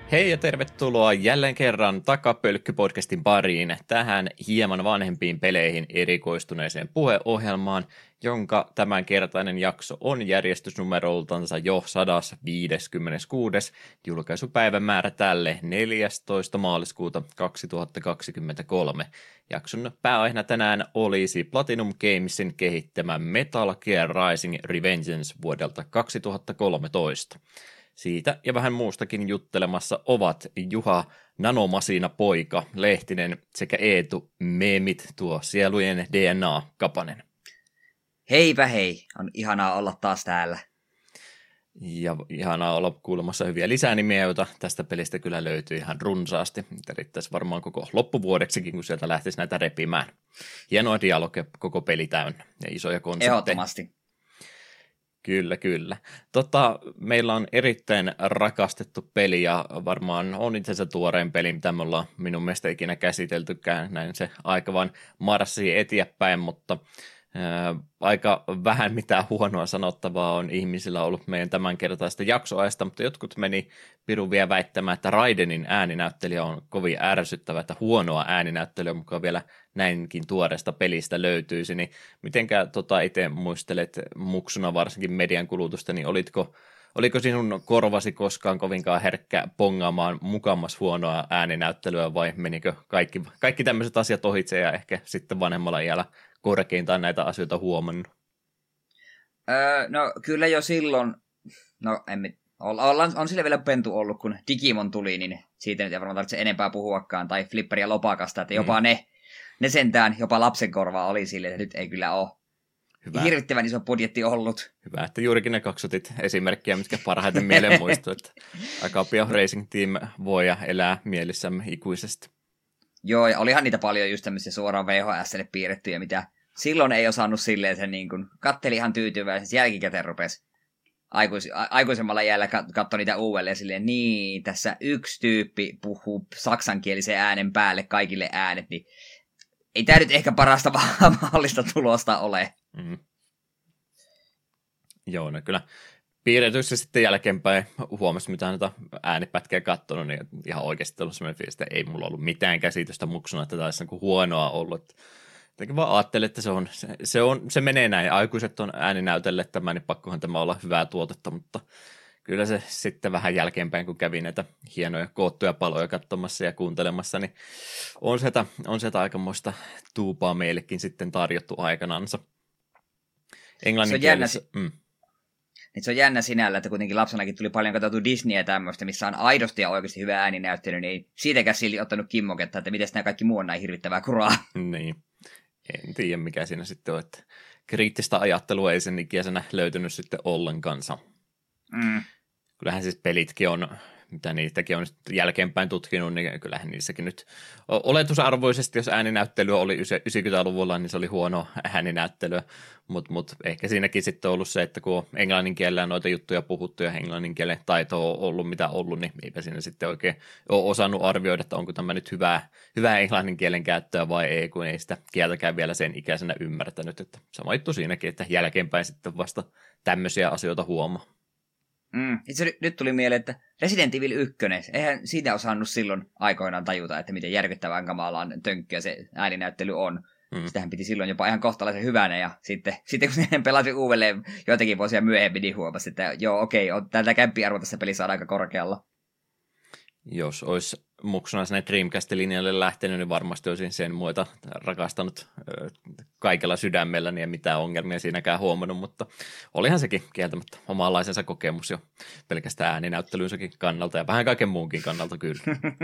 Hei ja tervetuloa jälleen kerran Takapölkky-podcastin pariin tähän hieman vanhempiin peleihin erikoistuneeseen puheohjelmaan, jonka tämänkertainen jakso on järjestysnumeroltansa jo 156. julkaisupäivämäärä tälle 14. maaliskuuta 2023. Jakson pääaiheena tänään olisi Platinum Gamesin kehittämä Metal Gear Rising Revengeance vuodelta 2013. Siitä ja vähän muustakin juttelemassa ovat Juha Nanomasina poika Lehtinen sekä Eetu Meemit tuo sielujen DNA Kapanen. Heipä hei, on ihanaa olla taas täällä. Ja ihanaa olla kuulemassa hyviä lisänimiä, joita tästä pelistä kyllä löytyy ihan runsaasti. Niitä riittäisi varmaan koko loppuvuodeksikin, kun sieltä lähtisi näitä repimään. Hienoa dialogia koko peli täynnä ja isoja konsepteja. Ehdottomasti. Kyllä, kyllä. Meillä on erittäin rakastettu peli ja varmaan on itse asiassa tuoreen peli, mitä me ollaan minun mielestä ikinä käsiteltykään. Näin se aika vaan marssii eteenpäin, mutta aika vähän mitään huonoa sanottavaa on ihmisillä ollut meidän tämänkertaista jaksoajasta, mutta jotkut meni pirun vielä väittämään, että Raidenin ääninäyttelijä on kovin ärsyttävä, että huonoa ääninäyttelijä mukaan vielä näinkin tuoreesta pelistä löytyisi, niin mitenkä itse muistelet muksuna varsinkin median kulutusta, niin oliko sinun korvasi koskaan kovinkaan herkkä pongaamaan mukamas huonoa ääninäyttelyä vai menikö kaikki tämmöiset asiat ohitse ja ehkä sitten vanhemmalla iällä korkeintaan näitä asioita huomannut? No kyllä jo silloin, on sille vielä pentu ollut, kun Digimon tuli, niin siitä nyt ei varmaan tarvitse enempää puhuakaan, tai Flipper ja Lopakasta, että jopa ne sentään, jopa lapsen korvaa oli sille, että nyt ei kyllä ole Hyvä. Hirvittävän iso budjetti ollut. Hyvä, että juurikin ne kaksotit esimerkkiä, mitkä parhaiten mieleen muistuu, että Akapio Racing Team voi ja elää mielissämme ikuisesti. Joo, ja olihan niitä paljon just tämmöisiä suoraan VHS:lle piirrettyjä, mitä silloin ei osannut silleen, se niin kuin katteli ihan tyytyväisesti, jälkikäteen rupesi aikuisemmalla jäällä katsoi niitä uudelleen silleen, niin, tässä yksi tyyppi puhuu saksankielisen äänen päälle kaikille äänet, niin ei tämä nyt ehkä parasta mahdollista tulosta ole. Mm. Joo, no kyllä piirretyissä sitten jälkeenpäin huomasi, mitä näitä äänipätkiä katsonut, niin ihan oikeasti ollut sellainen fiilis, että ei mulla ollut mitään käsitystä muksuna, että taisi huonoa ollut. Jotenkin vaan ajattelin, että se menee näin. Aikuiset on ääninäytelle tämä, niin pakkohan tämä olla hyvää tuotetta, mutta kyllä se sitten vähän jälkeenpäin, kun kävi näitä hienoja koottuja paloja katsomassa ja kuuntelemassa, niin on sieltä aikamoista tuupaa meillekin sitten tarjottu aikanansa. Englanninkielessä. Se on jännä sinällä, että kuitenkin lapsenakin tuli paljon katsottu Disneyä tämmöistä, missä on aidosti ja oikeasti hyvä ääninäyttely, niin ei siitäkään silti ottanut kimmoketta, että miten nämä kaikki muu on näin hirvittävää kuraa. Niin, en tiedä mikä siinä sitten on, että kriittistä ajattelua ei sen ikäisenä löytynyt sitten ollenkansa. Kyllähän siis pelitkin on, mitä niitäkin on jälkeenpäin tutkinut, niin kyllähän niissäkin nyt oletusarvoisesti, jos ääninäyttelyä oli 90-luvulla, niin se oli huono ääninäyttelyä, mutta ehkä siinäkin sitten on ollut se, että kun on englannin kielellä noita juttuja puhuttu ja englannin kielen taito on ollut mitä ollut, niin eipä siinä sitten oikein ole osannut arvioida, että onko tämä nyt hyvää englannin kielen käyttöä vai ei, kun ei sitä kieltäkään vielä sen ikäisenä ymmärtänyt, että sama juttu siinäkin, että jälkeenpäin sitten vasta tämmöisiä asioita huomaa. Itse nyt tuli mieleen, että Resident Evil 1, eihän siitä osannut silloin aikoinaan tajuta, että miten järkyttävän kamalaan tönkkiä se ääninäyttely on. Sitähän piti silloin jopa ihan kohtalaisen hyvänä, ja sitten kun sen pelasi uudelleen joitakin vuosia myöhemmin, niin huomasi, että joo, okei, tätä kämppiarvo tässä pelissä on aika korkealla. Jos olisi muksuna sinne Dreamcast-linjalle lähtenyt, niin varmasti olisin sen muuta rakastanut kaikella sydämelläni ja mitään ongelmia siinäkään huomannut, mutta olihan sekin kieltämättä omanlaisensa kokemus jo pelkästään ääninäyttelynsäkin kannalta ja vähän kaiken muunkin kannalta kyllä.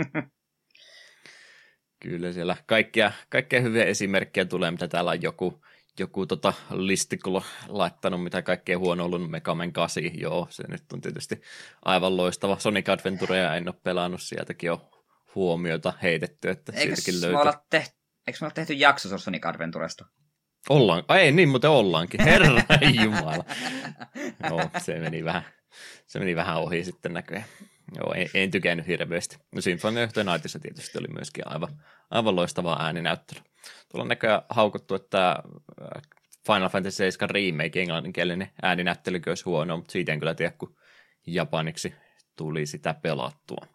Kyllä siellä kaikkia hyviä esimerkkejä tulee, mitä täällä on joku listikulla laittanut, mitä kaikkea huono ollut, Mega Man 8, joo, se nyt on tietysti aivan loistava. Sonic Adventurea en ole pelannut, sieltäkin on huomioita heitetty, että siitäkin löytyy. Eikö me olla tehty jakso Sonic Adventuresta? Ollaan, ei niin, mutta ollaankin, herra jumala. Joo, se meni vähän ohi sitten näköjään. Joo, en tykännyt hirveästi. No Symphony of the Nightissa tietysti oli myöskin aivan loistavaa ääninäyttely. Tuolla on näköjään haukuttu, että Final Fantasy 7 remake englanninkielinen ääninäyttely olisi huono, mutta siitä en kyllä tiedä, kun japaniksi tuli sitä pelattua.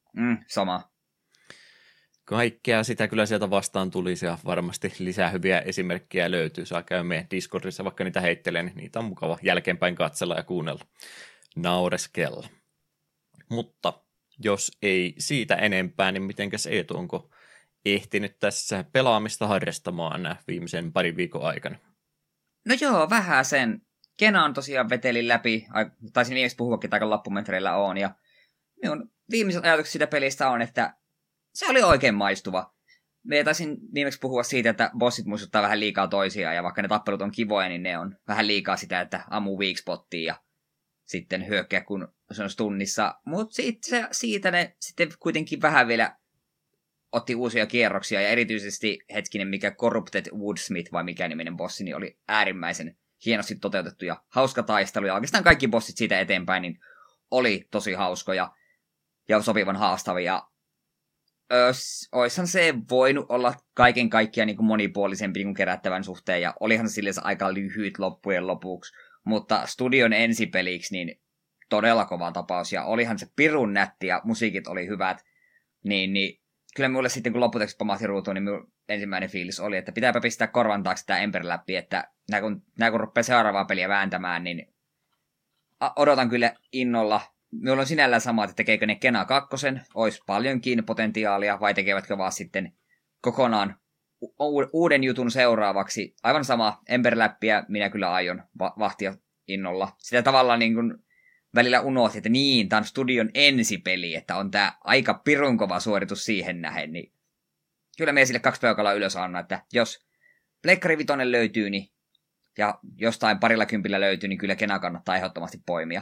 Sama. Kaikkea sitä kyllä sieltä vastaan tulisi ja varmasti lisää hyviä esimerkkejä löytyy. Saa käydä meidän Discordissa, vaikka niitä heittelee, niin niitä on mukava jälkeenpäin katsella ja kuunnella, naureskella. Mutta jos ei siitä enempää, niin mitenkäs Eetu, onko ehtinyt tässä pelaamista harrastamaan viimeisen parin viikon aikana? No joo, vähän sen. Kenaan tosiaan vetelin läpi, taisin viimeksi puhuakin aika loppumetreillä on, ja minun viimeiset ajatukset siitä pelistä on, että se oli oikein maistuva. Me taisin viimeksi puhua siitä, että bossit muistuttaa vähän liikaa toisiaan, ja vaikka ne tappelut on kivoja, niin ne on vähän liikaa sitä, että ammuu weak spottiin ja sitten hyökkää, kun se on tunnissa. Mutta siitä ne sitten kuitenkin vähän vielä otti uusia kierroksia, ja erityisesti hetkinen, mikä Corrupted Woodsmith, vai mikä niminen bossi, niin oli äärimmäisen hienosti toteutettu ja hauska taistelu, ja oikeastaan kaikki bossit siitä eteenpäin niin oli tosi hauskoja ja sopivan haastavia. Oishan se voinut olla kaiken kaikkiaan niin kuin monipuolisempi niin kuin kerättävän suhteen, ja olihan sille aika lyhyt loppujen lopuksi, mutta studion ensipeliksi niin todella kova tapaus, ja olihan se pirun nätti, ja musiikit oli hyvät, niin kyllä minulle sitten, kun lopputeksi pamahti ruutuun, niin minun ensimmäinen fiilis oli, että pitääpä pistää korvan taakse tämä Ember läpi, että kun rupeaa seuraavaa peliä vääntämään, niin odotan kyllä innolla. Minulla on sinällään sama, että tekeekö ne Kena 2, olisi paljonkin potentiaalia, vai tekevätkö vaan sitten kokonaan uuden jutun seuraavaksi. Aivan sama, Ember-läppiä minä kyllä aion vahtia innolla. Sitä tavallaan niin kuin välillä unohti, että niin, tämä on studion ensipeli, että on tämä aika pirunkova suoritus siihen nähen, niin kyllä me sille 2 peukaloa ylös anna, että jos Pleikkari 5 löytyy, niin, ja jostain parilla kympillä löytyy, niin kyllä Kena kannattaa ehdottomasti poimia.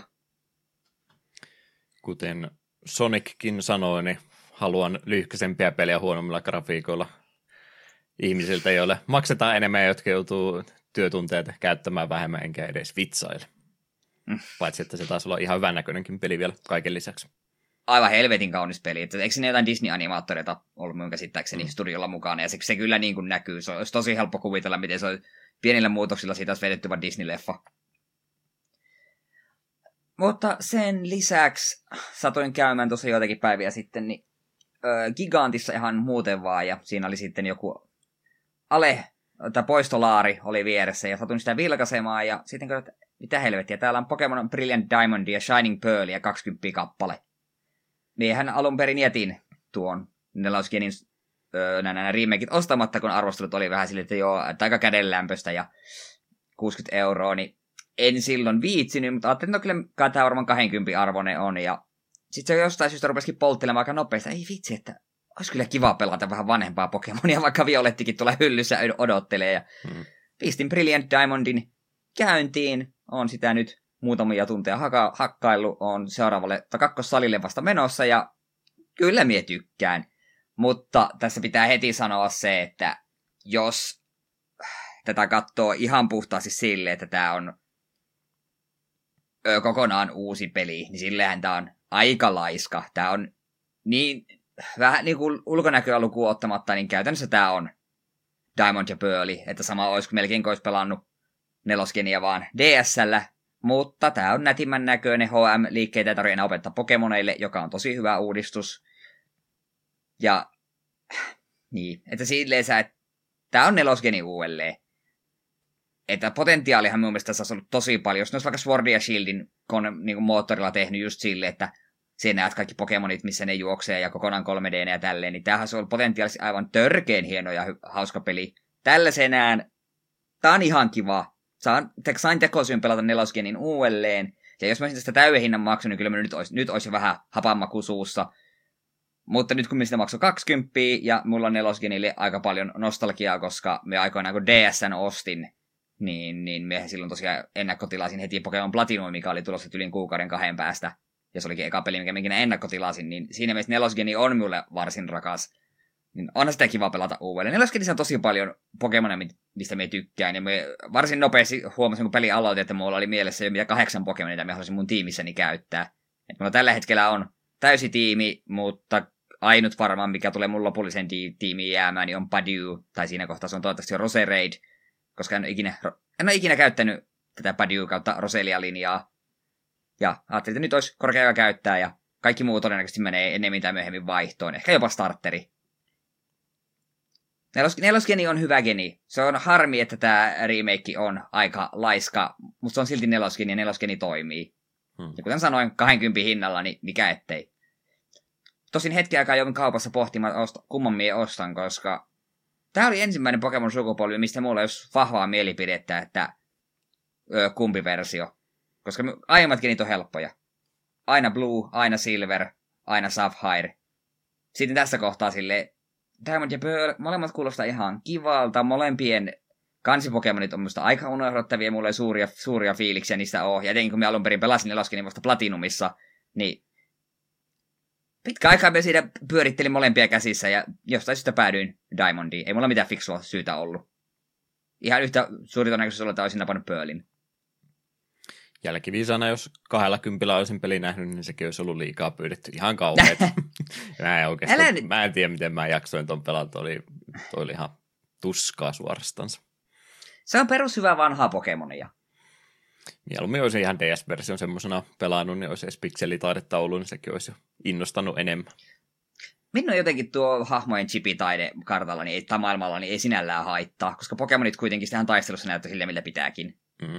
Kuten Sonickin sanoi, niin haluan lyhkäisempiä pelejä huonommilla grafiikoilla ihmisiltä, joille maksetaan enemmän ja jotka joutuu työtunteet käyttämään vähemmän, enkä edes vitsaile. Paitsi, että se taisi olla ihan hyvän näköinenkin peli vielä kaiken lisäksi. Aivan helvetin kaunis peli. Että eikö ne jotain Disney-animaattoreita ollut minun käsittääkseni studiolla mukana, ja se kyllä niin kuin näkyy. Se olisi tosi helppo kuvitella, miten se on pienillä muutoksilla siitä olisi vedetty vaan Disney-leffa. Mutta sen lisäksi satuin käymään tuossa joitakin päiviä sitten, niin Gigantissa ihan muuten vaan, ja siinä oli sitten joku poistolaari oli vieressä, ja satuin sitä vilkaisemaan, ja sitten katsoin, että mitä helvettiä, täällä on Pokemon Brilliant Diamond ja Shining Pearl ja 20 kappale. Miehän alun perin jätin tuon Nelosgenin nämä remakeit ostamatta, kun arvostelut oli vähän sille, että joo, että aika kädenlämpöstä ja 60 €, niin en silloin viitsinyt, mutta ajattelin, että no kyllä tämä varmaan 20 arvoinen on, ja sitten se jostain syystä rupesikin polttelemaan aika nopeasti. Ei vitsi, että olisi kyllä kiva pelata vähän vanhempaa Pokemonia, vaikka Violettikin tulee hyllyssä odottelee, ja pistin Brilliant Diamondin käyntiin, on sitä nyt muutamia tunteja hakkailu, on seuraavalle kakkossalille vasta menossa, ja kyllä mie tykkään. Mutta tässä pitää heti sanoa se, että jos tätä katsoo ihan puhtaasti sille, että tämä on kokonaan uusi peli, niin sillehän tämä on aika laiska. Tämä on niin vähän niin kuin ulkonäköä lukuun ottamatta, niin käytännössä tämä on Diamond ja Pearl, että sama olisi melkein kuin olisi pelannut Nelosgenia vaan DS:llä, mutta tämä on nätimmän näköinen. HM-liikkeitä ei tarvitse enää opettaa Pokemoneille, joka on tosi hyvä uudistus. Ja niin, että silleen että tämä on Nelosgeni uudelleen. Että potentiaalihan mun mielestä tässä olisi ollut tosi paljon. Jos ne olisi vaikka Sword ja Shieldin niin moottorilla tehnyt just silleen, että siinä näet kaikki Pokemonit, missä ne juoksee ja kokonaan 3D ja tälleen, niin tämähän olisi ollut potentiaalisesti aivan törkeen hieno ja hauska peli. Tällaisenään tämä on ihan kiva. Sain tekosyyn pelata Nelosgenin uudelleen. Ja jos mä olisin tästä täyden hinnan maksun, niin kyllä mä nyt olisi vähän hapanmaku suussa. Mutta nyt kun mä sitä maksoin 20, ja mulla on Nelosgenille aika paljon nostalgiaa, koska me aikoinaan kun DS:n ostin, niin me silloin tosiaan ennakkotilasin heti Pokemon Platinum, mikä oli tulossa yli kuukauden 2 päästä. Ja se olikin eka peli, mikä minä ennakkotilasin, niin siinä mielessä Nelosgeni on mulle varsin rakas. Niin onhan sitä kiva pelata uudelleen. Nelosgenissä on tosi paljon Pokemonia, mistä me tykkään. Ja me varsin nopeasti huomasin, kun peli aloitin, että mulla oli mielessä jo 8 Pokemonia, mitä me haluaisin mun tiimissäni käyttää. Et mulla tällä hetkellä on täysi tiimi, mutta ainut varmaan, mikä tulee mun lopullisen tiimiin jäämään, niin on Padu. Tai siinä kohtaa se on toivottavasti jo Roserade, koska en ole ikinä käyttänyt tätä Padu kautta Roselia-linjaa. Ja ajattelin, että nyt olisi korkea aika käyttää, ja Kaikki muu todennäköisesti menee ennemmin tai myöhemmin vaihtoon. Ehkä jopa starteri. Neloskeni on hyvä geni. Se on harmi, että tämä remake on aika laiska, mutta se on silti neloskeni ja neloskeni toimii. Ja kuten sanoin, 20 hinnalla, niin mikä ettei. Tosin hetki aikaa joudun kaupassa pohtimaan, kumman mie ostan, koska tämä oli ensimmäinen Pokemon-sukupolvi, mistä mulla ei olisi vahvaa mielipidettä, että kumpi versio. Koska aiemmat genit on helppoja. Aina Blue, aina Silver, aina Sapphire. Sitten tässä kohtaa sille Diamond ja Pearl, molemmat kuulostaa ihan kivalta. Molempien kansipokemonit on minusta aika unohdottavia. Mulla ei suuria fiiliksiä niistä ole. Ja etenkin kun me alun perin pelasin neloskenin vasta Platinumissa, niin pitkä aikaa me siinä pyörittelin molempia käsissä ja jostain syystä päädyin Diamondiin. Ei mulla mitään fiksua syytä ollut. Ihan yhtä suuri todennäköisyys olla, että olisin napannut Pearlin. Jälkiviisana, jos 20 olisin peli nähnyt, niin sekin olisi ollut liikaa pyydetty. Ihan kauheet. Mä en tiedä, miten mä jaksoin ton pelata. Toi oli ihan tuskaa suorastansa. Se on perushyvää vanhaa Pokemonia. Mieluummin olisi ihan DS-version semmoisena pelannut, niin olisi edes pikselitaidetta ollut, niin sekin olisi jo innostanut enemmän. Minun jotenkin tuo hahmojen chipitaide kartalla tai maailmalla niin ei sinällään haittaa, koska Pokemonit kuitenkin tähän taistelussa näyttää sille, millä pitääkin. Mm-hmm.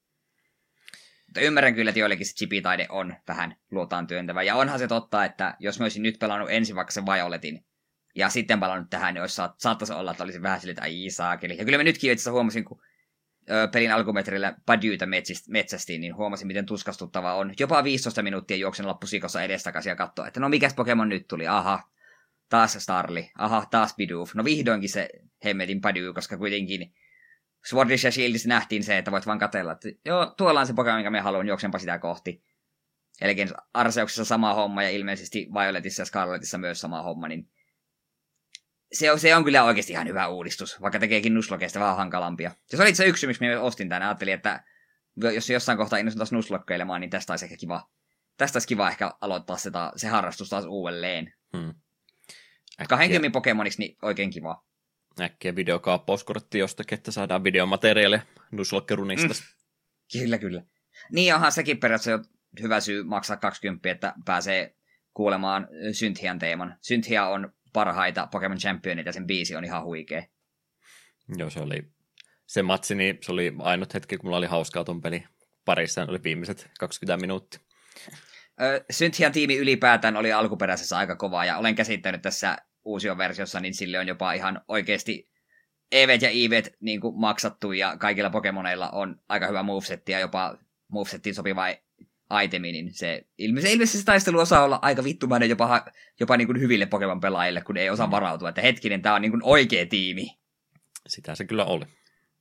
Mutta ymmärrän kyllä, että joillekin se chipitaide on vähän luotaan työntävä. Ja onhan se totta, että jos mä olisin nyt pelannut ensin vaikka sen Violetin, ja sitten palannut tähän, niin saattaisi olla, että olisin vähän silleen, että ai saakeli. Ja kyllä mä nytkin itse huomasin, kun pelin alkumetrillä Badyytä metsästiin, niin huomasin, miten tuskastuttavaa on. Jopa 15 minuuttia juoksen loppusikossa edestakaisin ja katsoa, että no mikäs Pokemon nyt tuli? Aha, taas Starly. Aha, taas Bidoof. No vihdoinkin se hemmetin Badyy, koska kuitenkin Swordish ja Shieldissä nähtiin se, että voit vaan katsella, että joo, tuolla on se Pokemon, minkä me haluan, juoksenpa sitä kohti. Eli Arseuksessa sama homma ja ilmeisesti Violetissa ja Scarletissa myös sama homma, niin se on kyllä oikeasti ihan hyvä uudistus, vaikka tekeekin Nuzlokeista vähän hankalampia. Se oli itse yksi, miksi minä ostin tämän. Ajattelin, että jos jossain kohtaa innostutaan Nuzlokkeilemaan, niin tästä olisi ehkä kiva. Tästä olisi kiva ehkä aloittaa se harrastus taas uudelleen. 20 Pokemoniksi, niin oikein kiva. Äkkiä videokaappauskortti jostakin, että saadaan videomateriaalia Nuzlocke-runista. Kyllä. Niin onhan sekin periaatteessa jo hyvä syy maksaa 20, että pääsee kuulemaan Cynthian teeman. Cynthia on parhaita Pokemon Championit ja sen biisi on ihan huikea. Joo, se matsi, niin se oli ainut hetki, kun mulla oli hauskaa ton peli parissa, oli viimeiset 20 minuuttia. Cynthian tiimi ylipäätään oli alkuperäisessä aika kova, ja olen käsittänyt tässä uusioversiossa, niin sille on jopa ihan oikeasti EVt ja IVt niin kuin maksattu, ja kaikilla Pokemoneilla on aika hyvä movesetti, ja jopa movesettiin sopiva itemi, niin se ilmeisesti se taistelu osaa olla aika vittumainen jopa niin kuin hyville Pokemon-pelaajille, kun ei osaa varautua, että hetkinen, tämä on niin kuin oikea tiimi. Sitä se kyllä oli.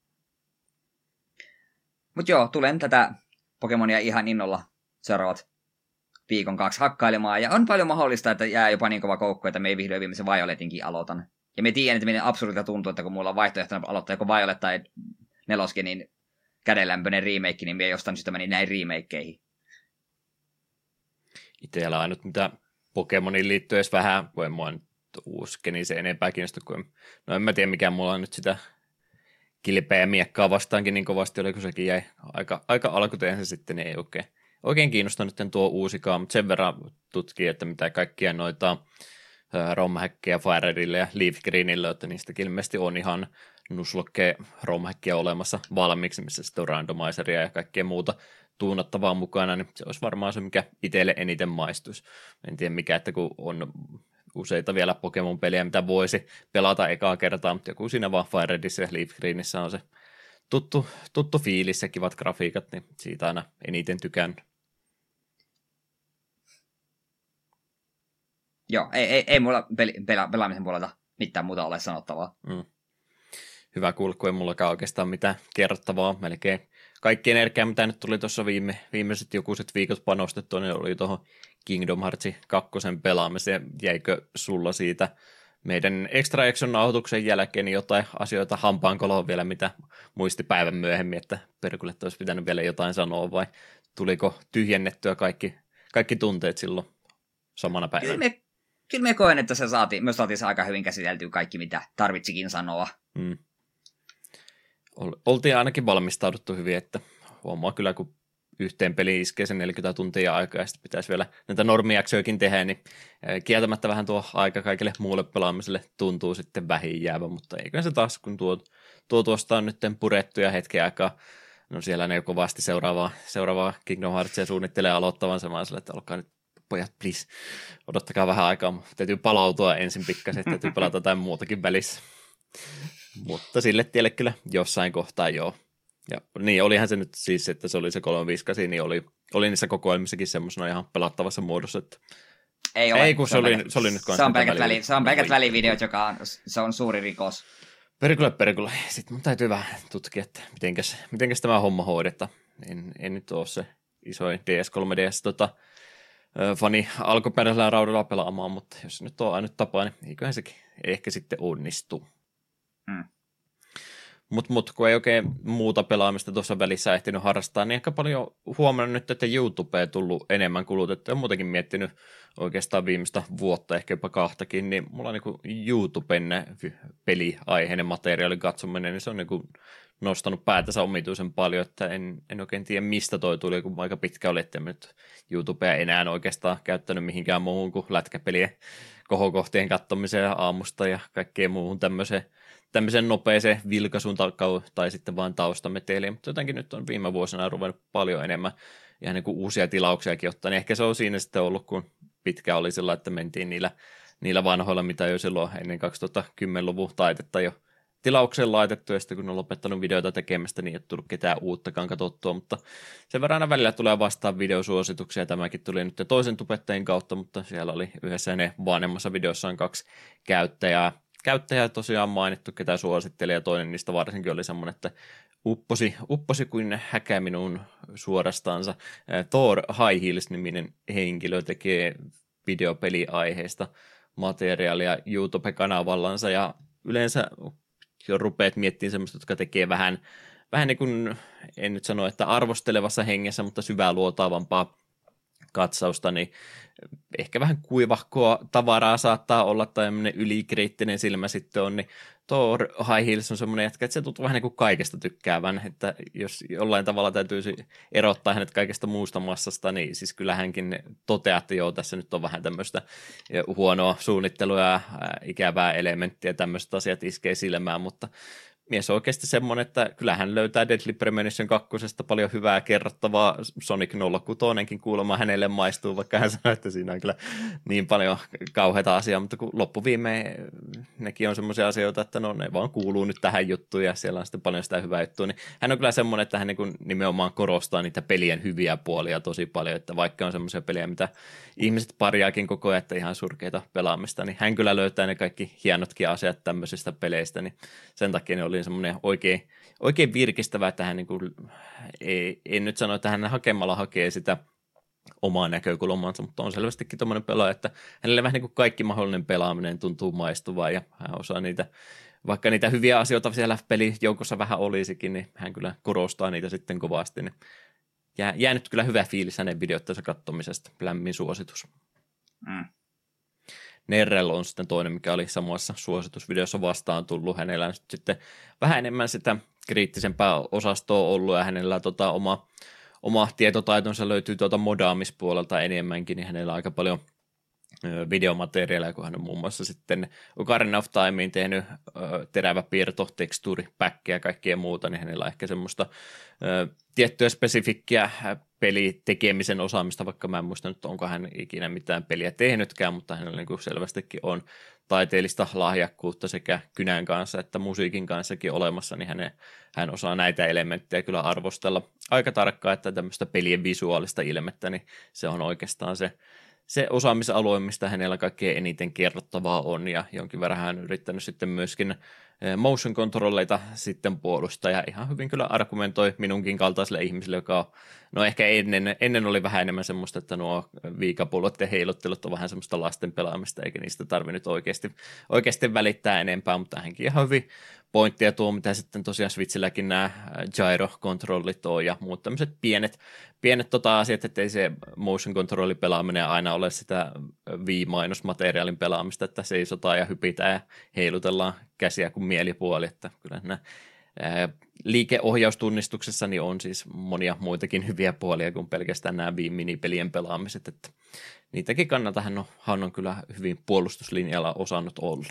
Mutta joo, tulen tätä Pokemonia ihan innolla seuraavat viikon 2 hakkailemaan, ja on paljon mahdollista, että jää jopa niin kova koukko, että me ei vihdoin viimeisen Violetinkin aloitan. Ja me tiedän, että miten absurdilta tuntuu, että kun mulla on vaihtoehtona aloittaa joko Violet tai Neloskenin kädenlämpöinen remake, niin me jostain syystä meni näin remakeihin. Itsellä ainut mitä Pokemoniin liittyy edes vähän, kun en mua nyt uuskeni se enempää kiinnosta, kuin no en mä tiedä mikä mulla on nyt sitä kilpeä ja miekkaa vastaankin niin kovasti oli, kun sekin jäi aika alkuteen se sitten, niin ei oikein kiinnostanut tuo uusikaan, mutta sen verran tutkii, että mitä kaikkia noita romhäkkejä Fireredille ja Leaf Greenille, että niistäkin ilmeisesti on ihan Nuzlocke romhäkkiä olemassa valmiiksi, missä sitten on randomizeria ja kaikkea muuta tuunattavaa mukana, niin se olisi varmaan se, mikä itselle eniten maistuisi. En tiedä mikä, että kun on useita vielä Pokemon-pelejä, mitä voisi pelata ekaa kertaa, mutta joku siinä vaan Firedissä ja Leaf Greenissä on se tuttu fiilis ja kivat grafiikat, niin siitä aina eniten tykännyt. Joo, ei mulla pelaamisen puolelta mitään muuta ole sanottavaa. Hyvä kuulla, kun ei mullakaan oikeastaan mitään kerrottavaa. Melkein kaikki energia, mitä nyt tuli tuossa viimeiset jokuiset viikot panostettua, niin oli tuohon Kingdom Hearts 2 pelaamiseen. Jäikö sulla siitä meidän Extra Action nauhoituksen jälkeen niin jotain asioita hampaankoloon vielä, mitä muisti päivän myöhemmin, että perkulle olisi pitänyt vielä jotain sanoa, vai tuliko tyhjennettyä kaikki tunteet silloin samana päivänä? Kyllä me koen, että me saatiin se aika hyvin käsiteltyä kaikki, mitä tarvitsikin sanoa. Oltiin ainakin valmistauduttu hyvin, että huomaa kyllä, kun yhteen peliin iskee sen 40 tuntia aikaa, ja sitten pitäisi vielä näitä normijaksojakin tehdä, niin kieltämättä vähän tuo aika kaikille muulle pelaamiselle tuntuu sitten vähin jäävä, mutta eikö se taas, kun tuosta on nyt purettu ja hetken aikaa, no siellä ne kovasti seuraavaa Kingdom Heartsia suunnittelee aloittavan samaiselle, että olkaa nyt pojat, please, odottakaa vähän aikaa, täytyy palautua ensin pikkasen, täytyy pelata jotain muutakin välissä. Mutta sille tielle kyllä jossain kohtaa joo. Ja niin, olihan se nyt siis, että se oli se 358, niin oli niissä kokoelmissakin semmoisena ihan pelattavassa muodossa, että ei kun se oli nyt se on pelkät välivideot, se on suuri rikos. Perkulle. Sitten mun täytyy vähän tutkia, että mitenkäs tämä homma hoidetaan. En nyt ole se isoin DS3DS fani alkuperäisellä raudalla pelaamaan, mutta jos nyt on ainut tapa, niin eiköhän sekin ehkä sitten onnistu. Mutta kun ei oikein muuta pelaamista tuossa välissä ehtinyt harrastaa, niin ehkä paljon huomannut nyt, että YouTubea tullut enemmän kulutettua ja muutenkin miettinyt oikeastaan viimeistä vuotta, ehkä jopa kahtakin, niin mulla on niin YouTuben peliaiheinen materiaalin katsominen, niin se on niin nostanut päätänsä omituisen paljon, että en oikein tiedä mistä toi tuli, kun aika pitkä oli, että en nyt YouTubea enää oikeastaan käyttänyt mihinkään muuhun kuin lätkäpelien kohokohtien katsomiseen aamusta ja kaikkeen muuhun tämmöisen nopeeseen vilkaisuun tai sitten vaan taustameteliin, mutta jotenkin nyt on viime vuosina ruvennut paljon enemmän ihan niin kuin uusia tilauksiakin ottaa, niin ehkä se on siinä sitten ollut, kun pitkä oli sillä, että mentiin niillä vanhoilla, mitä jo silloin ennen 2010-luvun taitetta jo tilaukseen laitettu, ja sitten kun on lopettanut videoita tekemästä, niin ei ole tullut ketään uuttakaan katsottua, mutta sen verran aina välillä tulee vastaan videosuosituksia, tämäkin tuli nyt toisen tubettajien kautta, mutta siellä oli yhdessä ne vanhemmassa videossaan 2 käyttäjää tosiaan mainittu, ketä suosittelee, ja toinen niistä varsinkin oli semmoinen, että upposi kuin häkä minun suorastaansa. Thor High Heels-niminen henkilö tekee videopeliaiheesta materiaalia YouTube-kanavallansa, ja yleensä jo rupeat miettimään semmoista, jotka tekee vähän niin kuin, en nyt sano, että arvostelevassa hengessä, mutta syvää luotaavampaa katsausta, niin ehkä vähän kuivahkoa tavaraa saattaa olla, tai tämmöinen ylikriittinen silmä sitten on, niin Thor High Heels on semmoinen jätkä, että se tuntuu vähän niin kuin kaikesta tykkäävän, että jos jollain tavalla täytyisi erottaa hänet kaikesta muusta massasta, niin siis kyllä hänkin toteaa, että joo, tässä nyt on vähän tämmöistä huonoa suunnittelua ja ikävää elementtiä, tämmöiset asiat iskee silmään, mutta mies on oikeasti semmoinen, että kyllähän löytää Deadly Premonition 2 paljon hyvää kerrottavaa. Sonic 06 kuulemma hänelle maistuu, vaikka hän sanoi, että siinä on kyllä niin paljon kauheita asiaa, mutta kun loppuviimein nekin on semmoisia asioita, että no ne vaan kuuluu nyt tähän juttuun ja siellä on sitten paljon sitä hyvää juttua, niin hän on kyllä semmoinen, että hän niin kuin nimenomaan korostaa niitä pelien hyviä puolia tosi paljon, että vaikka on semmoisia pelejä, mitä ihmiset parjaakin koko ajan, että ihan surkeita pelaamista, niin hän kyllä löytää ne kaikki hienotkin asiat tämmöisistä peleistä, niin sen takia ne oli semmoinen oikein virkistävä, että hän niin kuin, ei nyt sano, että hän hakemalla hakee sitä omaa näkökulmaansa, mutta on selvästikin tommoinen pelaaja, että hänelle vähän niin kuin kaikki mahdollinen pelaaminen tuntuu maistuvaa ja hän osaa niitä, vaikka niitä hyviä asioita siellä pelijoukossa vähän olisikin, niin hän kyllä korostaa niitä sitten kovasti, niin jää nyt kyllä hyvä fiilis hänen videoittensa katsomisesta, lämmin suositus. Nerrell on sitten toinen, mikä oli samassa suositusvideossa vastaan tullut. Hänellä on sitten vähän enemmän sitä kriittisempää osastoa ollut, ja hänellä oma tietotaitonsa löytyy modaamispuolelta enemmänkin, niin hänellä on aika paljon videomateriaalia, kun hän on muun muassa sitten Ocarina of Timeen tehnyt terävä piirto, tekstuuripäkkiä ja kaikkea muuta, niin hänellä on ehkä semmoista tiettyä spesifikkiä pelitekemisen osaamista, vaikka mä en muista nyt, onko hän ikinä mitään peliä tehnytkään, mutta hänellä niin kuin selvästikin on taiteellista lahjakkuutta sekä kynän kanssa että musiikin kanssakin olemassa, niin hän osaa näitä elementtejä kyllä arvostella aika tarkkaan, että tämmöistä pelien visuaalista ilmettä, niin se on oikeastaan se osaamisalue, mistä hänellä kaikkein eniten kerrottavaa on, ja jonkin verran hän on yrittänyt sitten myöskin motion controlleita sitten puolustaa, ja ihan hyvin kyllä argumentoi minunkin kaltaiselle ihmiselle, joka on, no ehkä ennen oli vähän enemmän semmoista, että nuo viikapullot ja heiluttelut on vähän semmoista lasten pelaamista, eikä niistä tarvinnut oikeasti välittää enempää, mutta hänkin ihan hyvin pointtia tuo, mitä sitten tosiaan Switchilläkin nämä gyro-kontrollit on ja muut tämmöiset pienet asiat, ettei se motion controlli pelaaminen aina ole sitä Wii-mainosmateriaalin pelaamista, että seisotaan ja hypitään ja heilutellaan käsiä kuin mielipuoli, että kyllä nämä Liikeohjaustunnistuksessa niin on siis monia muitakin hyviä puolia kuin pelkästään nämä minipelien pelaamiset, että niitäkin kannalta hän on kyllä hyvin puolustuslinjalla osannut olla.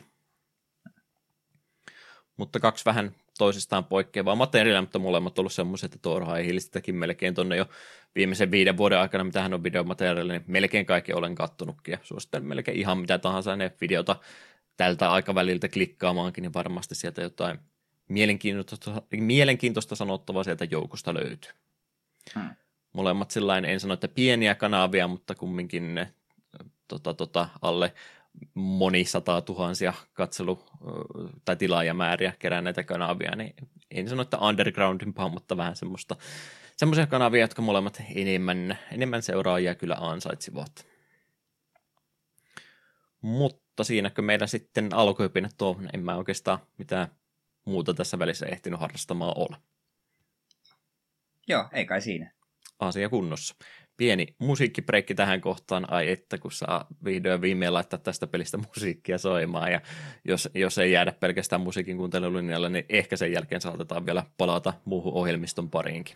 Mutta kaksi vähän toisistaan poikkeavaa materiaalia, mutta molemmat on ollut semmoiset, että tuo Raihilistäkin melkein tuonne jo viimeisen 5 vuoden aikana, mitä hän on videomateriaalia, niin melkein kaikki olen kattonutkin ja suosittelen melkein ihan mitä tahansa ne videota tältä aikaväliltä klikkaamaankin, niin varmasti sieltä jotain mielenkiintoista sanottavaa sieltä joukosta löytyy. Molemmat sillain, en sano, että pieniä kanavia, mutta kumminkin ne alle monisatatuhansia tai tilaajamääriä keränneitä kanavia, niin en sano, että undergroundimpaa, mutta vähän semmoisia kanavia, jotka molemmat enemmän seuraajia kyllä ansaitsivat. Mutta siinäkö meillä sitten alkuhypinä tuo, en mä oikeastaan mitään muuta tässä välissä ehtinyt harrastamaan olla. Joo, ei kai siinä. Asia kunnossa. Pieni musiikkibreikki tähän kohtaan, ai että kun saa vihdoin viimein laittaa tästä pelistä musiikkia soimaan, ja jos ei jäädä pelkästään musiikin kuuntelulinjalle, niin ehkä sen jälkeen saatetaan vielä palata muuhun ohjelmiston pariinkin.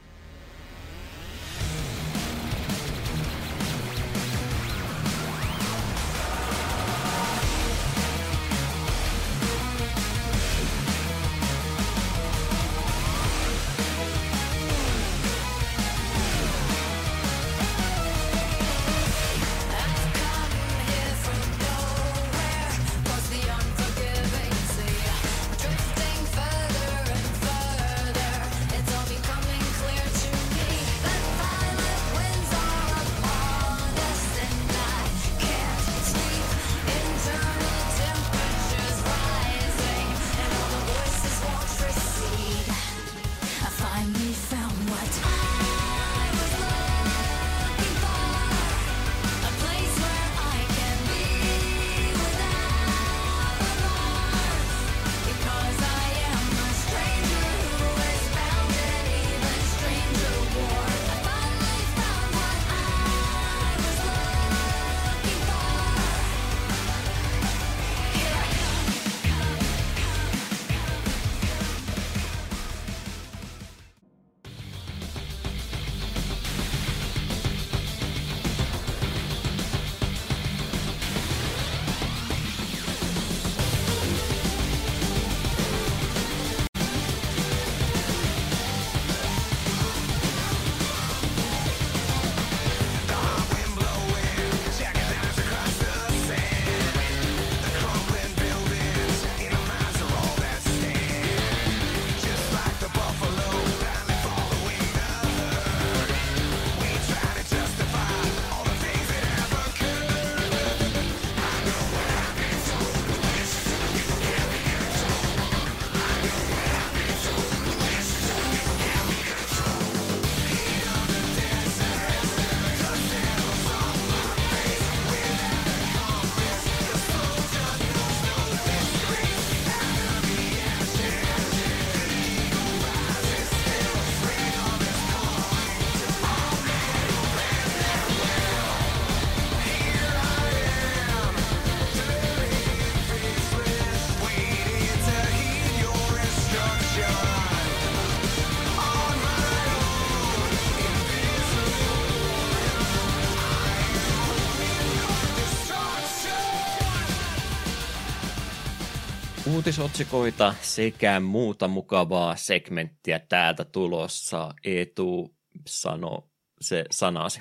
Uutisotsikoita sekä muuta mukavaa segmenttiä täältä tulossa. Eetu, sano se sanasi.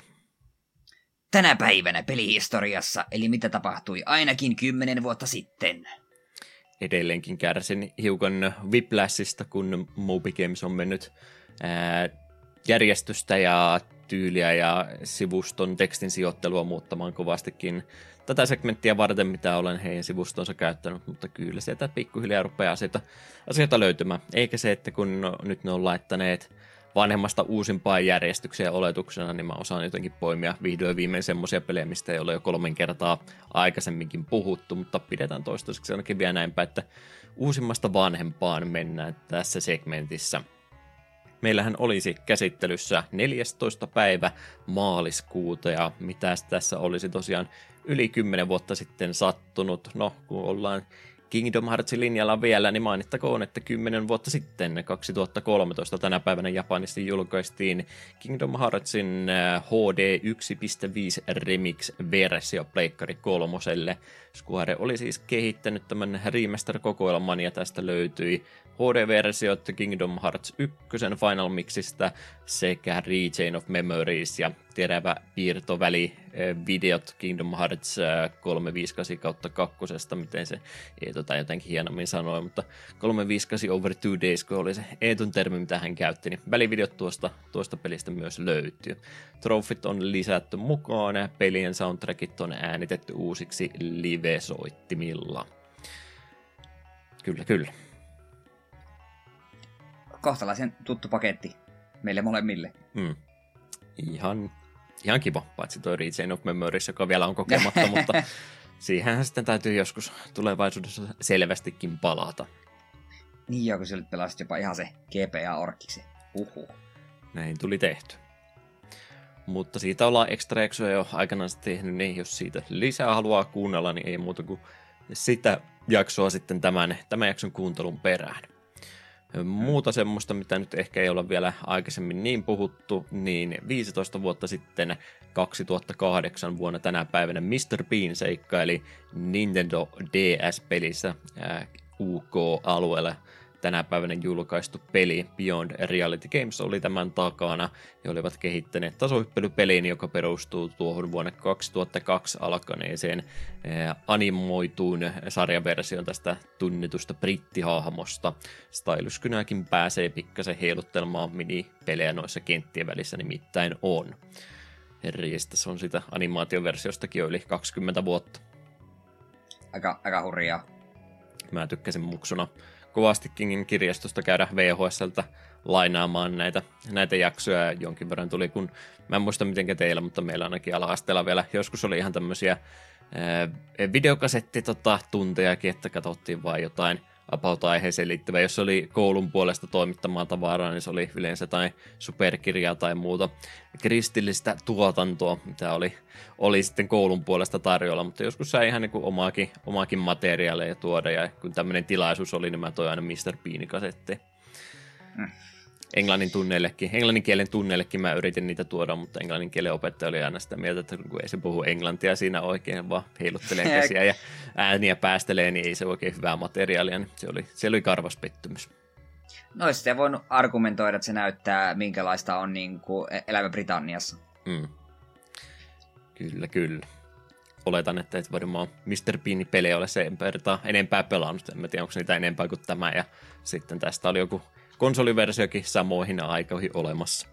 Tänä päivänä pelihistoriassa, eli mitä tapahtui ainakin 10 vuotta sitten. Edelleenkin kärsin hiukan Whiplashista, kun Moby Games on mennyt järjestystä ja tyyliä ja sivuston tekstin sijoittelua muuttamaan kovastikin tätä segmenttiä varten, mitä olen heidän sivustonsa käyttänyt, mutta kyllä sieltä pikkuhiljaa rupeaa asioita löytymään. Eikä se, että kun nyt ne on laittaneet vanhemmasta uusimpaan järjestykseen oletuksena, niin mä osaan jotenkin poimia vihdoin viimein semmoisia pelejä, mistä ei ole jo 3 kertaa aikaisemminkin puhuttu, mutta pidetään toistaiseksi ainakin vielä näinpä, että uusimmasta vanhempaan mennään tässä segmentissä. Meillähän olisi käsittelyssä 14. päivä maaliskuuta, ja mitä tässä olisi tosiaan yli 10 vuotta sitten sattunut. No, kun ollaan Kingdom Heartsin linjalla vielä, niin mainittakoon, että 10 vuotta sitten, 2013 tänä päivänä Japanissa julkaistiin Kingdom Heartsin HD 1.5 Remix-versio Pleikkari 3:lle. Square oli siis kehittänyt tämän remaster-kokoelman, ja tästä löytyi HD-versiot Kingdom Hearts 1 Final Mixistä sekä Rechain of Memories ja terävä piirtovälivideot Kingdom Hearts 358/2, miten se Eetu tai jotenkin hienommin sanoi, mutta 358 over 2 days, kun oli se Eetun termi, mitä hän käytti, niin välivideot tuosta pelistä myös löytyy. Trofit on lisätty mukaan ja pelien soundtrackit on äänitetty uusiksi live-soittimilla. Kyllä, kyllä. Kohtalaisen tuttu paketti meille molemmille. Ihan kiva, paitsi toi Rechain of Memories, joka vielä on kokematta, mutta siihenhän sitten täytyy joskus tulevaisuudessa selvästikin palata. Niin joo, kun sä pelasit jopa ihan se GPA-orkkiksi. Näin tuli tehty. Mutta siitä ollaan extra jo aikanaan tehnyt, niin jos siitä lisää haluaa kuunnella, niin ei muuta kuin sitä jaksoa sitten tämän jakson kuuntelun perään. Muuta semmoista, mitä nyt ehkä ei olla vielä aikaisemmin niin puhuttu, niin 15 vuotta sitten 2008 vuonna tänä päivänä Mr. Bean seikkaili Nintendo DS-pelissä UK-alueella. Tänä päivänä julkaistu peli Beyond Reality Games oli tämän takana ja olivat kehittäneet tasohyppelypeliin, joka perustuu tuohon vuonna 2002 alkaneeseen animoituun sarjaversioon tästä tunnetusta brittihahmosta. Styluskynäkin pääsee pikkasen heiluttelemaan minipelejä noissa kenttien välissä nimittäin on. Herjestas on sitä animaatioversiostakin jo yli 20 vuotta. Aika hurjaa. Mä tykkäsin muksuna kovastikin kirjastosta käydä VHSltä lainaamaan näitä jaksoja. Jonkin verran tuli, kun mä en muista mitenkä teillä, mutta meillä ainakin ala-asteella vielä joskus oli ihan tämmöisiä videokasettituntejakin, että katsottiin vaan jotain about-aiheeseen liittyvää. Jos oli koulun puolesta toimittamaan tavaraa, niin se oli yleensä tai superkirjaa tai muuta kristillistä tuotantoa, mitä oli sitten koulun puolesta tarjolla, mutta joskus sai ihan niin kuin omaakin materiaaleja tuoda, ja kun tämmöinen tilaisuus oli, niin mä toin aina Mr. Bean-kasetteja. Englannin kielen tunneillekin mä yritin niitä tuoda, mutta englannin kielen opettaja oli aina sitä mieltä, että kun ei se puhu englantia siinä oikein, vaan heiluttelee käsiä ja ääniä päästelee, niin ei se oikein hyvää materiaalia, niin se oli karvas pettymys. No sitten voinut argumentoida, että se näyttää minkälaista on niin kuin elämä Britanniassa. Kyllä. Oletan, että et varmaan Mr. Beanin pelejä ole sen enempää pelannut. En tiedä, onko niitä enempää kuin tämä. Ja sitten tästä oli joku konsoliversiokin samoihin aikoihin olemassa.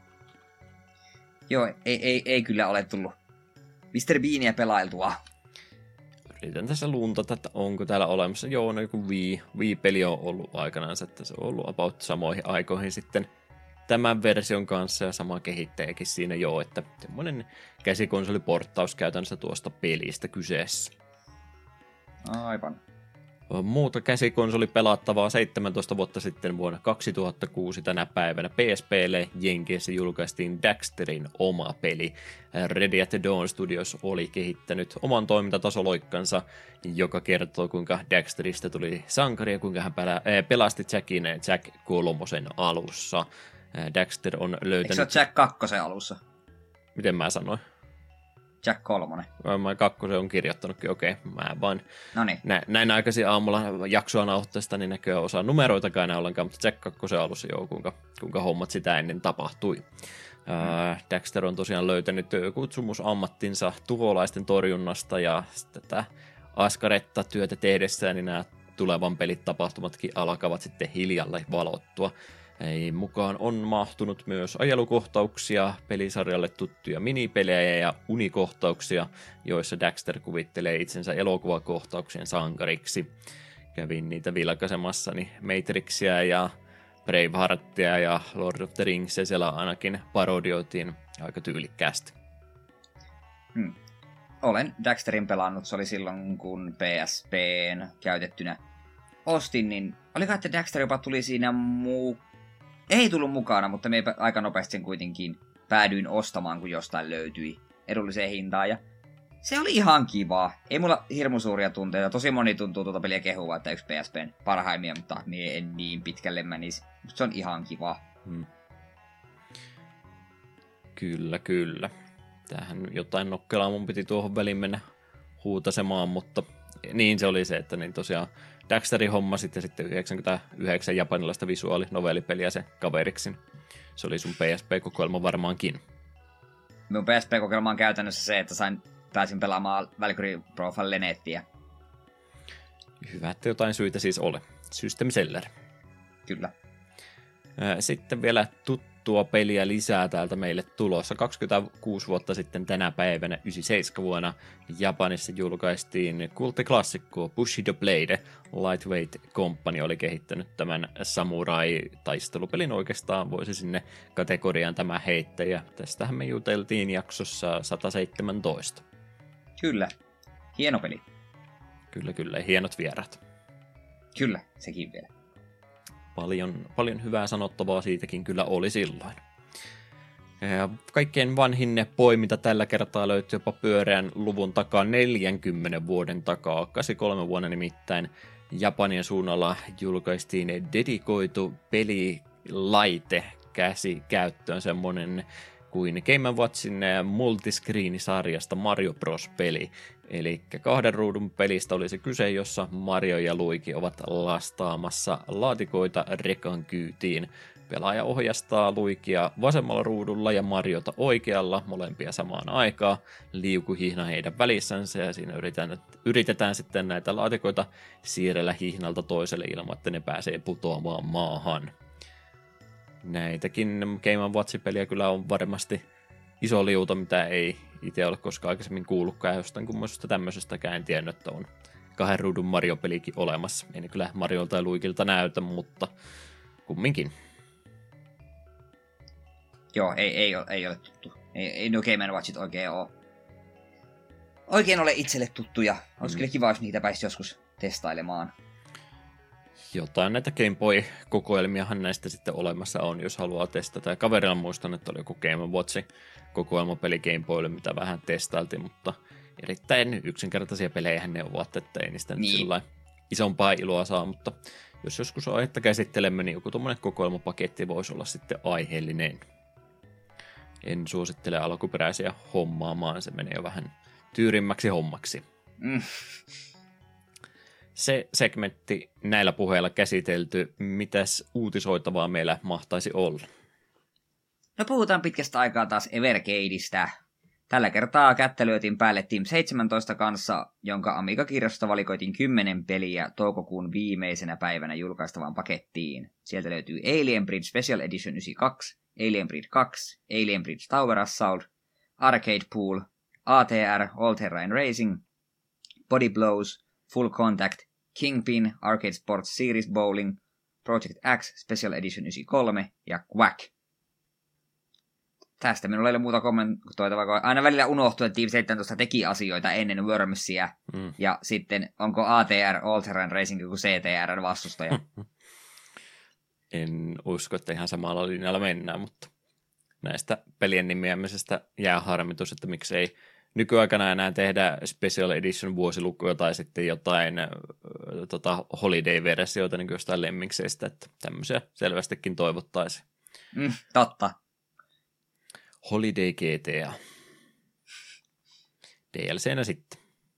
Joo, ei kyllä ole tullut Mr. Beania pelailtua. Yritän tässä luntata, että onko täällä olemassa. Joo, no joku Wii-peli on ollut aikanaan, että se on ollut about samoihin aikoihin sitten tämän version kanssa, ja sama kehittäjäkin siinä jo, että semmoinen käsikonsoliporttaus käytännössä tuosta pelistä kyseessä. Aivan. Muuta käsikonsoli pelattavaa 17 vuotta sitten vuonna 2006 tänä päivänä PSP:lle Jenkeissä julkaistiin Daxterin oma peli. Ready at the Dawn Studios oli kehittänyt oman toimintatasoloikkansa, joka kertoo kuinka Daxterista tuli sankari ja kuinka hän pelasti Jackin Jack 3 alussa. Daxter on löytänyt... Eikö se ole Jack 2 alussa? Miten mä sanoin? Jack 3. Mä 2 on kirjoittanutkin, okei. Mä vaan Noniin. näin aikaisin aamulla jaksoa nauhoitteesta, niin näköjään osaa numeroitakaan enää ollenkaan, mutta Jack 2 alussa joo, kuinka hommat sitä ennen tapahtui. Daxter on tosiaan löytänyt kutsumusammattinsa tuholaisten torjunnasta, ja tätä askaretta työtä tehdessään, niin nämä tulevan pelit tapahtumatkin alkavat sitten hiljalle valottua. Mukaan on mahtunut myös ajelukohtauksia, pelisarjalle tuttuja minipelejä ja unikohtauksia, joissa Daxter kuvittelee itsensä elokuvakohtauksien sankariksi. Kävin niitä vilkaisemassa, niin Matrixia ja Braveheartia ja Lord of the Rings, ja siellä ainakin parodioitiin aika tyylikkäästi. Olen Daxterin pelannut, se oli silloin kun PSPn käytettynä ostin, niin oliko, että Daxter jopa tuli siinä ei tullut mukana, mutta me aika nopeasti sen kuitenkin päädyin ostamaan, kun jostain löytyi edulliseen hintaan. Ja Se oli ihan kivaa. Ei mulla hirmu suuria tunteita. Tosi moni tuntuu tuota peliä kehuvaa, että yksi PSPn parhaimmia, mutta mie en niin pitkälle menisi. Mutta se on ihan kiva. Kyllä, kyllä. Tämähän jotain nokkelaa mun piti tuohon väliin mennä huutasemaan, mutta niin se oli se, että niin tosiaan Daxterin hommasit ja sitten 99 japanilaista visuaalinovelipeliä se kaveriksi. Se oli sun PSP-kokoelma varmaankin. Minun PSP-kokeilma on käytännössä se, että pääsin pelaamaan Valkyrie Profile Nettiä. Hyvä, että jotain syitä siis ole. System Seller. Kyllä. Sitten vielä tuttua peliä lisää täältä meille tulossa. 26 vuotta sitten tänä päivänä, 97 vuonna, Japanissa julkaistiin kulttiklassikko Bushido Blade. Lightweight Company oli kehittänyt tämän samurai-taistelupelin oikeastaan, voisi sinne kategoriaan tämä heittää, ja tästähän me juteltiin jaksossa 117. Kyllä, hieno peli. Kyllä, kyllä, hienot vierat. Kyllä, sekin vielä. Paljon hyvää sanottavaa siitäkin kyllä oli silloin. Ja kaikkein vanhin poiminta tällä kertaa löytyy jopa pyöreän luvun takaa 40 vuoden takaa. 83 vuonna nimittäin Japanin suunnalla julkaistiin dedikoitu pelilaite käsi käyttöön, semmonen kuin Game & Watchin multiscreen-sarjasta Mario Bros-peli. Eli 2 ruudun pelistä oli se kyse, jossa Mario ja Luigi ovat lastaamassa laatikoita rekan kyytiin. Pelaaja ohjastaa Luigia vasemmalla ruudulla ja Mariota oikealla, molempia samaan aikaan. Liukuhihna heidän välissänsä ja siinä yritetään sitten näitä laatikoita siirrellä hihnalta toiselle ilman, että ne pääsee putoamaan maahan. Näitäkin Game & Watch-peliä kyllä on varmasti iso liuta, mitä ei itse ole koskaan aikaisemmin kuullutkaan jostain kummoisesta tämmöisestäkään. En tiennyt, että on 2 ruudun Mario-pelikin olemassa. Ei ne kyllä Mariolta ja Luigilta näytä, mutta kumminkin. Joo, ei ole tuttu. Ei no Game & Watchit oikein ole itselle tuttuja. Olisi kyllä kiva, jos niitä pääisi joskus testailemaan. Jotain näitä Game Boy-kokoelmiahan näistä sitten olemassa on, jos haluaa testata. Ja kaverilla muistan, että oli joku Game Watch kokoelmapeli Game Boylle, mitä vähän testailtiin, mutta erittäin yksinkertaisia pelejä ne ovat, että ei niistä nyt sillä isompaa iloa saa, mutta jos joskus aihetta käsittelemme, niin joku tuommoinen kokoelmapaketti voisi olla sitten aiheellinen. En suosittele alkuperäisiä hommaamaan, se menee jo vähän tyyrimmäksi hommaksi. Se segmentti näillä puheilla käsitelty, mitäs uutisoitavaa meillä mahtaisi olla? No puhutaan pitkästä aikaa taas Evercadeista. Tällä kertaa kättä lyötiin päälle Team 17 kanssa, jonka Amiga-kirjastosta valikoitiin 10 peliä toukokuun viimeisenä päivänä julkaistavaan pakettiin. Sieltä löytyy Alien Breed Special Edition 92, Alien Breed 2, Alien Breed Tower Assault, Arcade Pool, ATR All Terrain Racing, Body Blows, Full Contact, Kingpin Arcade Sports Series Bowling, Project X Special Edition 93 ja Quack. Tästä minulla ei ole muuta kommentoitavaa, kun aina välillä unohtuu, että Team 17 teki asioita ennen Wormsia, ja sitten onko ATR All Terrain Racing kuin CTRn vastustaja? En usko, että ihan samalla linjalla mennään, mutta näistä pelien nimeämisestä jää harmitus, että miksei nykyaikana enää tehdä Special Edition vuosilukuja tai sitten jotain holiday-versioita niin kuin jostain lemmikseistä, että tämmöisiä selvästikin toivottaisiin. Totta. Holiday GTA. DLCnä sitten.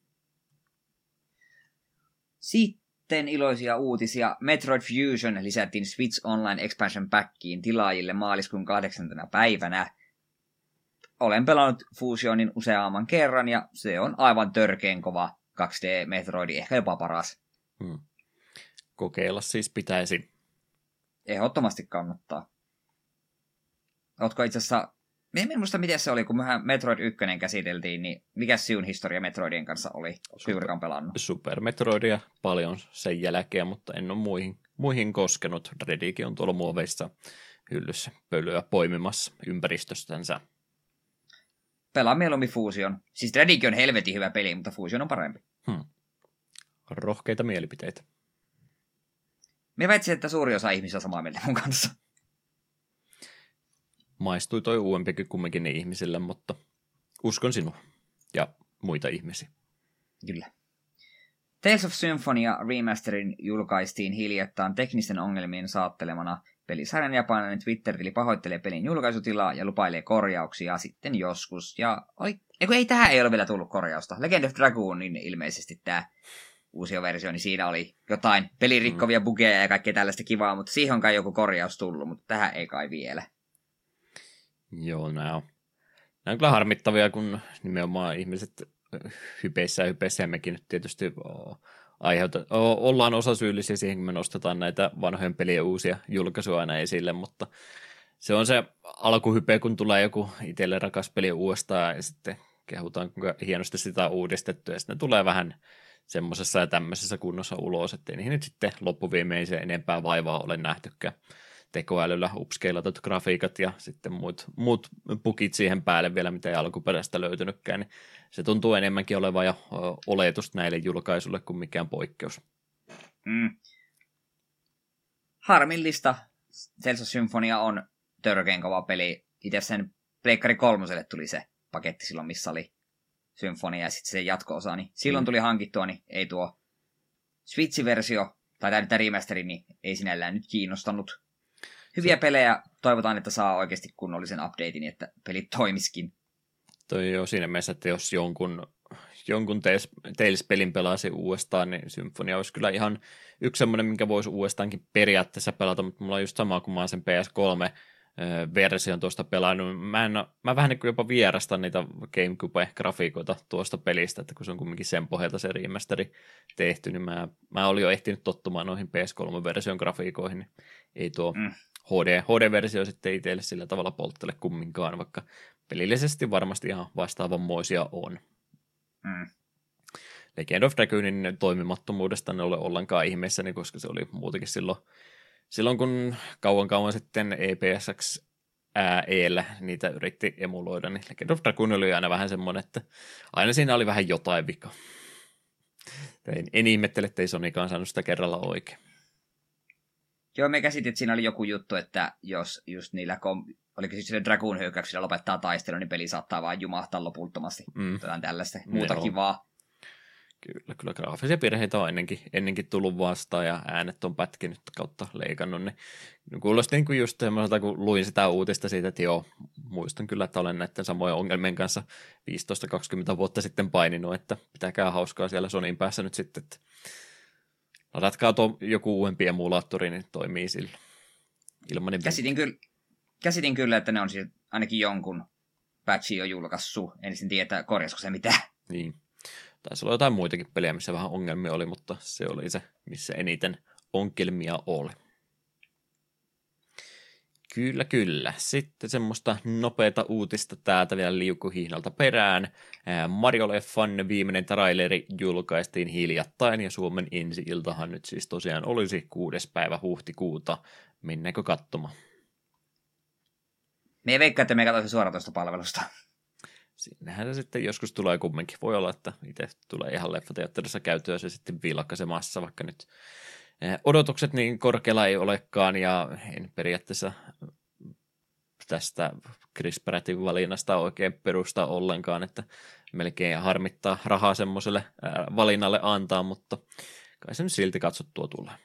Sitten iloisia uutisia. Metroid Fusion lisättiin Switch Online Expansion Packiin tilaajille maaliskuun 8. päivänä. Olen pelannut Fusionin useamman kerran ja se on aivan törkeen kova 2D-Metroidi, ehkä jopa paras. Kokeilla siis pitäisi. Ehdottomasti kannattaa. Ootko itse asiassa, en muista miten se oli, kun mehän Metroid 1 käsiteltiin, niin mikä sinun historia Metroidien kanssa oli, juurikaan pelannut? Super Metroidia paljon sen jälkeen, mutta en ole muihin koskenut. Dreadikin on tuolla muoveissa hyllyssä pölyä poimimassa ympäristöstänsä. Pelaa mieluummin Fusion. Siis Dreadikin on helvetin hyvä peli, mutta Fusion on parempi. Rohkeita mielipiteitä. Me väitsin, että suuri osa ihmisiä on samaa mieltä mun kanssa. Maistui toi uudempikin kumminkin ne ihmisille, mutta uskon sinua. Ja muita ihmisiä. Kyllä. Tales of Symphonia Remasterin julkaistiin hiljattain teknisten ongelmien saattelemana. Pelisarjan japanilainen Twitter-tili pahoittelee pelin julkaisutilaa ja lupailee korjauksia sitten joskus. Ja ei tähän ei ole vielä tullut korjausta. Legend of Dragoonin ilmeisesti tämä uusi versio, niin siinä oli jotain pelirikkovia bugeja ja kaikkea tällaista kivaa, mutta siihen on kai joku korjaus tullut, mutta tähän ei kai vielä. Joo, nämä on kyllä harmittavia, kun nimenomaan ihmiset hypeissä ja mekin nyt tietysti ollaan osasyyllisiä siihen, kun me nostetaan näitä vanhojen pelien uusia julkaisuja aina esille, mutta se on se alkuhype, kun tulee joku itselle rakas peli uudestaan ja sitten kehutaan, kuinka hienosti sitä on uudistettu ja sitten ne tulee vähän semmoisessa ja tämmöisessä kunnossa ulos, ettei niihin nyt sitten loppuviimeiseen enempää vaivaa ole nähtykään. Tekoälyllä upscalatut grafiikat ja sitten muut bugit siihen päälle vielä, mitä ei alkuperäistä löytynytkään, niin se tuntuu enemmänkin olevan jo oletus näille julkaisuille kuin mikään poikkeus. Harmillista. Tales of Symphonia on törkeän kova peli. Itse sen Pleikkari 3:lle tuli se paketti silloin, missä oli Symphonia ja sitten se jatko-osa, niin silloin tuli hankittua, niin ei tuo Switch-versio tai tämä remasteri, niin ei sinällään nyt kiinnostanut. Hyviä pelejä, toivotaan, että saa oikeasti kunnollisen updatein, että pelit toimiskin. Toi on siinä mielessä, että jos jonkun Tales-pelin pelasi uudestaan, niin Symphonia olisi kyllä ihan yksi semmoinen, minkä voisi uudestaankin periaatteessa pelata, mutta mulla on just sama, kun mä oon sen PS3-version tuosta pelannut. Mä vähän niin kuin jopa vierastan niitä GameCube-grafiikoita tuosta pelistä, että kun se on kumminkin sen pohjalta se remasteri tehty, niin mä olin jo ehtinyt tottumaan noihin PS3-version grafiikoihin, niin ei tuo HD-versio sitten itselle sillä tavalla polttele kumminkaan, vaikka pelillisesti varmasti ihan vastaavanmoisia on. Legend of Dragoonin toimimattomuudesta ne ole ollenkaan ihmeessäni, koska se oli muutenkin silloin kun kauan sitten EPSX E:llä niitä yritti emuloida, niin Legend of Dragoon oli aina vähän semmoinen, että aina siinä oli vähän jotain vika. En ihmettele, ettei Sonykaan saanut sitä kerralla oikein. Joo, me käsitin, että siinä oli joku juttu, että jos just niillä oliko siis sille Dragoon-hyökkäyksillä lopettaa taistelun, niin peli saattaa vaan jumahtaa loputtomasti. Jotain tällaista muuta kivaa. Kyllä graafisia virheitä on ennenkin tullut vastaan ja äänet on pätkinyt kautta leikannut. Niin kuulosti niin kuin just semmoiselta, kun luin sitä uutista siitä, että joo, muistan kyllä, että olen näiden samojen ongelmien kanssa 15-20 vuotta sitten paininut, että pitäkää hauskaa siellä Sonyin päässä nyt sitten, että ladatkaa joku uudempi emulaattori, niin toimii sillä. Ilmanen käsitin kyllä, että ne on siis ainakin jonkun patchin jo julkaissut. En sitten tiedä, korjasko se mitään. Niin. Taisi olla jotain muitakin pelejä, missä vähän ongelmia oli, mutta se oli se, missä eniten ongelmia oli. Kyllä. Sitten semmoista nopeata uutista täältä vielä liukuhihnalta perään. Mario-leffan viimeinen traileri julkaistiin hiljattain ja Suomen ensi-iltahan nyt siis tosiaan olisi 6. päivä huhtikuuta. Mennäänkö katsomaan? Me ei veikkaa, että me katsoisi suoratoistopalvelusta. Siinähän se sitten joskus tulee kumminkin. Voi olla, että itse tulee ihan leffateatterissa käytyä se sitten vilkaisemassa, vaikka nyt odotukset niin korkealla ei olekaan, ja en periaatteessa tästä Chris Prattin valinnasta oikein perusta ollenkaan, että melkein harmittaa rahaa semmoiselle valinnalle antaa, mutta kai se nyt silti katsottua tulee.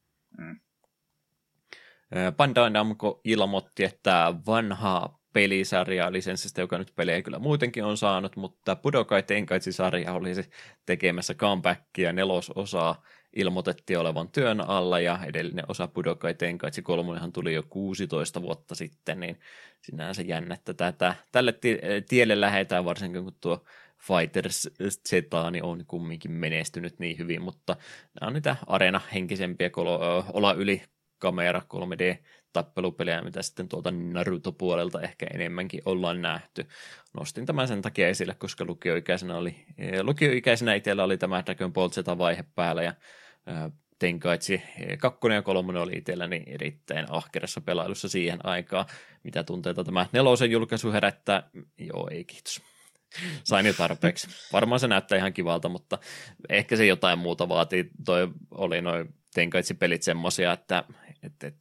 Bandai Namco ilmoitti, että vanhaa pelisarjaa lisenssistä, joka nyt pelejä kyllä muutenkin on saanut, mutta Budokai Tenkaichi-sarja olisi tekemässä comebackia, 4. osaa ilmoitettiin olevan työn alla, ja edellinen osa Budokai Tenkaichi 3 tuli jo 16 vuotta sitten, niin sinänsä jännä, että tälle tielle lähdetään, varsinkin kun tuo Fighters Z niin on kumminkin menestynyt niin hyvin, mutta nämä on niitä arena-henkisempiä olla yli kamera 3D-tappelupelejä, mitä sitten tuolta Naruto-puolelta ehkä enemmänkin ollaan nähty. Nostin tämän sen takia esille, koska lukioikäisenä itsellä oli tämä Dragon Ball Z-vaihe päällä, ja Tenkaichi 2 ja 3 oli itselläni erittäin ahkerassa pelailussa siihen aikaan. Mitä tunteita tämä 4. julkaisu herättää? Joo, ei kiitos. Sain jo tarpeeksi. Varmaan se näyttää ihan kivalta, mutta ehkä se jotain muuta vaatii. Toi oli noin Tenkaichi-pelit semmosia, että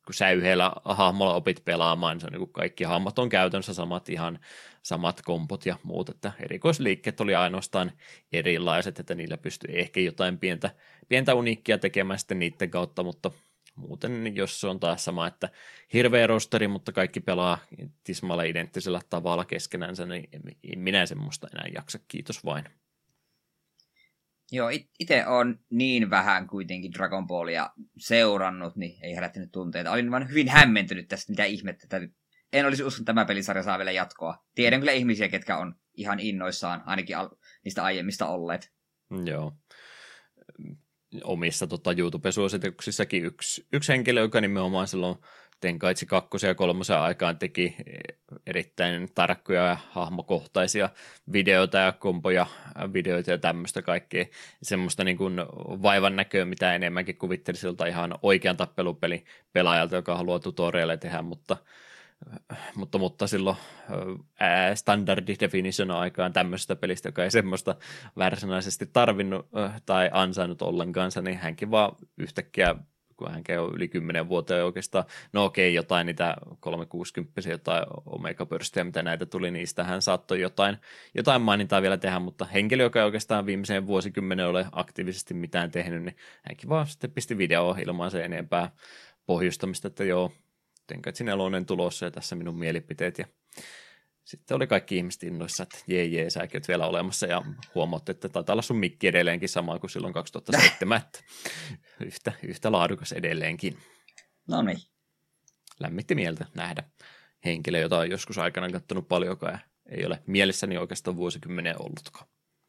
kun sä yhdellä hahmolla opit pelaamaan, niin se on niin kuin kaikki hahmot on käytännössä samat, ihan samat kompot ja muut, että erikoisliikkeet oli ainoastaan erilaiset, että niillä pystyi ehkä jotain pientä uniikkia tekemään sitten niiden kautta, mutta muuten jos se on taas sama, että hirveä rosteri, mutta kaikki pelaa tismalla identtisellä tavalla keskenänsä, niin en minä semmoista enää jaksa, kiitos vain. Joo, itse on niin vähän kuitenkin Dragon Ballia seurannut, niin ei herättänyt tunteita. Olin vaan hyvin hämmentynyt tästä, mitä ihmettä. En olisi uskonut, että tämä pelisarja saa vielä jatkoa. Tiedän kyllä ihmisiä, ketkä on ihan innoissaan, ainakin niistä aiemmista olleet. Joo. Omissa YouTube-suosituksissakin yksi henkilö, joka nimenomaan silloin Tenkaitsi 2 ja 3 aikaan teki erittäin tarkkoja ja hahmokohtaisia videoita ja kompoja, videoita ja tämmöistä kaikkea. Semmoista niin kuin vaivan näköä, mitä enemmänkin kuvitteli siltä ihan oikean tappelupeli pelaajalta, joka haluaa tutorialle tehdä, mutta silloin standard definition aikaan tämmöisestä pelistä, joka ei semmoista varsinaisesti tarvinnut tai ansainnut ollenkaan, niin hänkin vaan yhtäkkiä, kun hän käy yli 10 vuotta oikeastaan, no okei, jotain niitä 360, jotain Omega-pörstejä, mitä näitä tuli, niistä hän saattoi jotain mainintaa vielä tehdä, mutta henkilö, joka ei oikeastaan viimeiseen vuosikymmenen ole aktiivisesti mitään tehnyt, niin hänkin vaan sitten pisti videoa ilman se enempää pohjustamista, että joo, Tenkaitsi 4 tulossa ja tässä minun mielipiteet. Ja sitten oli kaikki ihmiset innoissa, että jee, säkin oot vielä olemassa ja huomaatte, että taitaa olla sun mikki edelleenkin sama kuin silloin 2007. yhtä laadukas edelleenkin. No niin. Lämmitti mieltä nähdä henkilö, jota on joskus aikana katsonut paljonkaan ja ei ole mielessäni oikeastaan vuosikymmenen ollutkaan.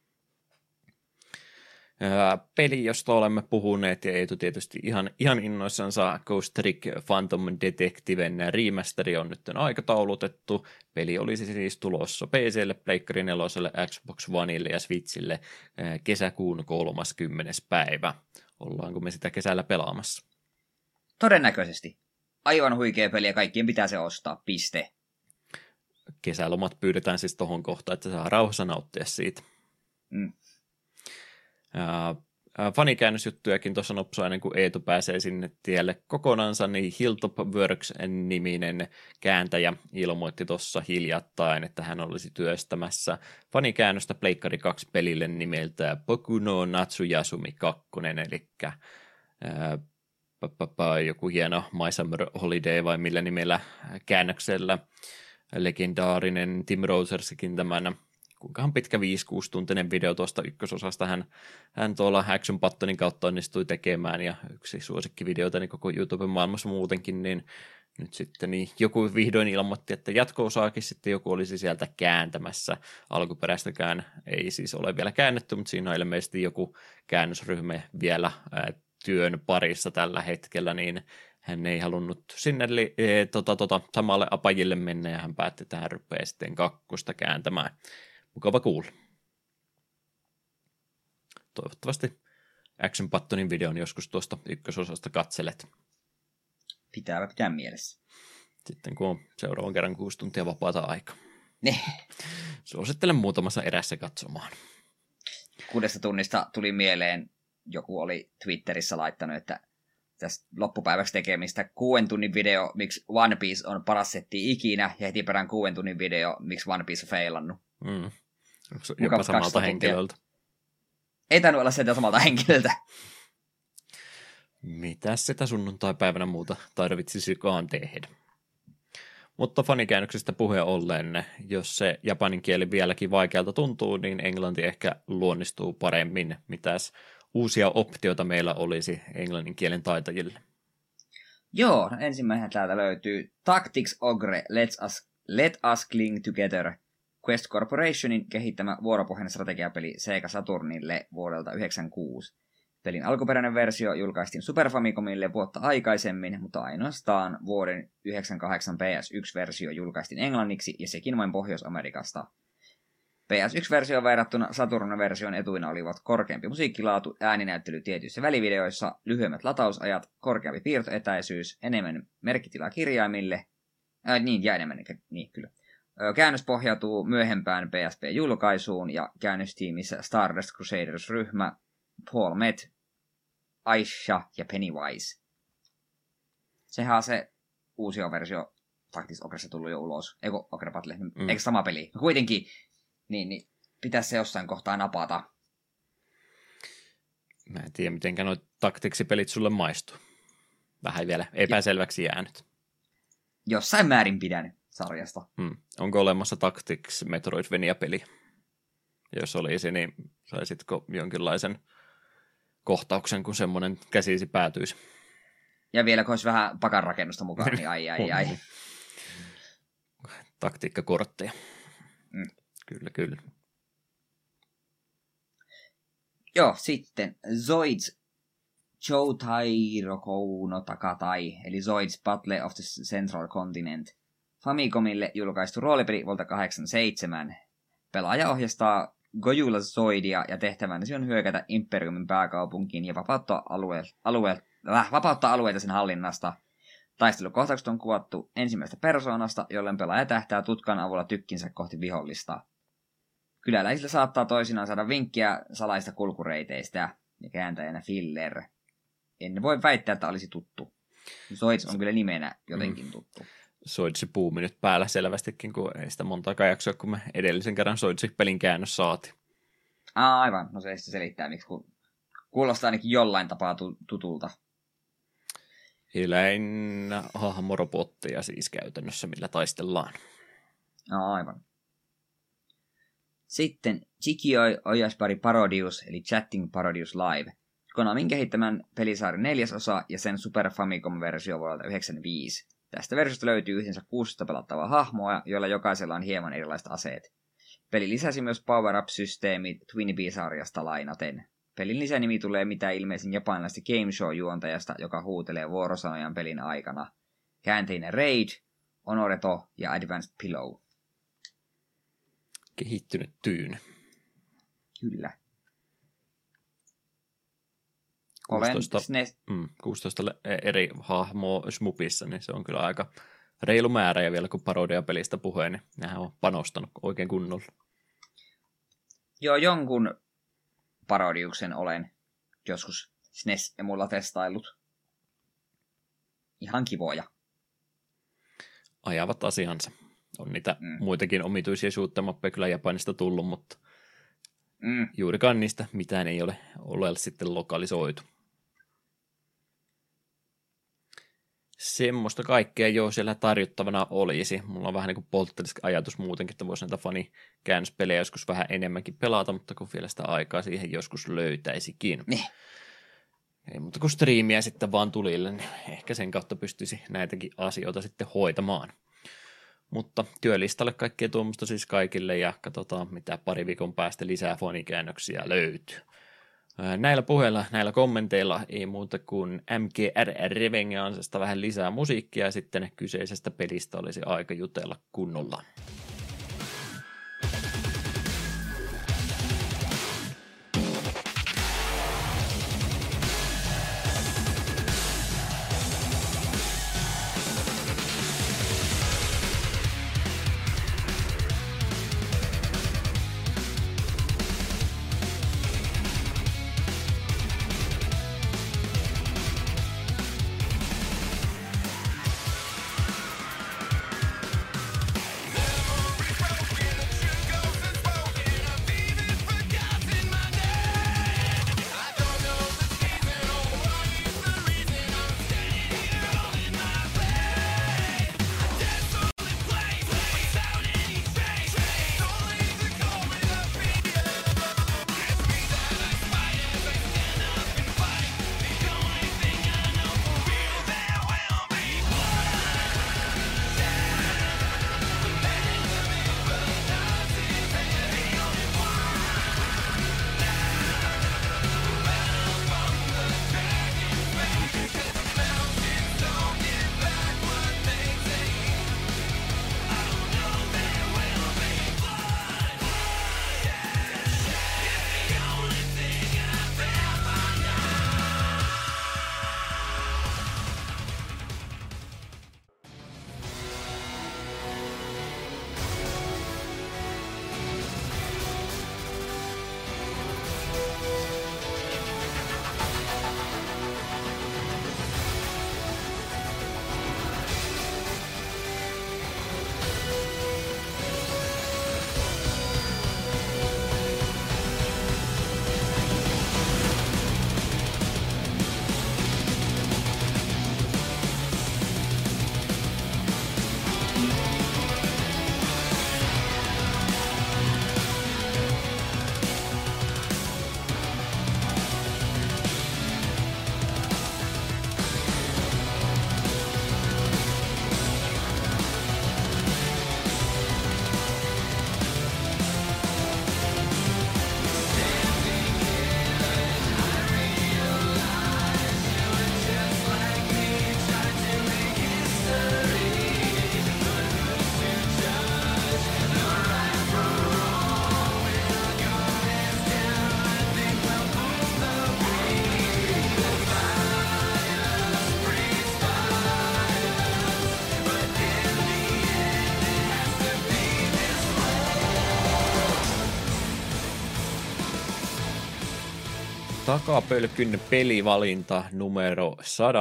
Peli, josta olemme puhuneet, ja Eetu tietysti ihan innoissansa, Ghost Trick Phantom Detectiven remasteri on nyt aikataulutettu. Peli olisi siis tulossa PC:lle, Pleikkari 4:lle, Xbox Oneille ja Switchille kesäkuun 30. päivä. Ollaanko me sitä kesällä pelaamassa? Todennäköisesti. Aivan huikea peli ja kaikkien pitää se ostaa, piste. Kesälomat pyydetään siis tohon kohtaan, että saa rauhassa nauttia siitä. Fanikäännösjuttujakin tuossa nopsaa ennen kuin Eetu pääsee sinne tielle kokonansa, niin Hilltop Works-niminen kääntäjä ilmoitti tuossa hiljattain, että hän olisi työstämässä fanikäännöstä Pleikkari 2 pelille nimeltä Boku no Natsuyasumi 2, eli joku hieno My Summer Holiday vai millä nimellä käännöksellä legendaarinen Tim Rosersikin tämän kuinkahan pitkä 5-6 tuntinen video tuosta ykkösosasta hän tuolla Action Buttonin kautta onnistui tekemään, ja yksi suosikkivideota niin koko YouTuben maailmassa muutenkin, niin nyt sitten niin joku vihdoin ilmoitti, että jatko-osaakin sitten joku olisi sieltä kääntämässä. Alkuperäistäkään ei siis ole vielä käännetty, mutta siinä on ilmeisesti joku käännösryhmä vielä työn parissa tällä hetkellä, niin hän ei halunnut sinne samalle apajille mennä, ja hän päätti, että hän rupeaa sitten 2 kääntämään. Mukava kuulla. Toivottavasti Action Buttonin videon joskus tuosta ykkösosasta katselet. Pitää mielessä. Sitten kun on seuraavan kerran 6 tuntia vapaata aikaa. Suosittelen muutamassa erässä katsomaan. 6 tunnista tuli mieleen, joku oli Twitterissä laittanut, että tästä loppupäiväksi tekemistä 6 tunnin video, miksi One Piece on paras setti ikinä, ja heti perään 6 tunnin video, miksi One Piece on feilannut. Onko se jopa samalta henkilöltä? Ei tainnut olla sieltä samalta henkilöltä. Mitäs sitä sunnuntai-päivänä muuta tarvitsisikaan tehdä? Mutta fanikäännöksestä puheen ollen, jos se japanin kieli vieläkin vaikealta tuntuu, niin englanti ehkä luonnistuu paremmin. Mitäs uusia optioita meillä olisi englannin kielen taitajille? Joo, ensimmäinen täältä löytyy Tactics Ogre, Let Us Cling Together, Quest Corporationin kehittämä vuoropohjainen strategiapeli Sega Saturnille vuodelta 1996. Pelin alkuperäinen versio julkaistiin Super Famicomille vuotta aikaisemmin, mutta ainoastaan vuoden 1998 PS1-versio julkaistiin englanniksi, ja sekin vain Pohjois-Amerikasta. PS1-versioon verrattuna Saturn-version etuina olivat korkeampi musiikkilaatu, ääninäyttely tietyissä välivideoissa, lyhyemmät latausajat, korkeampi piirtoetäisyys, enemmän merkkitilaa kirjaimille, kyllä. Käännös pohjautuu myöhempään PSP-julkaisuun, ja käännöstiimissä Stardust Crusaders-ryhmä, Paul Met, Aisha ja Pennywise. Sehän on se uusi versio Tactics Ogreissa tullut jo ulos. Eikö Ogre Battle? Eikö sama peli? Kuitenkin, niin pitäisi se jossain kohtaa napata. Mä en tiedä, mitenkä nuo Tactics-pelit sulle maistuu. Vähän vielä epäselväksi jäänyt. Jossain määrin pidän sarjasta. Onko olemassa Tactics Metroidvania-peli? Jos olisi, niin saisitko jonkinlaisen kohtauksen, kun semmoinen käsisi päätyisi? Ja vielä kun olisi vähän pakanrakennusta mukaan, niin ai. Taktiikkakortteja. Kyllä. Joo, sitten Zoids Choutairo no Takatai, eli Zoids Battle of the Central Continent. Famicomille julkaistu roolipeli vuodelta 1987. Pelaaja ohjastaa Gojula Zoidia ja tehtävänä on hyökätä Imperiumin pääkaupunkiin ja vapauttaa alueita sen hallinnasta. Taistelukohtaukset on kuvattu ensimmäisestä persoonasta, jolloin pelaaja tähtää tutkan avulla tykkinsä kohti vihollista. Kyläläisillä saattaa toisinaan saada vinkkiä salaista kulkureiteistä ja kääntäjänä Filler. En voi väittää, että olisi tuttu. Zoids on kyllä nimenä jotenkin tuttu. Zoidsi puumi nyt päällä selvästikin, kun ei sitä montaakaan jaksoa, kun me edellisen kerran Zoidsi-pelin käännös saatiin. Aivan, no se selittää, miksi kun kuulostaa ainakin jollain tapaa tutulta. Eläinhahmorobotteja siis käytännössä, millä taistellaan. Aivan. Sitten Chikioi Oyaspari Parodius, eli Chatting Parodius Live. Konamin kehittämän pelisarjan 4. osa ja sen Super Famicom-versio vuodelta 1995. Tästä versiosta löytyy yhteensä 16 pelattavaa hahmoa, joilla jokaisella on hieman erilaiset aseet. Peli lisäsi myös power-up-systeemit Twin Bee-sarjasta lainaten. Pelin lisänimi tulee mitä ilmeisin japanilaisesta Game Show-juontajasta, joka huutelee vuorosanojaan pelin aikana. Käänteinen Raid, Honoreto ja Advanced Pillow. Kehittynyt tyyny. Kyllä. 16 eri hahmoa Smupissa, niin se on kyllä aika reilu määrä, ja vielä kun parodia-pelistä puheen, niin nehän on panostanut oikein kunnolla. Joo, jonkun parodiuksen olen joskus SNES-emulla testaillut. Ihan kivoja. Ajavat asiansa. On niitä muitakin omituisia shoot-em-uppeja kyllä Japanista tullut, mutta juurikaan niistä mitään ei ole sitten lokalisoitu. Semmoista kaikkea jo siellä tarjottavana olisi. Mulla on vähän niin kuin polttelisi ajatus muutenkin, että voisi näitä fanikäännöspelejä joskus vähän enemmänkin pelata, mutta kun vielä sitä aikaa siihen joskus löytäisikin. Ei muuta kuin striimiä sitten vaan tulille, niin ehkä sen kautta pystyisi näitäkin asioita sitten hoitamaan. Mutta työlistalle kaikkea tuommoista siis kaikille, ja katsotaan mitä pari viikon päästä lisää fanikäännöksiä löytyy. Näillä puheilla, näillä kommenteilla ei muuta kuin MGR Revengeansesta vähän lisää musiikkia, ja sitten kyseisestä pelistä olisi aika jutella kunnolla. Takapölkyn pelivalinta numero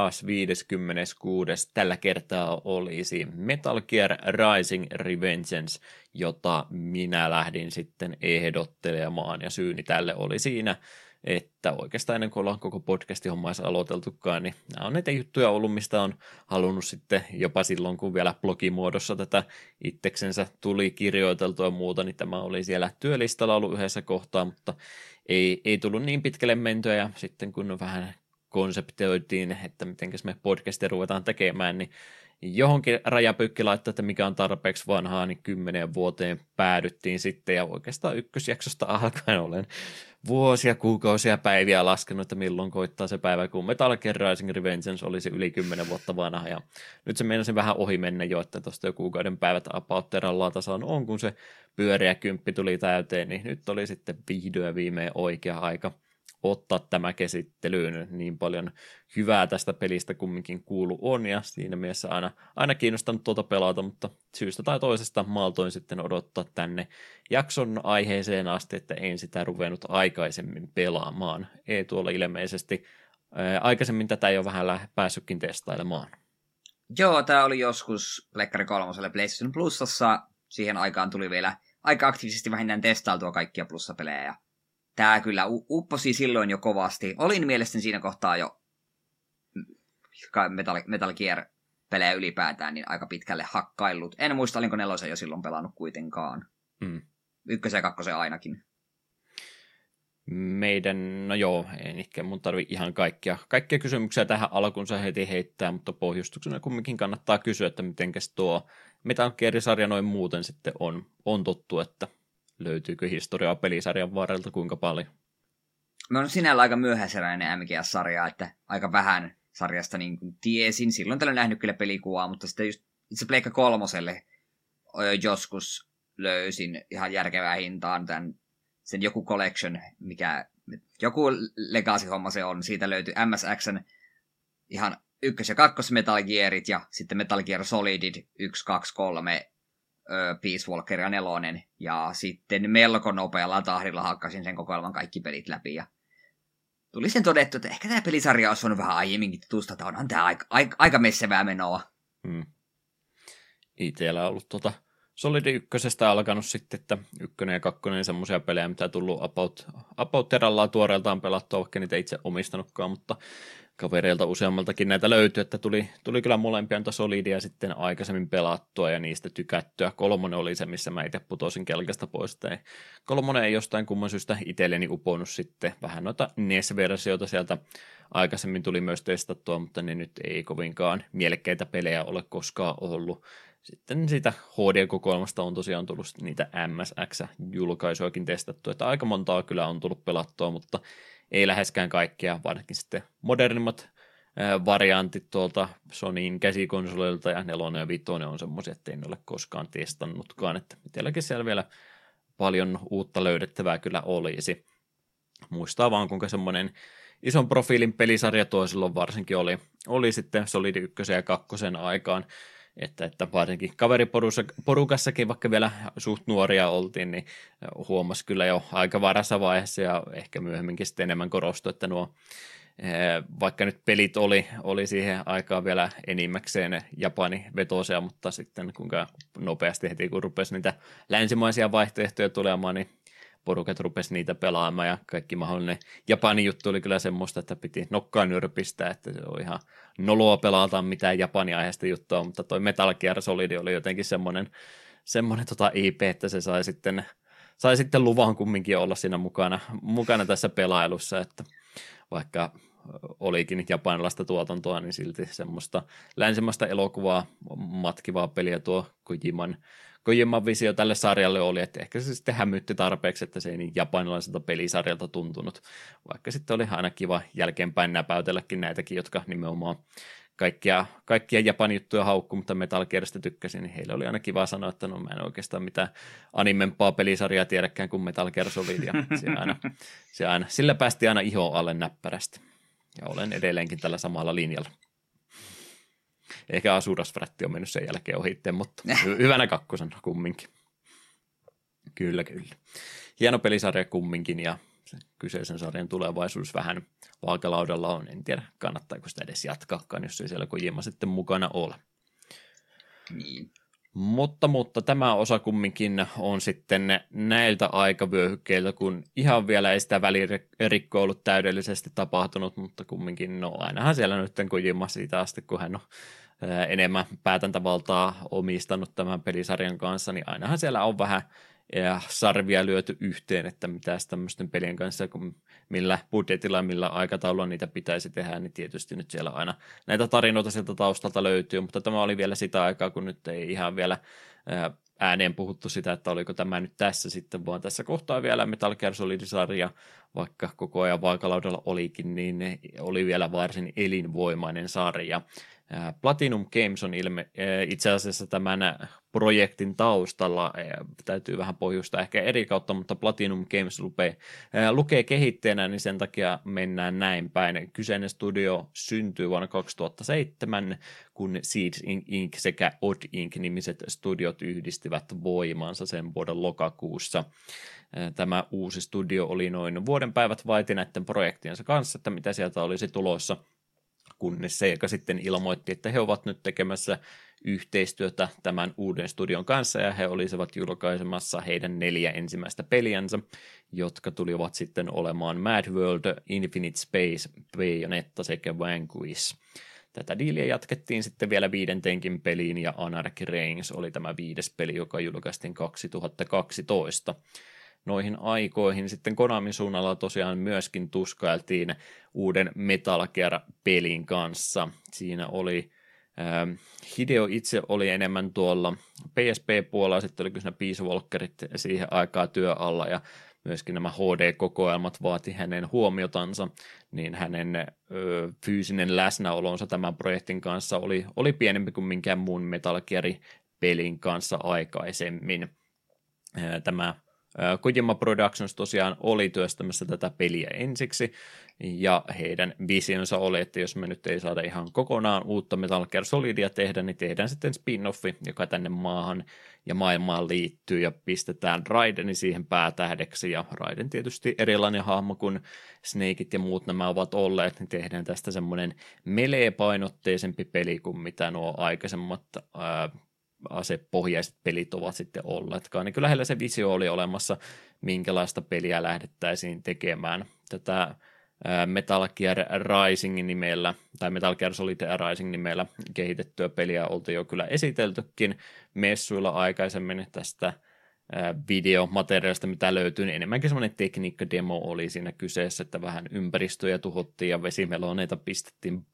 156 tällä kertaa olisi Metal Gear Rising Revengeance, jota minä lähdin sitten ehdottelemaan, ja syyni tälle oli siinä, että oikeastaan ennen kuin ollaan koko podcastin homma edes aloiteltukaan, niin nämä on näitä juttuja ollut, mistä on halunnut sitten jopa silloin, kun vielä blogimuodossa tätä itseksensä tuli kirjoiteltua ja muuta, niin tämä oli siellä työlistalla ollut yhdessä kohtaa, mutta ei tullut niin pitkälle mentyä, ja sitten kun vähän konseptoitiin, että mitenkäs me podcastia ruvetaan tekemään, niin johonkin rajapykki laittaa, että mikä on tarpeeksi vanhaa, niin 10 vuoteen päädyttiin sitten, ja oikeastaan ykkösjaksosta alkaen olen vuosia, kuukausia, päiviä laskenut, että milloin koittaa se päivä, kun Metal Gear Rising Revengeance olisi yli 10 vuotta vanha, ja nyt se meinasi vähän ohi mennä jo, että tuosta jo kuukauden päivät apautterallaan tasan on, kun se pyöreä 10 tuli täyteen, niin nyt oli sitten vihdoin viimein oikea aika ottaa tämä käsittelyyn. Niin paljon hyvää tästä pelistä kumminkin kuulu on, ja siinä mielessä aina kiinnostanut tuota pelata, mutta syystä tai toisesta maltoin sitten odottaa tänne jakson aiheeseen asti, että en sitä ruvennut aikaisemmin pelaamaan. Ei tuolla ilmeisesti aikaisemmin tätä ei ole vähän päässytkin testailemaan. Joo, tämä oli joskus Pleikkari 3:lle PlayStation Plusassa. Siihen aikaan tuli vielä aika aktiivisesti vähintään testailtua kaikkia plussapelejä, ja tämä kyllä upposi silloin jo kovasti. Olin mielestäni siinä kohtaa jo Metal Gear-pelejä ylipäätään niin aika pitkälle hakkaillut. En muista, olinko 4 jo silloin pelannut kuitenkaan. 1 ja 2 ainakin. No joo, ei mun tarvi ihan kaikkia kysymyksiä tähän alkuunsa heti heittää, mutta pohjustuksena kumminkin kannattaa kysyä, että mitenkäs tuo Metal Gear-sarja noin muuten sitten on tottu, että löytyykö historiaa pelisarjan varrelta kuinka paljon? Mä oon sinällä aika myöhäiseräinen MGS-sarja, että aika vähän sarjasta niin kuin tiesin. Silloin tällä nähnyt kyllä pelikuvaa, mutta sitten just itse Pleikka 3:lle joskus löysin ihan järkevää hintaan sen joku collection, joku legacy-homma se on. Siitä löytyi MSXn ihan 1 ja 2 Metal Gearit ja sitten Metal Gear Solidit 1, 2, 3, Peace Walker ja 4, ja sitten melko nopealla tahdilla hakkasin sen kokoelman kaikki pelit läpi, ja tuli sen todettu, että ehkä tämä pelisarja olisi voinut vähän aiemminkin tutustata, onhan tämä aika messevää menoa. Itsellä on ollut Solid 1 alkanut sitten, että 1 ja 2 semmoisia pelejä, mitä tullut about terallaan tuoreeltaan pelattua, vaikka niitä itse omistanutkaan, mutta kavereilta useammaltakin näitä löytyi, että tuli kyllä molempia Solidia sitten aikaisemmin pelattua ja niistä tykättyä. 3 oli se, missä mä itse putosin kelkasta pois. 3 ei jostain kumman syystä itselleni uponnut sitten. Vähän noita NES-versioita sieltä aikaisemmin tuli myös testattua, mutta ne nyt ei kovinkaan mielekkäitä pelejä ole koskaan ollut. Sitten siitä HD-kokoelmasta on tosiaan tullut niitä MSX-julkaisuakin testattua, että aika montaa kyllä on tullut pelattua, mutta ei läheskään kaikkea, varsinkin sitten modernimmat variantit tuolta Sonyin käsikonsoleilta, ja 4 ja 5 on semmoisia, että en ole koskaan testannutkaan, että itselläkin siellä vielä paljon uutta löydettävää kyllä olisi. Muistaa vaan, kuinka semmoinen ison profiilin pelisarja tuo silloin varsinkin oli sitten Solid 1 ja 2 aikaan, että varsinkin kaveriporukassakin, vaikka vielä suht nuoria oltiin, niin huomasi kyllä jo aika varassa vaiheessa ja ehkä myöhemminkin sitten enemmän korostui, että nuo, vaikka nyt pelit oli siihen aikaan vielä enimmäkseen Japani-vetoisia, mutta sitten kuinka nopeasti heti kun rupesi niitä länsimaisia vaihtoehtoja tulemaan, niin porukat rupesi niitä pelaamaan, ja kaikki mahdollinen Japanin juttu oli kyllä semmoista, että piti nokkaan nyrpistää, että se on ihan noloa pelata mitään Japani-aiheista juttua, mutta toi Metal Gear Solid oli jotenkin semmoinen IP, että se sai sitten luvan kumminkin olla siinä mukana tässä pelailussa, että vaikka olikin japanilaista tuotantoa, niin silti semmoista länsimaista elokuvaa matkivaa peliä tuo Kojiman visio tälle sarjalle oli, että ehkä se sitten hämytti tarpeeksi, että se ei niin japanilaiselta pelisarjalta tuntunut, vaikka sitten oli aina kiva jälkeenpäin näpäytelläkin näitäkin, jotka nimenomaan kaikkia Japanin juttuja haukku, mutta Metal Gearista tykkäsin, niin heille oli aina kiva sanoa, että no mä en oikeastaan mitään animempaa pelisarjaa tiedäkään kuin Metal Gear Solid, ja sillä päästiin aina ihon alle näppärästi, ja olen edelleenkin tällä samalla linjalla. Ehkä Asurasfratti on mennyt sen jälkeen ohitte, mutta hyvänä 2 kumminkin. Kyllä. Hieno pelisarja kumminkin, ja se kyseisen sarjan tulevaisuus vähän vaakalaudalla on. En tiedä, kannattaako sitä edes jatkaakaan, jos ei siellä Kojima sitten mukana ole. Niin. Mutta tämä osa kumminkin on sitten näiltä aikavyöhykkeiltä, kun ihan vielä ei sitä välirikkoa ollut täydellisesti tapahtunut, mutta kumminkin no ainahan siellä nyt Kojima siitä asti, kun hän on enemmän päätäntävaltaa omistanut tämän pelisarjan kanssa, niin ainahan siellä on vähän sarvia lyöty yhteen, että mitä tämmöisten pelien kanssa, millä budjetilla ja millä aikataululla niitä pitäisi tehdä, niin tietysti nyt siellä aina näitä tarinoita sieltä taustalta löytyy, mutta tämä oli vielä sitä aikaa, kun nyt ei ihan vielä ääneen puhuttu sitä, että oliko tämä nyt tässä sitten, vaan tässä kohtaa vielä Metal Gear Solid-sarja, vaikka koko ajan vaakalaudalla olikin, niin oli vielä varsin elinvoimainen sarja. Platinum Games on itse asiassa tämän projektin taustalla, täytyy vähän pohjustaa ehkä eri kautta, mutta Platinum Games lukee kehittäjänä, niin sen takia mennään näin päin. Kyseinen studio syntyi vuonna 2007, kun Seeds Inc. sekä Odd Inc. -nimiset studiot yhdistivät voimansa sen vuoden lokakuussa. Tämä uusi studio oli noin vuoden päivät vaiti näiden projektiensa kanssa, että mitä sieltä olisi tulossa, kunnes Sega sitten ilmoitti, että he ovat nyt tekemässä yhteistyötä tämän uuden studion kanssa, ja he olisivat julkaisemassa heidän 4 ensimmäistä peliänsä, jotka tulivat sitten olemaan Mad World, Infinite Space, Bayonetta sekä Vanquish. Tätä diiliä jatkettiin sitten vielä 5. peliin, ja Anarchy Reigns oli tämä 5. peli, joka julkaistiin 2012. Noihin aikoihin sitten Konamin suunnalla tosiaan myöskin tuskailtiin uuden Metal Gear-pelin kanssa. Siinä oli Hideo itse oli enemmän tuolla PSP-puolella, sitten oli kyllä Peace Walkerit siihen aikaa työalla, ja myöskin nämä HD-kokoelmat vaati hänen huomiotansa, niin hänen fyysinen läsnäolonsa tämän projektin kanssa oli pienempi kuin minkään muun Metal Gear-pelin kanssa aikaisemmin. Tämä Kojima Productions tosiaan oli työstämässä tätä peliä ensiksi, ja heidän visionsa oli, että jos me nyt ei saada ihan kokonaan uutta Metal Gear Solidia tehdä, niin tehdään sitten spin-offi, joka tänne maahan ja maailmaan liittyy, ja pistetään Raideni siihen päätähdeksi, ja Raiden tietysti erilainen hahmo kuin Snakeit ja muut nämä ovat olleet, niin tehdään tästä semmoinen melee-painotteisempi peli kuin mitä nuo aikaisemmat asepohjaiset pelit ovat sitten olleetkaan, niin kyllä heillä se visio oli olemassa, minkälaista peliä lähdettäisiin tekemään. Tätä Metal Gear Rising nimellä, tai Metal Gear Solid Rising nimellä kehitettyä peliä oltiin jo kyllä esiteltykin messuilla aikaisemmin tästä videomateriaalista, mitä löytyy, niin enemmänkin semmoinen tekniikka-demo oli siinä kyseessä, että vähän ympäristöjä tuhottiin ja vesimeloneita pistettiin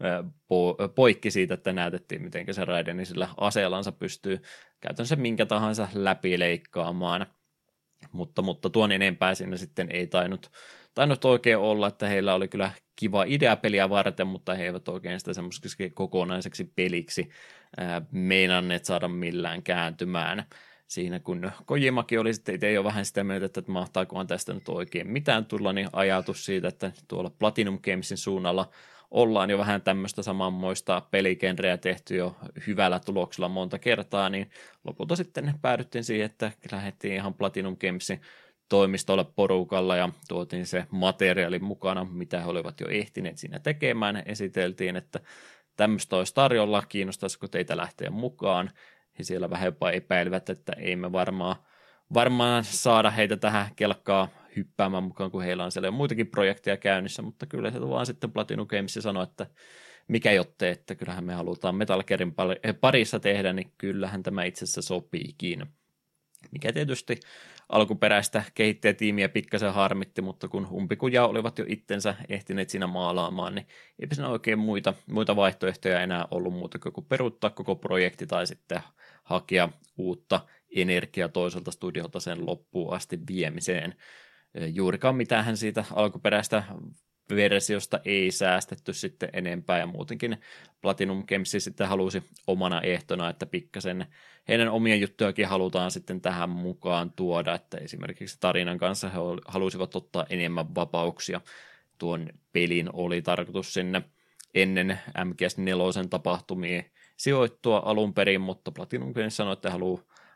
poikki siitä, että näytettiin, miten se Raideni sillä aseellansa pystyy käytännössä minkä tahansa läpileikkaamaan. Mutta tuon enempää siinä sitten ei tainnut oikein olla, että heillä oli kyllä kiva idea peliä varten, mutta he eivät oikein sitä semmoiseksi kokonaiseksi peliksi meinanneet saada millään kääntymään. Siinä kun Kojimakin oli sitten itse jo vähän sitä mieltä, että mahtaakohan tästä nyt oikein mitään tulla, niin ajatus siitä, että tuolla Platinum Gamesin suunnalla ollaan jo vähän tämmöistä samanmoista peligenreä tehty jo hyvällä tuloksella monta kertaa, niin lopulta sitten päädyttiin siihen, että lähdettiin ihan Platinum Gamesin toimistolle porukalla ja tuotiin se materiaali mukana, mitä he olivat jo ehtineet siinä tekemään. Esiteltiin, että tämmöistä olisi tarjolla, kiinnostaisiko teitä lähteä mukaan. He siellä vähän jopa epäilivät, että ei me varmaan saada heitä tähän kelkkaa hyppäämään mukaan, kun heillä on siellä jo muitakin projekteja käynnissä, mutta kyllä se vaan sitten Platinum Games sanoi, että mikä jotte, että kyllähän me halutaan Metal Gearin parissa tehdä, niin kyllähän tämä itse asiassa sopiikin. Mikä tietysti alkuperäistä kehittäjätiimiä pikkasen harmitti, mutta kun umpikuja olivat jo itsensä ehtineet siinä maalaamaan, niin eipä siinä oikein muita vaihtoehtoja enää ollut muuta kuin peruuttaa koko projekti tai sitten hakea uutta energiaa toiselta studiolta sen loppuun asti viemiseen. Juurikaan mitään siitä alkuperäistä versiosta ei säästetty sitten enempää, ja muutenkin Platinum Games sitten halusi omana ehtona, että pikkasen heidän omia juttujakin halutaan sitten tähän mukaan tuoda, että esimerkiksi tarinan kanssa he halusivat ottaa enemmän vapauksia. Tuon pelin oli tarkoitus sinne ennen MGS4 tapahtumia sijoittua alun perin, mutta Platinum Games sanoi, että haluaa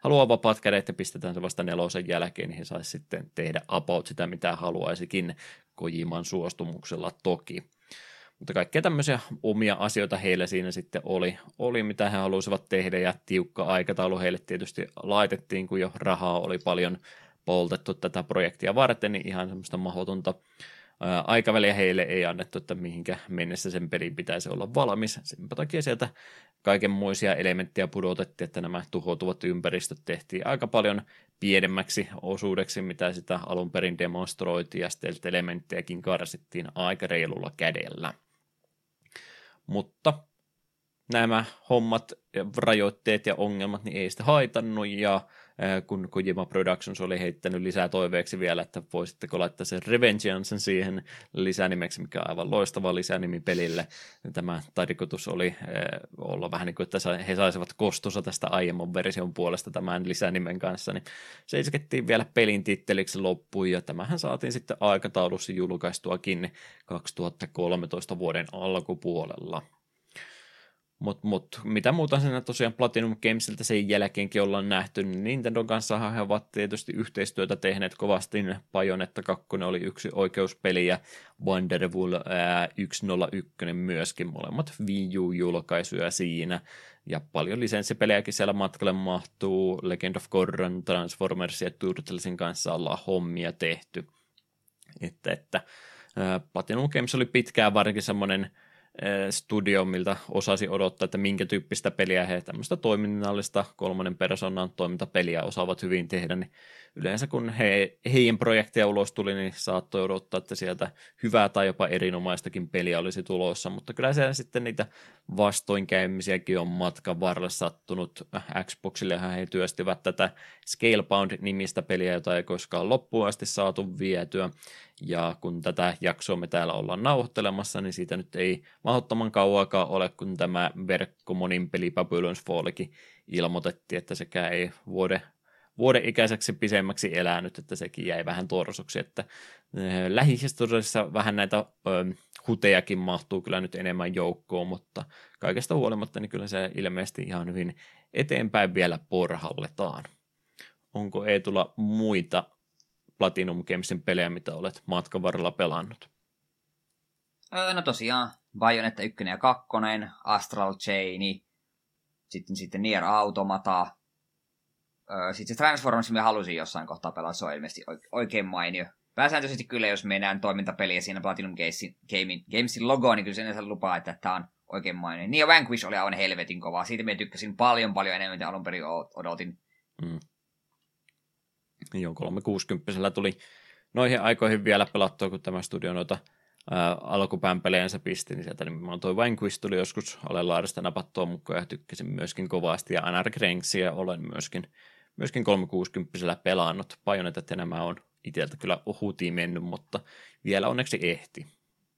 haluaa vapaat kädet ja pistetään se vasta 4 jälkeen, niin he saisi sitten tehdä about sitä, mitä haluaisikin Kojiman suostumuksella toki. Mutta kaikkea tämmöisiä omia asioita heillä siinä sitten oli, mitä he halusivat tehdä, ja tiukka aikataulu heille tietysti laitettiin, kun jo rahaa oli paljon poltettu tätä projektia varten, niin ihan semmoista mahdotonta aikaväliä heille ei annettu, että mihinkä mennessä sen pelin pitäisi olla valmis. Sen takia sieltä kaikenmoisia elementtejä pudotettiin, että nämä tuhoutuvat ympäristöt tehtiin aika paljon pienemmäksi osuudeksi, mitä sitä alun perin demonstroitiin, ja sitten elementtejäkin karsittiin aika reilulla kädellä. Mutta nämä hommat, rajoitteet ja ongelmat, niin ei sitä haitannut, ja kun Kojima Productions oli heittänyt lisää toiveeksi vielä, että voisitteko laittaa sen Revengeancen siihen lisänimeksi, mikä on aivan loistava lisänimi pelille. Tämä tarkoitus oli olla vähän niin kuin, että he saisivat kostossa tästä aiemman version puolesta tämän lisänimen kanssa, niin se iskettiin vielä pelin titteliksi loppuun, ja tämähän saatiin sitten aikataulussa julkaistuakin 2013 vuoden alkupuolella. Mut mitä muuta siinä tosiaan Platinum Gamesilta sen jälkeenkin ollaan nähty, niin Nintendon kanssa he ovat tietysti yhteistyötä tehneet kovasti. Bayonetta 2 oli yksi oikeuspeli ja Wonderful 101 myöskin, molemmat Wii U-julkaisuja siinä. Ja paljon lisenssipelejäkin siellä matkalle mahtuu. Legend of Korran, Transformers ja Turtlesin kanssa ollaan hommia tehty. Että Platinum Games oli pitkään varsinkin semmoinen studio, miltä osasi odottaa, että minkä tyyppistä peliä he tämmöistä toiminnallista 3. persoonan toimintapeliä osaavat hyvin tehdä, niin yleensä kun heidän projekteja ulos tuli, niin saattoi odottaa, että sieltä hyvää tai jopa erinomaistakin peliä olisi tulossa, mutta kyllä siellä sitten niitä vastoinkäymisiäkin on matkan varrella sattunut. Xboxillehan he työstivät tätä Scalebound-nimistä peliä, jota ei koskaan loppuun asti saatu vietyä, ja kun tätä jaksoa me täällä ollaan nauhoittelemassa, niin siitä nyt ei mahdottoman kauaakaan ole, kun tämä verkkomonin peli Babylon's Fallikin ilmoitettiin, että sekään ei vuoden ikäiseksi pisemmäksi elänyt, että sekin jäi vähän torsoksi, että lähihistoriassa vähän näitä hutejakin mahtuu kyllä nyt enemmän joukkoon, mutta kaikesta huolimatta niin kyllä se ilmeisesti ihan hyvin eteenpäin vielä porhalletaan. Onko Eetulla muita Platinum Gamesin pelejä, mitä olet matkan varrella pelannut? No tosiaan, Bayonetta 1 ja 2, Astral Chain, sitten Nier Automata. Sitten se Transformers, mä halusin jossain kohtaa pelata, se on ilmeisesti oikein mainio. Pääsääntöisesti kyllä, jos mennään toimintapeliä siinä Platinum Gamesin logoon, niin kyllä se lupaa, että tämä on oikein mainio. Niin ja Vanquish oli aivan helvetin kovaa. Siitä mä tykkäsin paljon enemmän, mitä alun perin odotin. Joo, 360 tuli noihin aikoihin vielä pelattua, kun tämä studio noita alkupään pelejänsä pisti, niin sieltä nimenomaan toi Vanquish tuli joskus alelaarista napattua mukaan, ja tykkäsin myöskin kovasti, ja Anarch Reignsia olen myöskin 360 pelannut. Bayonetat ja nämä on itseltä kyllä hutiin mennyt, mutta vielä onneksi ehti.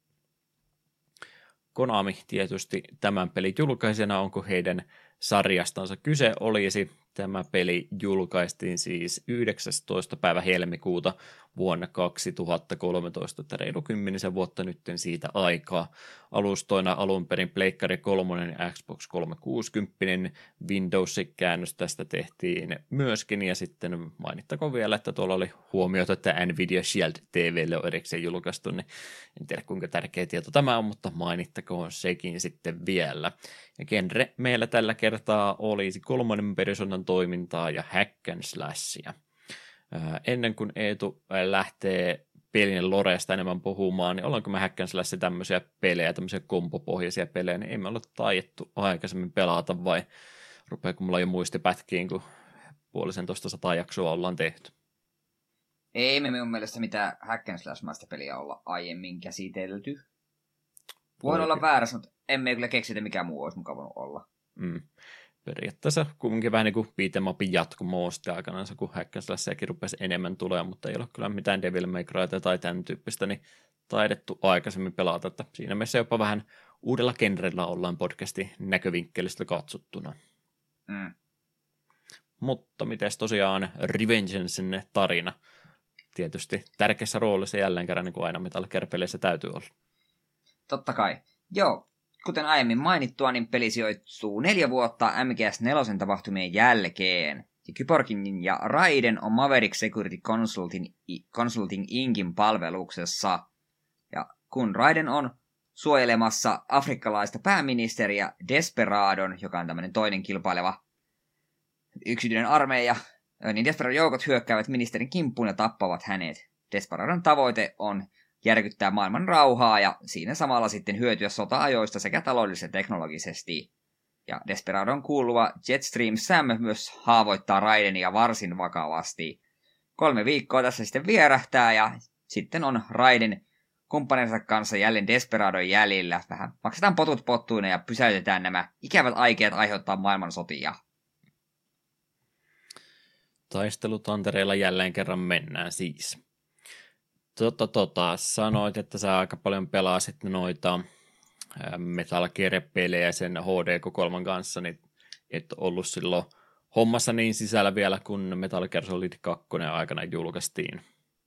Konami tietysti tämän pelin julkaisena, onko heidän sarjastansa kyse olisi. Tämä peli julkaistiin siis 19. päivä helmikuuta vuonna 2013, että reilu 10 vuotta nyt siitä aikaa. Alustoina alun perin Pleikkari 3, Xbox 360, Windows-käännös tästä tehtiin myöskin, ja sitten mainittakoon vielä, että tuolla oli huomioitu, että Nvidia Shield TVlle on erikseen julkaistu, niin en tiedä kuinka tärkeä tieto tämä on, mutta mainittakoon sekin sitten vielä. Ja genre meillä tällä kertaa olisi 3. persoonan toimintaa ja hack and slashia. Ennen kuin Eetu lähtee pelin loresta enemmän puhumaan, niin ollaanko me hack and slash tämmöisiä pelejä, tämmöisiä kompopohjaisia pelejä, niin emme ole taidettu aikaisemmin pelata, vai rupeako mulla jo muistipätkiin, kun 50 jaksoa ollaan tehty? Ei me minun mielestä mitään hack and slash-maista peliä olla aiemmin käsitelty. Voin olla väärässä, mutta emme kyllä keksitä, mikä muu olisi mukava olla. Periaatteessa kuitenkin vähän niin kuin beat'em upin jatkumoa sitten aikanaan, kun hack and slashiakin rupesi enemmän tulemaan, mutta ei ole kyllä mitään Devil May Cryta tai tämän tyyppistä, niin taidettu aikaisemmin pelata, että siinä mielessä jopa vähän uudella genrellä ollaan podcastin näkövinkkelistä katsottuna. Mutta mites tosiaan Revengeancen tarina? Tietysti tärkeässä roolissa jälleen kerran, niin kuin aina Metal Gear-peleissä täytyy olla. Totta kai. Joo, kuten aiemmin mainittua, niin peli sijoittuu 4 vuotta MGS4 tapahtumien jälkeen. Kyborgin ja Raiden on Maverick Security Consulting Inkin palveluksessa. Ja kun Raiden on suojelemassa afrikkalaista pääministeriä Desperadon, joka on tämmöinen toinen kilpaileva yksityinen armeija, niin Desperadon joukot hyökkäävät ministerin kimppuun ja tappavat hänet. Desperadon tavoite on järkyttää maailman rauhaa ja siinä samalla sitten hyötyä sota-ajoista sekä taloudellisesti ja teknologisesti. Ja Desperadon kuuluva Jetstream Sam myös haavoittaa Raidenia varsin vakavasti. 3 viikkoa tässä sitten vierähtää ja sitten on Raiden kumppaninsa kanssa jälleen Desperadon jäljillä. Vähän maksetaan potut pottuina ja pysäytetään nämä ikävät aikeet aiheuttaa maailmansotia. Taistelutantereilla jälleen kerran mennään siis. Sanoit, että sä aika paljon pelasit noita Metal Gear-pelejä sen HD-kokoelman kanssa, niin et ollut silloin hommassa niin sisällä vielä, kun Metal Gear Solid 2 aikana julkaistiin.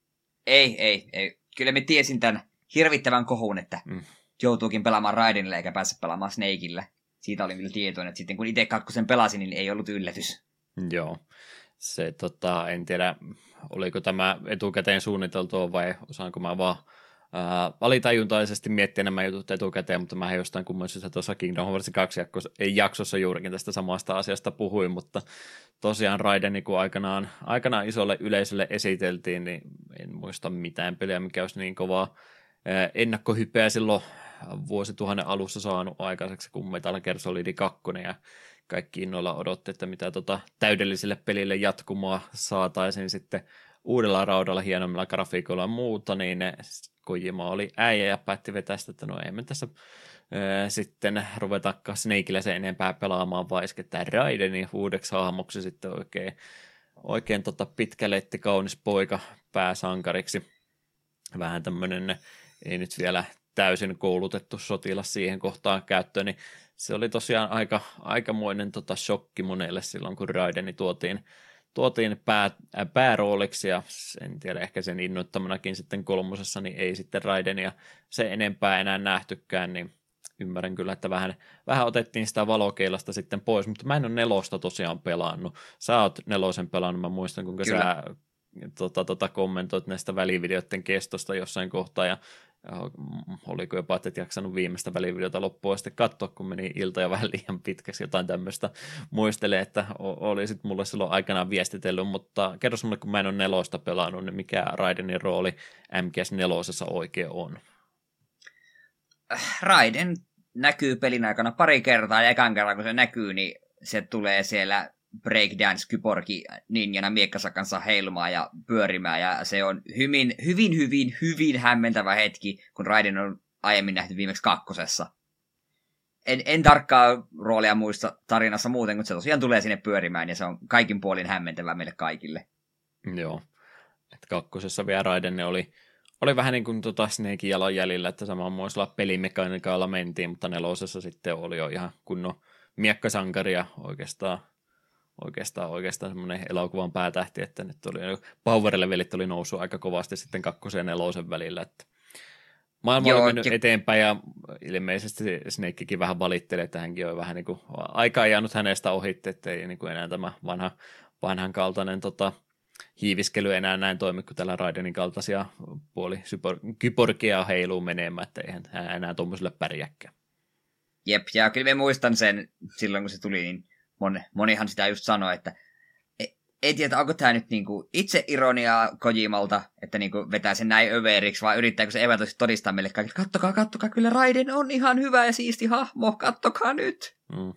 Ei. Kyllä mä tiesin tämän hirvittävän kohun, että joutuukin pelaamaan Raidenille eikä pääse pelaamaan Snakeillä. Siitä olin kyllä tietoinen, että sitten kun itse 2 pelasin, niin ei ollut yllätys. Joo. Se en tiedä, oliko tämä etukäteen suunniteltua vai osaanko mä vaan alitajuntaisesti miettiä nämä jutut etukäteen, mutta mä jostain kumman syystä tuossa Kingdom Hearts 2 jaksossa juurikin tästä samasta asiasta puhuin, mutta tosiaan Raiden, niin kun aikanaan isolle yleisölle esiteltiin, niin en muista mitään peliä, mikä olisi niin kovaa ennakkohypeä silloin vuosituhannen alussa saanut aikaiseksi kuin Metal Gear Solid 2, ja kaikki innoilla odotti, että mitä täydelliselle pelille jatkumoa saataisiin sitten uudella raudalla, hienommilla grafiikoilla ja muuta, niin Kojima oli äijä ja päätti vetää sitä, että no ei me tässä sitten ruvetakaan Snakeillä sen enempää pelaamaan, vaan isketään Raideni uudeksi hahmoksi sitten oikein pitkä letti, kaunis poika pääsankariksi. Vähän tämmöinen, ei nyt vielä täysin koulutettu sotilas siihen kohtaan käyttöön, niin se oli tosiaan aikamoinen shokki monelle silloin, kun Raideni tuotiin päärooliksi, ja en tiedä, ehkä sen innoittamanakin sitten 3. niin ei sitten Raidenia se enempää enää nähtykään, niin ymmärrän kyllä, että vähän otettiin sitä valokeilasta sitten pois, mutta mä en ole 4 tosiaan pelannut. Sä oot 4 pelannut, mä muistan, kuinka kyllä sä kommentoit näistä välivideoiden kestosta jossain kohtaa, ja oliko jopa, että et jaksanut viimeistä välivideota loppua sitten katsoa, kun meni ilta ja vähän liian pitkäksi, jotain tämmöistä muistelee, että olisit mulle silloin aikanaan viestitellyt, mutta kerro mulle, kun mä en ole 4 pelannut, niin mikä Raidenin rooli MGS4 oikein on? Raiden näkyy pelin aikana pari kertaa, ja ekan kerran kun se näkyy, niin se tulee siellä breakdance kyborgi ninjana miekkansa kanssa heilumaan ja pyörimään, ja se on hyvin hämmentävä hetki, kun Raiden on aiemmin nähty viimeksi 2. En tarkkaa roolia muista tarinassa muuten, kun se tosiaan tulee sinne pyörimään, ja se on kaikin puolin hämmentävä meille kaikille. Joo, että 2. vielä Raiden oli vähän niin kuin Snakein jalanjäljellä, että samanmoisella pelimekaniikalla mentiin, mutta 4. sitten oli jo ihan kunnon miekkasankari ja oikeastaan semmoinen elokuvan päätähti, että nyt oli power-levelit oli noussut aika kovasti sitten 2. ja 4. välillä, että maailma oli mennyt eteenpäin, ja ilmeisesti Snakekin vähän valittelee, että hänkin on vähän niin kuin aikaa jäänyt hänestä ohitte, että ei niin kuin enää tämä vanhan kaltainen hiiviskely enää näin toimi, kun tällä Raidenin kaltaisia kyborgia heiluu menemään, että eihän hän enää tuommoiselle pärjääkään. Jep, ja kyllä mä muistan sen silloin, kun se tuli, niin monihan sitä just sanoi, että ei tiedä, onko tämä nyt niinku itse ironiaa Kojimalta, että niinku vetää sen näin överiksi, vai yrittääkö se evätoisesti todistaa meille kaikille, kattokaa, kyllä Raiden on ihan hyvä ja siisti hahmo, kattokaa nyt.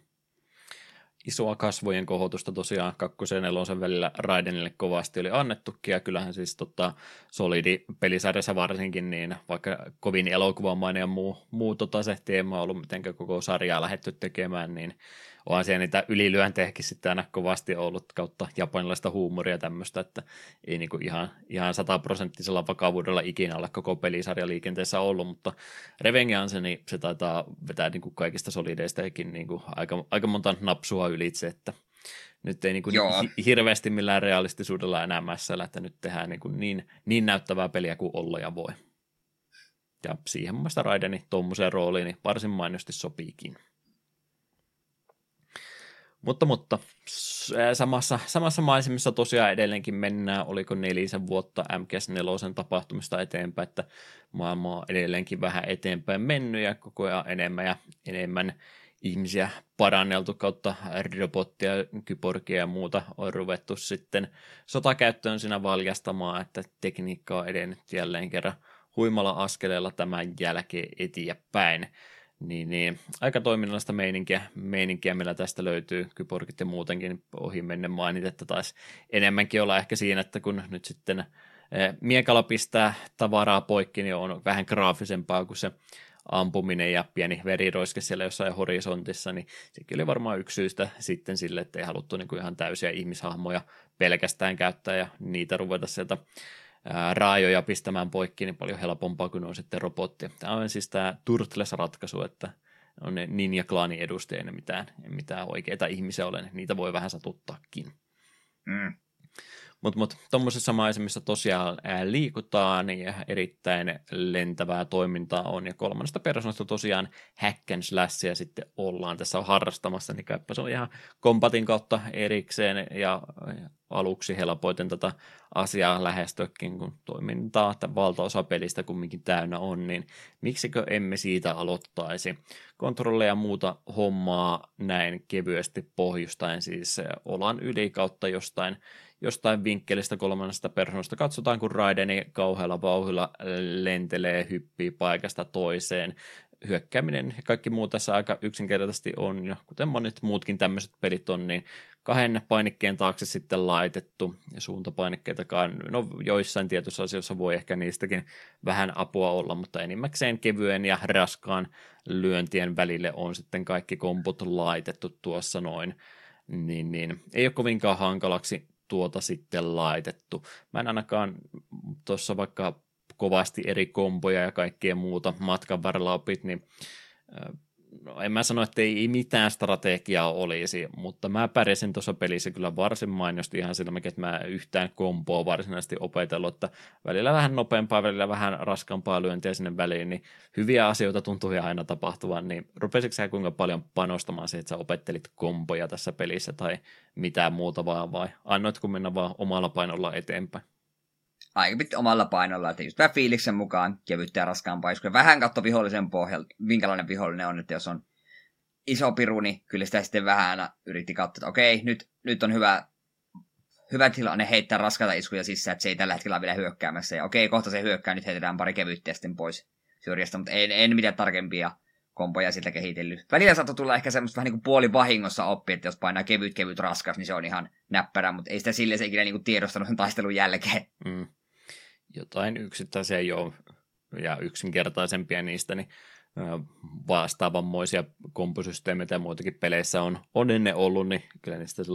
Isoa kasvojen kohotusta tosiaan 2. ja 4. välillä Raidenille kovasti oli annettukin, ja kyllähän siis Solidi-pelisarjassa varsinkin, niin vaikka kovin elokuvamainen ja muu se teema on ollut, miten koko sarjaa lähdetty tekemään, niin onhan siellä niitä ylilyöntejäkin sitten aina kovasti ollut kautta japanilaista huumoria tämmöistä, että ei niinku ihan 100% vakavuudella ikinä olla koko pelisarja liikenteessä ollut, mutta Revengeance, niin se taitaa vetää niinku kaikista solideistakin niinku aika monta napsua ylitse, että nyt ei niinku hirveästi millään realistisuudella enää mässällä, että nyt tehdään niinku niin näyttävää peliä kuin olla ja voi. Ja siihen mun mielestä Raideni tuommoiseen rooliin niin varsin mainiosti sopiikin. Mutta samassa maisemissa tosiaan edelleenkin mennään, oliko 4 vuotta MGS4 tapahtumista eteenpäin, että maailma on edelleenkin vähän eteenpäin mennyt ja koko ajan enemmän ja enemmän ihmisiä paranneltu kautta robottia, kyborgia ja muuta on ruvettu sitten sotakäyttöön siinä valjastamaan, että tekniikka on edennyt jälleen kerran huimalla askeleella tämän jälkeen eteenpäin. Niin, aika toiminnallista meininkiä, millä tästä löytyy kyborgit ja muutenkin ohi menne mainit, että taisi enemmänkin olla ehkä siinä, että kun nyt sitten miekalla pistää tavaraa poikki, niin on vähän graafisempaa kuin se ampuminen ja pieni veriroiske siellä jossain horisontissa, niin sekin oli varmaan yksi syystä sitten sille, että ei haluttu niin kuin ihan täysiä ihmishahmoja pelkästään käyttää ja niitä ruveta sieltä raajoja pistämään poikki, niin paljon helpompaa kuin on sitten robotti. Tämä on siis tämä Turtles-ratkaisu, että on ne Ninja-klaanin edustajia, mitään oikeita ihmisiä ole, niin niitä voi vähän satuttaakin. Mutta tuommoisessa maisemissa tosiaan liikutaan ja erittäin lentävää toimintaa on, ja 3. persoonasta tosiaan hack and slashia sitten ollaan tässä harrastamassa, niin käyppä se on ihan kompatin kautta erikseen, ja aluksi helpoiten tätä asiaa lähestyäkin, kun toimintaa, että valtaosa pelistä kumminkin täynnä on, niin miksikö emme siitä aloittaisi? Kontrolleja ja muuta hommaa näin kevyesti pohjustaen, siis olan yli kautta jostain vinkkelistä 3. persoonasta katsotaan, kun Raideni kauhealla vauhdilla lentelee, hyppii paikasta toiseen. Hyökkääminen ja kaikki muu tässä aika yksinkertaisesti on, ja kuten monet muutkin tämmöiset pelit on, niin 2 painikkeen taakse sitten laitettu, ja suuntapainikkeitakaan, no joissain tietyissä asioissa voi ehkä niistäkin vähän apua olla, mutta enimmäkseen kevyen ja raskaan lyöntien välille on sitten kaikki komput laitettu tuossa noin, niin ei ole kovinkaan hankalaksi tuota sitten laitettu. Mä en ainakaan tuossa vaikka kovasti eri komboja ja kaikkea muuta matkan varrella opit, niin no en mä sano, että ei mitään strategiaa olisi, mutta mä pärjäsin tuossa pelissä kyllä varsin mainosti ihan sillä, että mä yhtään komboa varsinaisesti opetellut, että välillä vähän nopeampaa, välillä vähän raskaampaa lyöntiä sinne väliin, niin hyviä asioita tuntui aina tapahtuvan, niin rupesitko sä kuinka paljon panostamaan siihen, että sä opettelit komboja tässä pelissä tai mitään muuta vaan, vai annoitko mennä vaan omalla painolla eteenpäin? Aika pitkä omalla painolla, että just vähän fiiliksen mukaan kevyttä ja raskaampaa. Jos vähän katso vihollisen pohjalta, minkälainen vihollinen on, että jos on iso piru, niin kyllä sitä sitten vähän aina yritti katsoa, että okei, nyt on hyvä tilanne heittää raskaita iskuja sisään, että se ei tällä hetkellä ole vielä hyökkäämässä. Ja okei, kohta se hyökkää, nyt heitetään pari kevyttä ja sitten pois syrjästä, mutta en mitään tarkempia kompoja siltä kehitellyt. Välillä saattoi tulla ehkä semmoista vähän niin kuin puolivahingossa oppi, että jos painaa kevyt raskas, niin se on ihan näppärä, mutta ei sitä silleen se ikinä niin kuin tiedostanut sen taistelun jälkeen. Jotain yksittäisiä ja yksinkertaisempia niistä, niin vastaavanmoisia komposysteemeitä ja muitakin peleissä on ennen ollut, niin kyllä niistä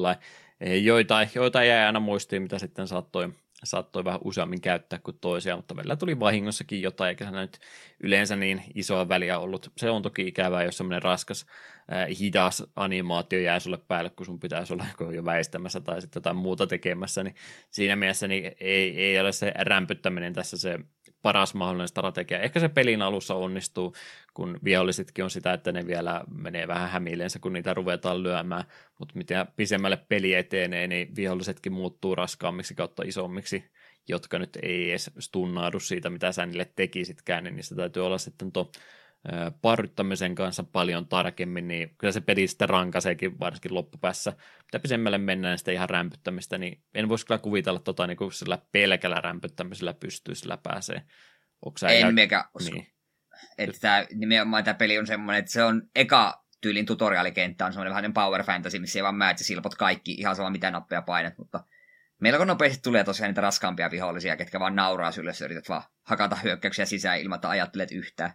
joitain jäi aina muistiin, mitä sitten saattoi vähän useammin käyttää kuin toisia, mutta välillä tuli vahingossakin jotain, eikä se nyt yleensä niin isoa väliä ollut. Se on toki ikävää, jos semmoinen raskas, hidas animaatio jää sulle päälle, kun sun pitäisi olla jo väistämässä tai sitten jotain muuta tekemässä, niin siinä mielessä niin ei ole se rämpyttäminen tässä se paras mahdollinen strategia. Ehkä se pelin alussa onnistuu, kun vihollisetkin on sitä, että ne vielä menee vähän hämilleensä, kun niitä ruvetaan lyömään, mutta mitä pisemmälle peli etenee, niin vihollisetkin muuttuu raskaammiksi kautta isommiksi, jotka nyt ei edes stunnaadu siitä, mitä sä niille tekisitkään, niin niistä täytyy olla sitten parryttämisen kanssa paljon tarkemmin, niin kyllä se peli sitten rankaseekin varsinkin loppupäässä. Mitä pisemmälle mennään sitä ihan rämpyttämistä, niin en voisi kyllä kuvitella niin kuin sillä pelkällä rämpyttämisellä pystyy, sillä pääsee. En mega usko. Niin. Että nimenomaan tämä peli on semmoinen, että se on eka tyylin tutoriaalikenttä, on semmoinen vähän power fantasy, missä ei vaan määt ja silpot kaikki, ihan sama mitä nappeja painat, mutta melko nopeasti tulee tosiaan niitä raskaampia vihollisia, ketkä vaan nauraa sylle, jos yrität vaan hakata hyökkäyksiä sisään ilman, että ajattelet yhtään.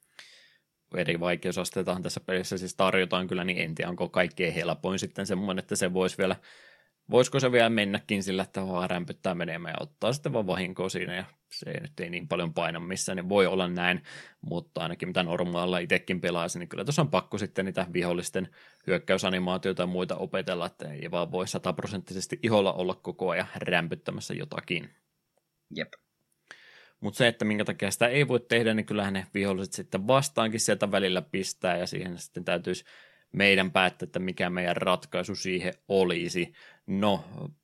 Eri vaikeusasteitahan tässä pelissä siis tarjotaan kyllä, niin en tiedä, onko kaikkein helpoin sitten semmoinen, että se voisiko se vielä mennäkin sillä, että vaan rämpyttää menemään ja ottaa sitten vaan vahinkoa siinä, ja se nyt ei niin paljon paina missään, niin voi olla näin, mutta ainakin mitä normaalilla itsekin pelaisin, niin kyllä tuossa on pakko sitten niitä vihollisten hyökkäysanimaatioita ja muita opetella, että ei vaan voi 100% iholla olla koko ajan rämpyttämässä jotakin. Jep. Mutta se, että minkä takia sitä ei voi tehdä, niin kyllähän ne viholliset sitten vastaankin sieltä välillä pistää, ja siihen sitten täytyisi meidän päättää, että mikä meidän ratkaisu siihen olisi. No,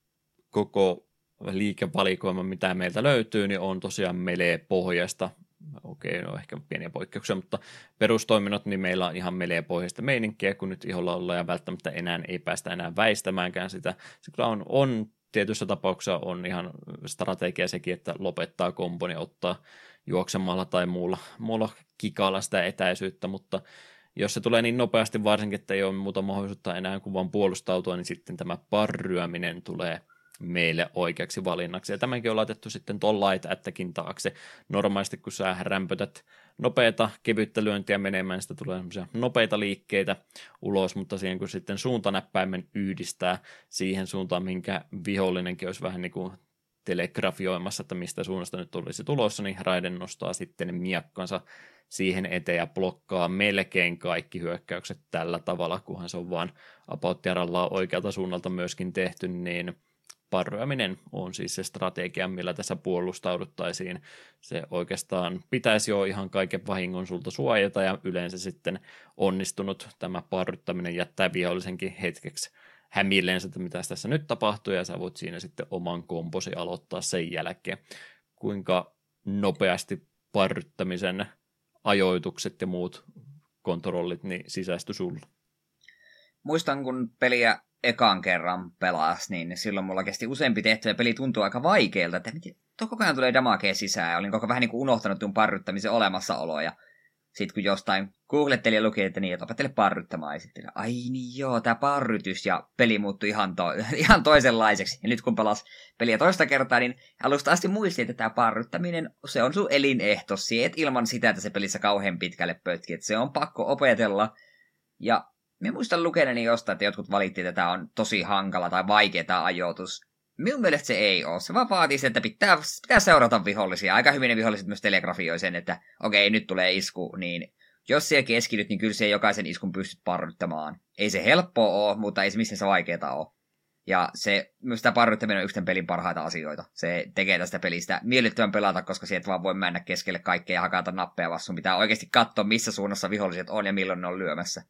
koko liikevalikoima, mitä meiltä löytyy, niin on tosiaan melee-pohjaista. Okei, no ehkä pieniä poikkeuksia, mutta perustoiminnot, niin meillä on ihan melee-pohjaista meininkiä, kun nyt iholla ollaan ja välttämättä ei päästä enää väistämäänkään sitä. Se kyllä on tietyissä tapauksissa on ihan strategia sekin, että lopettaa kombon ja ottaa juoksemalla tai muulla kikalla sitä etäisyyttä, mutta jos se tulee niin nopeasti varsinkin, että ei ole muuta mahdollisuutta enää kuin vaan puolustautua, niin sitten tämä parryäminen tulee meille oikeaksi valinnaksi. Ja tämänkin on laitettu sitten tuon light attackin taakse. Normaalisti kun sä rämpötät nopeata kevyttä lyöntiä menemään, niin sitä tulee semmoisia nopeita liikkeitä ulos, mutta siihen kun sitten suuntanäppäimen yhdistää siihen suuntaan, minkä vihollinenkin olisi vähän niin kuin telegrafioimassa, että mistä suunnasta nyt tulisi tulossa, niin Raiden nostaa sitten miakkansa siihen eteen ja blokkaa melkein kaikki hyökkäykset tällä tavalla, kunhan se on vaan about oikealta suunnalta myöskin tehty, niin parryäminen on siis se strategia, millä tässä puolustauduttaisiin. Se oikeastaan pitäisi jo ihan kaiken vahingon sulta suojata, ja yleensä sitten onnistunut tämä parryttäminen jättää vihollisenkin hetkeksi hämilleensä, että mitä tässä nyt tapahtuu, ja sä voit siinä sitten oman komposi aloittaa sen jälkeen. Kuinka nopeasti parryttämisen ajoitukset ja muut kontrollit niin sisäisty sulla? Muistan, kun peliä ekan kerran pelas, niin silloin mulla kesti useampi tehtävä ja peli tuntuu aika vaikealta, että koko ajan tulee damagea sisään, ja olin koko vähän niin kuin unohtanut tuon parryttämisen olemassaoloa, ja sitten kun jostain googletteli ja luki, että niin, että opettele parryttämään, ja sitten ai niin joo, tää parrytys, ja peli muuttui ihan toisenlaiseksi. Ja nyt kun pelas peliä toista kertaa, niin alusta asti muistin, että tää parryttäminen, se on sun elinehto, et ilman sitä, että se pelissä kauhean pitkälle pötki, että se on pakko opetella, ja minä muistan lukeneeni jostain, että jotkut valittiin, että tämä on tosi hankala tai vaikea tämä ajoitus. Minun mielestä se ei ole. Se vaan vaatii sen, että pitää seurata vihollisia. Aika hyvin ne viholliset myös telegrafioi sen, että okei, nyt tulee isku, niin jos siellä keskityt, niin kyllä se jokaisen iskun pystyt parryttämään. Ei se helppoa ole, mutta ei se missään se vaikeaa ole. Ja myös tämä parryttäminen on yksi pelin parhaita asioita. Se tekee tästä pelistä miellyttävän pelata, koska sieltä vaan voi mennä keskelle kaikkea ja hakata nappeja, vaan sun pitää oikeasti katsoa, missä suunnassa viholliset on ja milloin ne on lyömässä.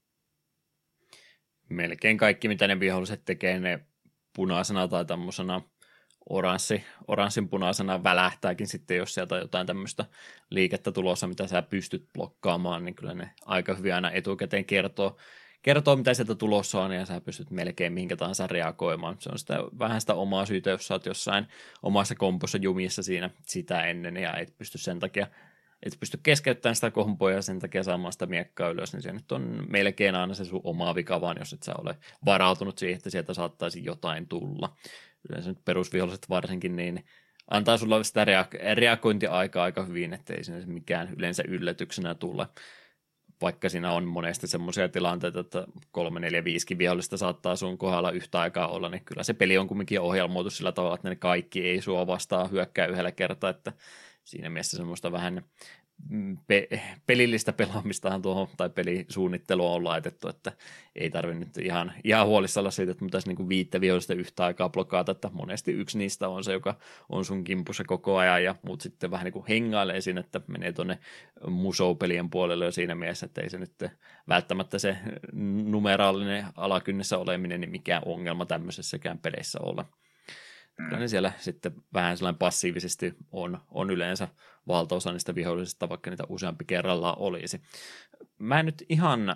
Melkein kaikki, mitä ne viholliset tekee, ne punaisena tai tämmöisenä oranssin punaisena välähtääkin sitten, jos sieltä on jotain tämmöistä liikettä tulossa, mitä sä pystyt blokkaamaan, niin kyllä ne aika hyvin aina etukäteen kertoo mitä sieltä tulossa on, ja sä pystyt melkein mihinkä tahansa reagoimaan. Se on vähän sitä omaa syytä, jos sä oot jossain omassa kompossa jumissa siinä sitä ennen, ja et pysty keskeyttämään sitä komboa ja sen takia saamaan sitä miekkaa ylös, niin se nyt on melkein aina se sun oma vika, vaan jos et sä ole varautunut siihen, että sieltä saattaisi jotain tulla. Yleensä nyt perusviholliset varsinkin, niin antaa sulla sitä reagointiaikaa aika hyvin, ettei sinne mikään yleensä yllätyksenä tule. Vaikka siinä on monesti semmoisia tilanteita, että 3, 4, 5 vihollista saattaa sun kohdalla yhtä aikaa olla, niin kyllä se peli on kumminkin ohjelmoitu sillä tavalla, että ne kaikki ei sua vastaan hyökkää yhdellä kertaa, että siinä mielessä semmoista vähän pelillistä pelaamistahan tuohon, tai pelisuunnittelua on laitettu, että ei tarvitse nyt ihan huolissa olla siitä, että pitäisi niin kuin 5 vihollista yhtä aikaa blokata, että monesti yksi niistä on se, joka on sun kimpussa koko ajan, ja muut sitten vähän niin kuin hengailee siinä, että menee tuonne musoupelien puolelle jo siinä mielessä, että ei se nyt välttämättä se numeraalinen alakynnessä oleminen niin mikään ongelma tämmöisessäkään peleissä ole. Kyllä ne siellä sitten vähän sellainen passiivisesti on yleensä valtaosa niistä vihollisista, vaikka niitä useampi kerrallaan olisi. Mä en nyt ihan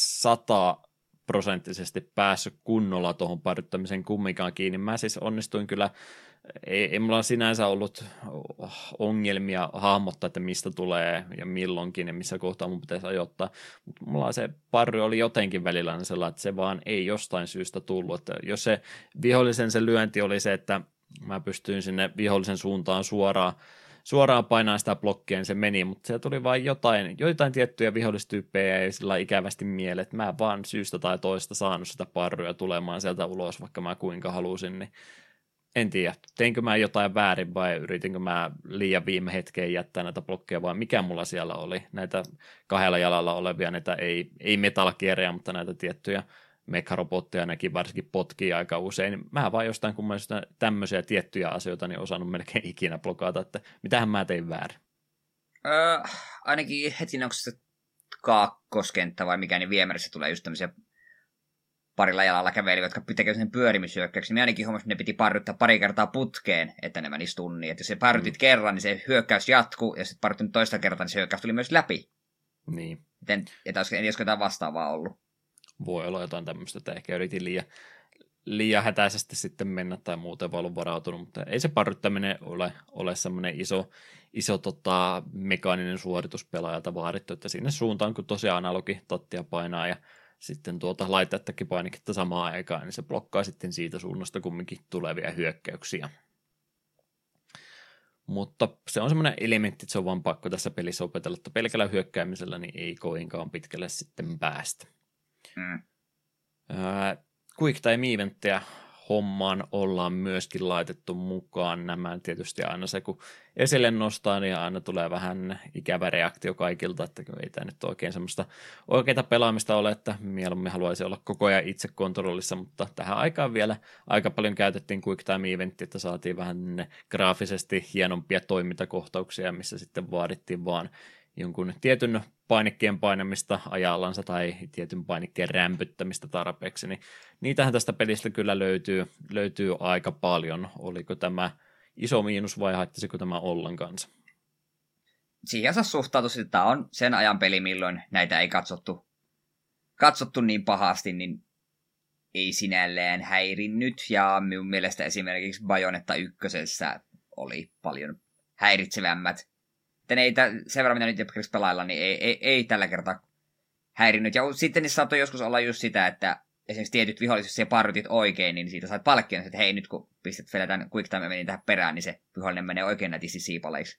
100% päässyt kunnolla tuohon parryttämiseen kumminkaan kiinni. Mä siis onnistuin kyllä, ei mulla sinänsä ollut ongelmia hahmottaa, että mistä tulee ja milloinkin ja missä kohtaa mun pitäisi ajoittaa, mutta mulla se parry oli jotenkin välillä sellainen, että se vaan ei jostain syystä tullut. Että jos se vihollisen se lyönti oli se, että mä pystyin sinne vihollisen suuntaan suoraan painaa sitä blokkia, niin se meni, mutta se tuli vain joitain tiettyjä vihollistyyppejä ja sillä ikävästi mieleen, että mä vaan syystä tai toista saanut sitä parryä tulemaan sieltä ulos, vaikka mä kuinka halusin, niin en tiedä, teinkö mä jotain väärin vai yritinkö mä liian viime hetkeen jättää näitä blokkeja, vai mikä mulla siellä oli, näitä 2 jalalla olevia, näitä ei Metal Gearia, mutta näitä tiettyjä mekarobotteja näkin varsinkin potkii aika usein. Mä vaan jostain kummallisesta tämmöisiä tiettyjä asioita niin osannut melkein ikinä blokata, että mitähän mä tein väärin. Ainakin heti kaakkoskenttä vai mikä, niin viemärissä tulee just tämmöisiä parilla jalalla käveliä, jotka tekevät sen pyörimyshyökkäyksen. Niin ainakin huomasin, että ne piti parryttää pari kertaa putkeen, että ne menisi tunniin. Että jos se parrytit kerran, niin se hyökkäys jatkuu, ja sitten parryttiin toista kertaa, niin se hyökkäys tuli myös läpi. Niin. En olisiko jotain vastaavaa ollut. Voi olla jotain tämmöistä, että ehkä yritin liian hätäisesti sitten mennä tai muuten voi olla varautunut, mutta ei se parryttäminen ole semmoinen iso mekaaninen suoritus pelaajalta vaadittu, että sinne suuntaan, kun tosiaan analogi tattia painaa ja sitten laitettakin painiketta samaan aikaan, niin se blokkaa sitten siitä suunnasta kumminkin tulevia hyökkäyksiä. Mutta se on semmoinen elementti, että se on vaan pakko tässä pelissä opetella, että pelkällä hyökkäämisellä niin ei kovinkaan pitkälle sitten päästä. Quick time eventtejä hommaan ollaan myöskin laitettu mukaan. Nämä tietysti aina se, kun esille nostaa, niin aina tulee vähän ikävä reaktio kaikilta, että ei tämä nyt oikein semmoista oikeaa pelaamista ole, että mieluummin haluaisi olla koko ajan itse kontrollissa, mutta tähän aikaan vielä aika paljon käytettiin Quick time eventtiä, että saatiin vähän graafisesti hienompia toimintakohtauksia, missä sitten vaadittiin vaan jonkun tietyn painikkeen painamista ajallansa tai tietyn painikkeen rämpyttämistä tarpeeksi, niin niitähän tästä pelistä kyllä löytyy aika paljon. Oliko tämä iso miinus vai haittasiko tämä ollenkaan? Siihen saa suhtautua, että tämä on sen ajan peli, milloin näitä ei katsottu niin pahasti, niin ei sinällään häirinnyt. Ja minun mielestä esimerkiksi Bayonetta 1 oli paljon häiritsevämmät. Sen verran, mitä nyt pelailla, niin ei tällä kertaa häirinnyt. Ja sitten niissä saattoi joskus olla just sitä, että esimerkiksi tietyt viholliset, jos siellä parrytit oikein, niin siitä sait palkkion, että hei, nyt kun vedät tämän quick time menin tähän perään, niin se vihollinen menee oikein nätisti siipaleiksi.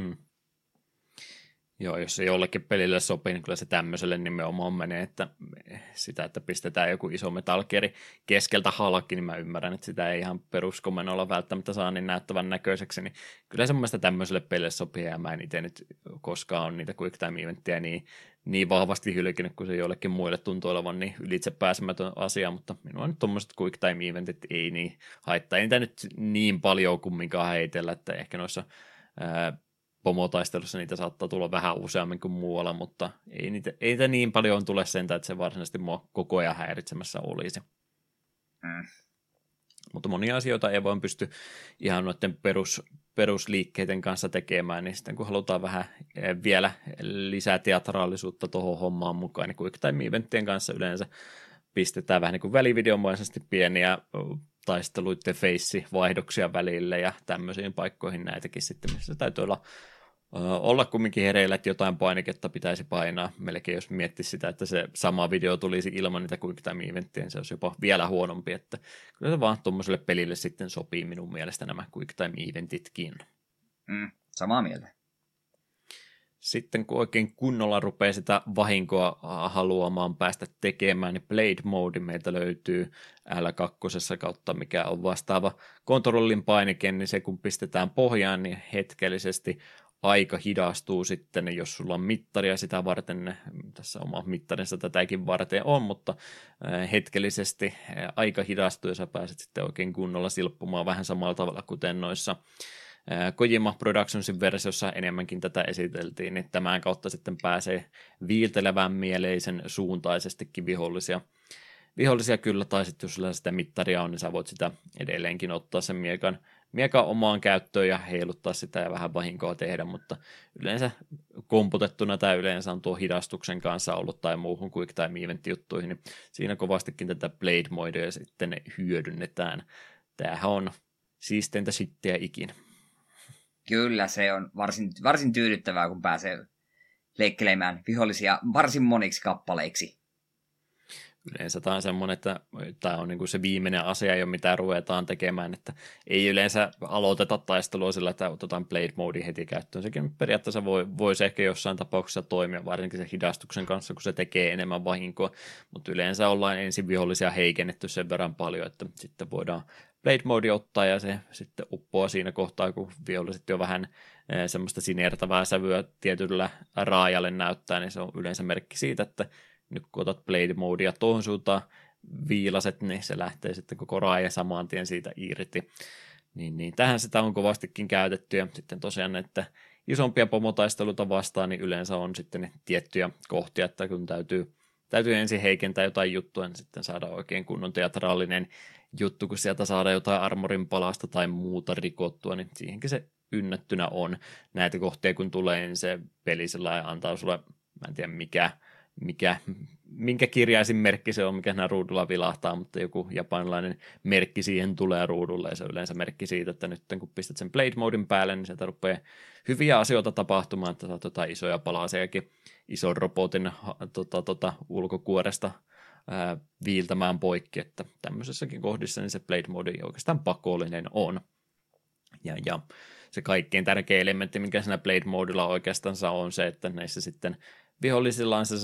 Joo, jos se jollekin pelille sopii, niin kyllä se tämmöiselle nimenomaan menee, että pistetään joku iso metallkeri keskeltä halki, niin mä ymmärrän, että sitä ei ihan peruskomennolla välttämättä saa niin näyttävän näköiseksi, niin kyllä se mun mielestä tämmöiselle pelille sopii, ja mä en itse nyt koskaan ole niitä quick time eventtiä niin vahvasti hylkinyt, kun se jollekin muille tuntuu olevan niin ylitse pääsemätön asia, mutta minua nyt tommoiset quick time eventit ei niin haittaa. Ei niitä nyt niin paljon kumminkaan heitellä, että ehkä noissa pomotaistelussa niitä saattaa tulla vähän useammin kuin muualla, mutta ei niitä niin paljon tule sentään, että se varsinaisesti mua koko ajan häiritsemässä olisi. Mutta monia asioita ei vaan pysty ihan noiden perusliikkeiden kanssa tekemään, niin sitten kun halutaan vähän vielä lisää teatraalisuutta tuohon hommaan mukaan, niin quick time eventtien kanssa yleensä pistetään vähän niin kuin välivideomaisesti pieniä taisteluiden face-vaihdoksia välille ja tämmöisiin paikkoihin näitäkin sitten, missä täytyy olla kumminkin hereillä, että jotain painiketta pitäisi painaa. Melkein jos miettisi sitä, että se sama video tulisi ilman niitä quick time eventtiä, niin se olisi jopa vielä huonompi, että kyllä se vaan tuommoiselle pelille sitten sopii minun mielestä nämä quick time eventitkin. Samaa mieltä. Sitten kun oikein kunnolla rupeaa sitä vahinkoa haluamaan päästä tekemään, niin Blade Mode meiltä löytyy L2 kautta, mikä on vastaava kontrollin painike, niin se kun pistetään pohjaan, niin hetkellisesti aika hidastuu sitten, jos sulla on mittaria sitä varten, tässä oma mittarinsa tätäkin varten on, mutta hetkellisesti aika hidastuu ja sä pääset sitten oikein kunnolla silppumaan vähän samalla tavalla kuten noissa Kojima Productionsin versiossa enemmänkin tätä esiteltiin, niin tämän kautta sitten pääsee viiltelevän mieleisen suuntaisestikin vihollisia kyllä, tai sitten jos sulla sitä mittaria on, niin sä voit sitä edelleenkin ottaa sen miekan omaan käyttöön ja heiluttaa sitä ja vähän vahinkoa tehdä, mutta yleensä komputettuna tämä yleensä on tuo hidastuksen kanssa ollut tai muuhun quick time event juttuihin, niin siinä kovastikin tätä Blade Modea sitten hyödynnetään. Tämähän on siisteintä shittiä ikinä. Kyllä, se on varsin tyydyttävää, kun pääsee leikkelemään vihollisia varsin moniksi kappaleiksi. Yleensä tämä on semmoinen, että tämä on niin kuin se viimeinen asia, mitä ruvetaan tekemään, että ei yleensä aloiteta taistelua sillä, että otetaan Blade Mode heti käyttöön. Sekin periaatteessa voisi ehkä jossain tapauksessa toimia, varsinkin se hidastuksen kanssa, kun se tekee enemmän vahinkoa, mutta yleensä ollaan ensin vihollisia heikennetty sen verran paljon, että sitten voidaan Blade Mode ottaa ja se sitten uppoaa siinä kohtaa, kun viholliset jo vähän semmoista sinertävää sävyä tietyllä raajalle näyttää, niin se on yleensä merkki siitä, että nyt kun otat Blade Modea tuohon suuntaan viilaset, niin se lähtee sitten koko raaja saman tien siitä irti. Niin tähän sitä on kovastikin käytetty ja sitten tosiaan, että isompia pomotaisteluita vastaan, niin yleensä on sitten tiettyjä kohtia, että kun täytyy ensin heikentää jotain juttua, niin sitten saada oikein kunnon teatraalinen juttu, kun sieltä saadaan jotain armorin palasta tai muuta rikottua, niin siihenkin se ynnättynä on. Näitä kohtia kun tulee, niin se peli sellainen antaa sulle, mä en tiedä minkä kirjaisin merkki se on, mikä siinä ruudulla vilahtaa, mutta joku japanilainen merkki siihen tulee ruudulle, ja se on yleensä merkki siitä, että nyt kun pistät sen Blade Modin päälle, niin sieltä rupeaa hyviä asioita tapahtumaan, että saat jotain isoja palasiakin ison robotin ulkokuoresta viiltämään poikki, että tämmöisessäkin kohdissa niin se Blade Modi oikeastaan pakollinen on. Ja se kaikkein tärkein elementti, mikä siinä Blade Modilla oikeastaan on se, että näissä sitten vihollisilla on se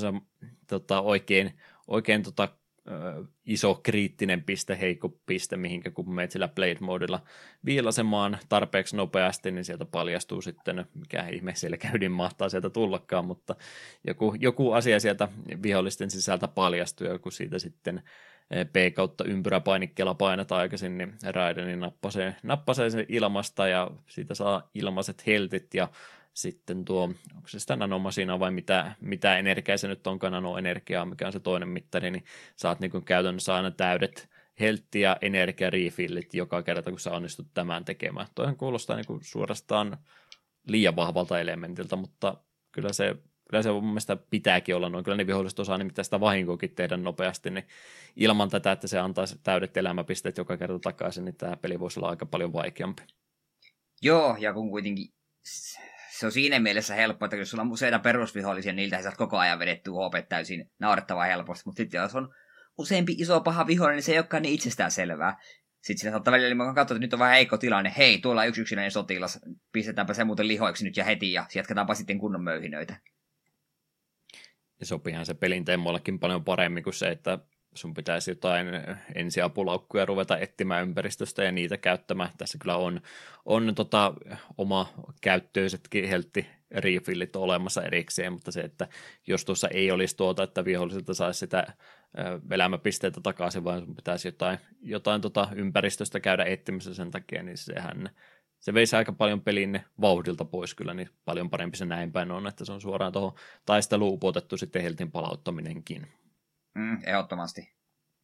oikein iso kriittinen piste, heikko piste, mihinkä kun menet sillä Blade Modilla viilasemaan tarpeeksi nopeasti, niin sieltä paljastuu sitten, mikä ihme siellä käydin mahtaa sieltä tullakaan, mutta joku asia sieltä vihollisten sisältä paljastuu, ja kun siitä sitten P kautta ympyräpainikkeella painetaan aikaisin, niin Raideni nappasee sen ilmasta, ja siitä saa ilmaiset heltit, ja sitten onko se sitä nanomasinaa vai mitä energiaa se nyt onkaan, nanoenergiaa, mikä on se toinen mittari, niin saat niin kuin käytännössä aina täydet heltti- ja energiarefillit joka kerta, kun sä onnistut tämän tekemään. Toihan kuulostaa niin kuin suorastaan liian vahvalta elementiltä, mutta kyllä se mun mielestä pitääkin olla noin. Kyllä ne viholliset osaa nimittäin sitä vahinkoakin tehdä nopeasti, niin ilman tätä, että se antaa täydet elämäpisteet joka kerta takaisin, niin tämä peli voisi olla aika paljon vaikeampi. Joo, ja kun kuitenkin se on siinä mielessä helppo, että jos sulla on useita perusvihollisia, niiltä saat koko ajan vedettyä HP täysin naurettavaa helposti. Mutta sitten jos on useampi iso paha vihollinen, niin se ei olekaan niin itsestään selvää. Sitten siinä saattaa välillä, kun katsoo, että nyt on vähän heikko tilanne. Hei, tuolla on yksi yksinäinen sotilas. Pistetäänpä se muuten lihoiksi nyt ja heti ja jatketaanpa sitten kunnon möyhinöitä. Ja sopihan se pelin teemoillekin paljon paremmin kuin se, että sun pitäisi jotain ensiapulaukkuja ruveta etsimään ympäristöstä ja niitä käyttämään. Tässä kyllä on oma käyttöisetkin heltti-refillit olemassa erikseen, mutta se, että jos tuossa ei olisi että vihollisilta saisi sitä elämäpisteitä takaisin, vaan sun pitäisi jotain ympäristöstä käydä etsimässä sen takia, niin se veisi aika paljon pelin vauhdilta pois kyllä, niin paljon parempi se näin päin on, että se on suoraan tuohon taisteluun upotettu sitten heltin palauttaminenkin. Ehdottomasti.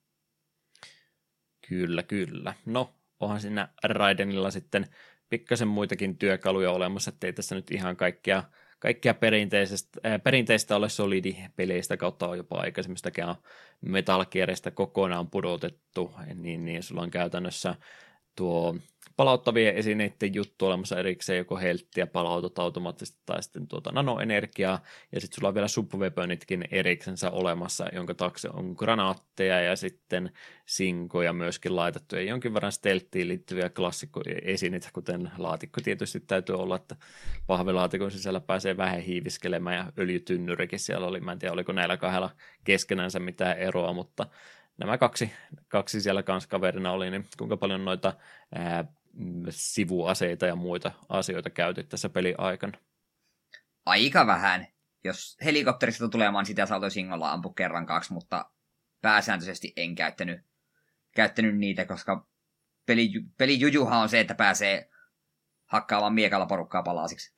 Kyllä. No, onhan siinä Raidenilla sitten pikkasen muitakin työkaluja olemassa, ettei tässä nyt ihan kaikkia perinteistä ole Solidi-peleistä kautta on jopa aikaisemmistakin Metal Gearista kokonaan pudotettu, niin sulla on käytännössä tuo palauttavien esineiden juttu olemassa erikseen, joko helttiä palautat automaattisesti tai sitten nanoenergiaa, ja sitten sulla on vielä subweaponitkin eriksensä olemassa, jonka taakse on granaatteja ja sitten sinkoja myöskin laitettu, ja jonkin verran stealthiin liittyviä klassikkoesineitä, kuten laatikko tietysti täytyy olla, että pahvilaatikon sisällä pääsee vähän hiiviskelemään, ja öljytynnyrikin siellä oli, mä en tiedä oliko näillä kahdella keskenänsä mitään eroa, mutta nämä kaksi siellä kanssa kaverina oli, niin kuinka paljon noita sivuaseita ja muita asioita käytit tässä pelin aikana? Aika vähän. Jos helikopterista tulee tulemaan, sitä saatoi singolla ampua kerran 2, mutta pääsääntöisesti en käyttänyt niitä, koska pelijujuhan on se, että pääsee hakkaamaan miekalla porukkaa palasiksi.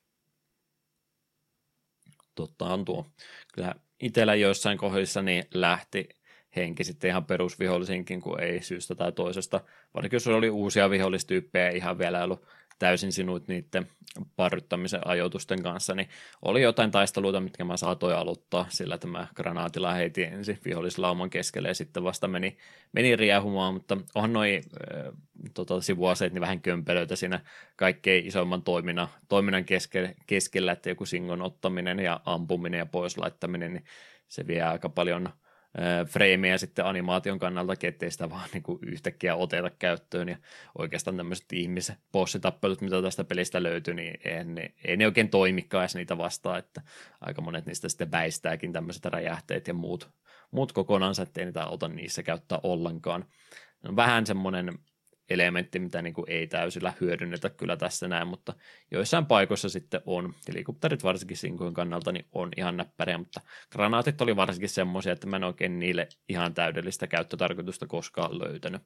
Totta on tuo. Kyllä itsellä joissain kohdissa niin lähti henki sitten ihan perusvihollisinkin, kun ei syystä tai toisesta. Varsinkin jos oli uusia vihollistyyppejä, ihan vielä ollut täysin sinut niiden parryttämisen ajoitusten kanssa, niin oli jotain taisteluita, mitkä mä saatoin aloittaa, sillä tämä granaatilla heitin ensin vihollislauman keskelle ja sitten vasta meni riehumaan, mutta onhan noi sivuaseet niin vähän kömpelöitä siinä kaikkein isoimman toiminnan keskellä, että joku singon ottaminen ja ampuminen ja pois laittaminen, niin se vie aika paljon freimejä sitten animaation kannalta, ettei sitä vaan niin kuin yhtäkkiä oteta käyttöön, ja oikeastaan tämmöiset bossitappelut, mitä tästä pelistä löytyy, niin ei ne oikein toimikaan edes niitä vastaan, että aika monet niistä sitten väistääkin tämmöiset räjähteet ja muut kokonansa, ettei niitä auta niissä käyttää ollenkaan. No, vähän semmoinen elementti, mitä niin kuin ei täysillä hyödynnetä kyllä tässä näin, mutta joissain paikoissa sitten on. Helikopterit varsinkin sinkojen kannalta niin on ihan näppäriä, mutta granaatit oli varsinkin semmoisia, että mä en oikein niille ihan täydellistä käyttötarkoitusta koskaan löytänyt.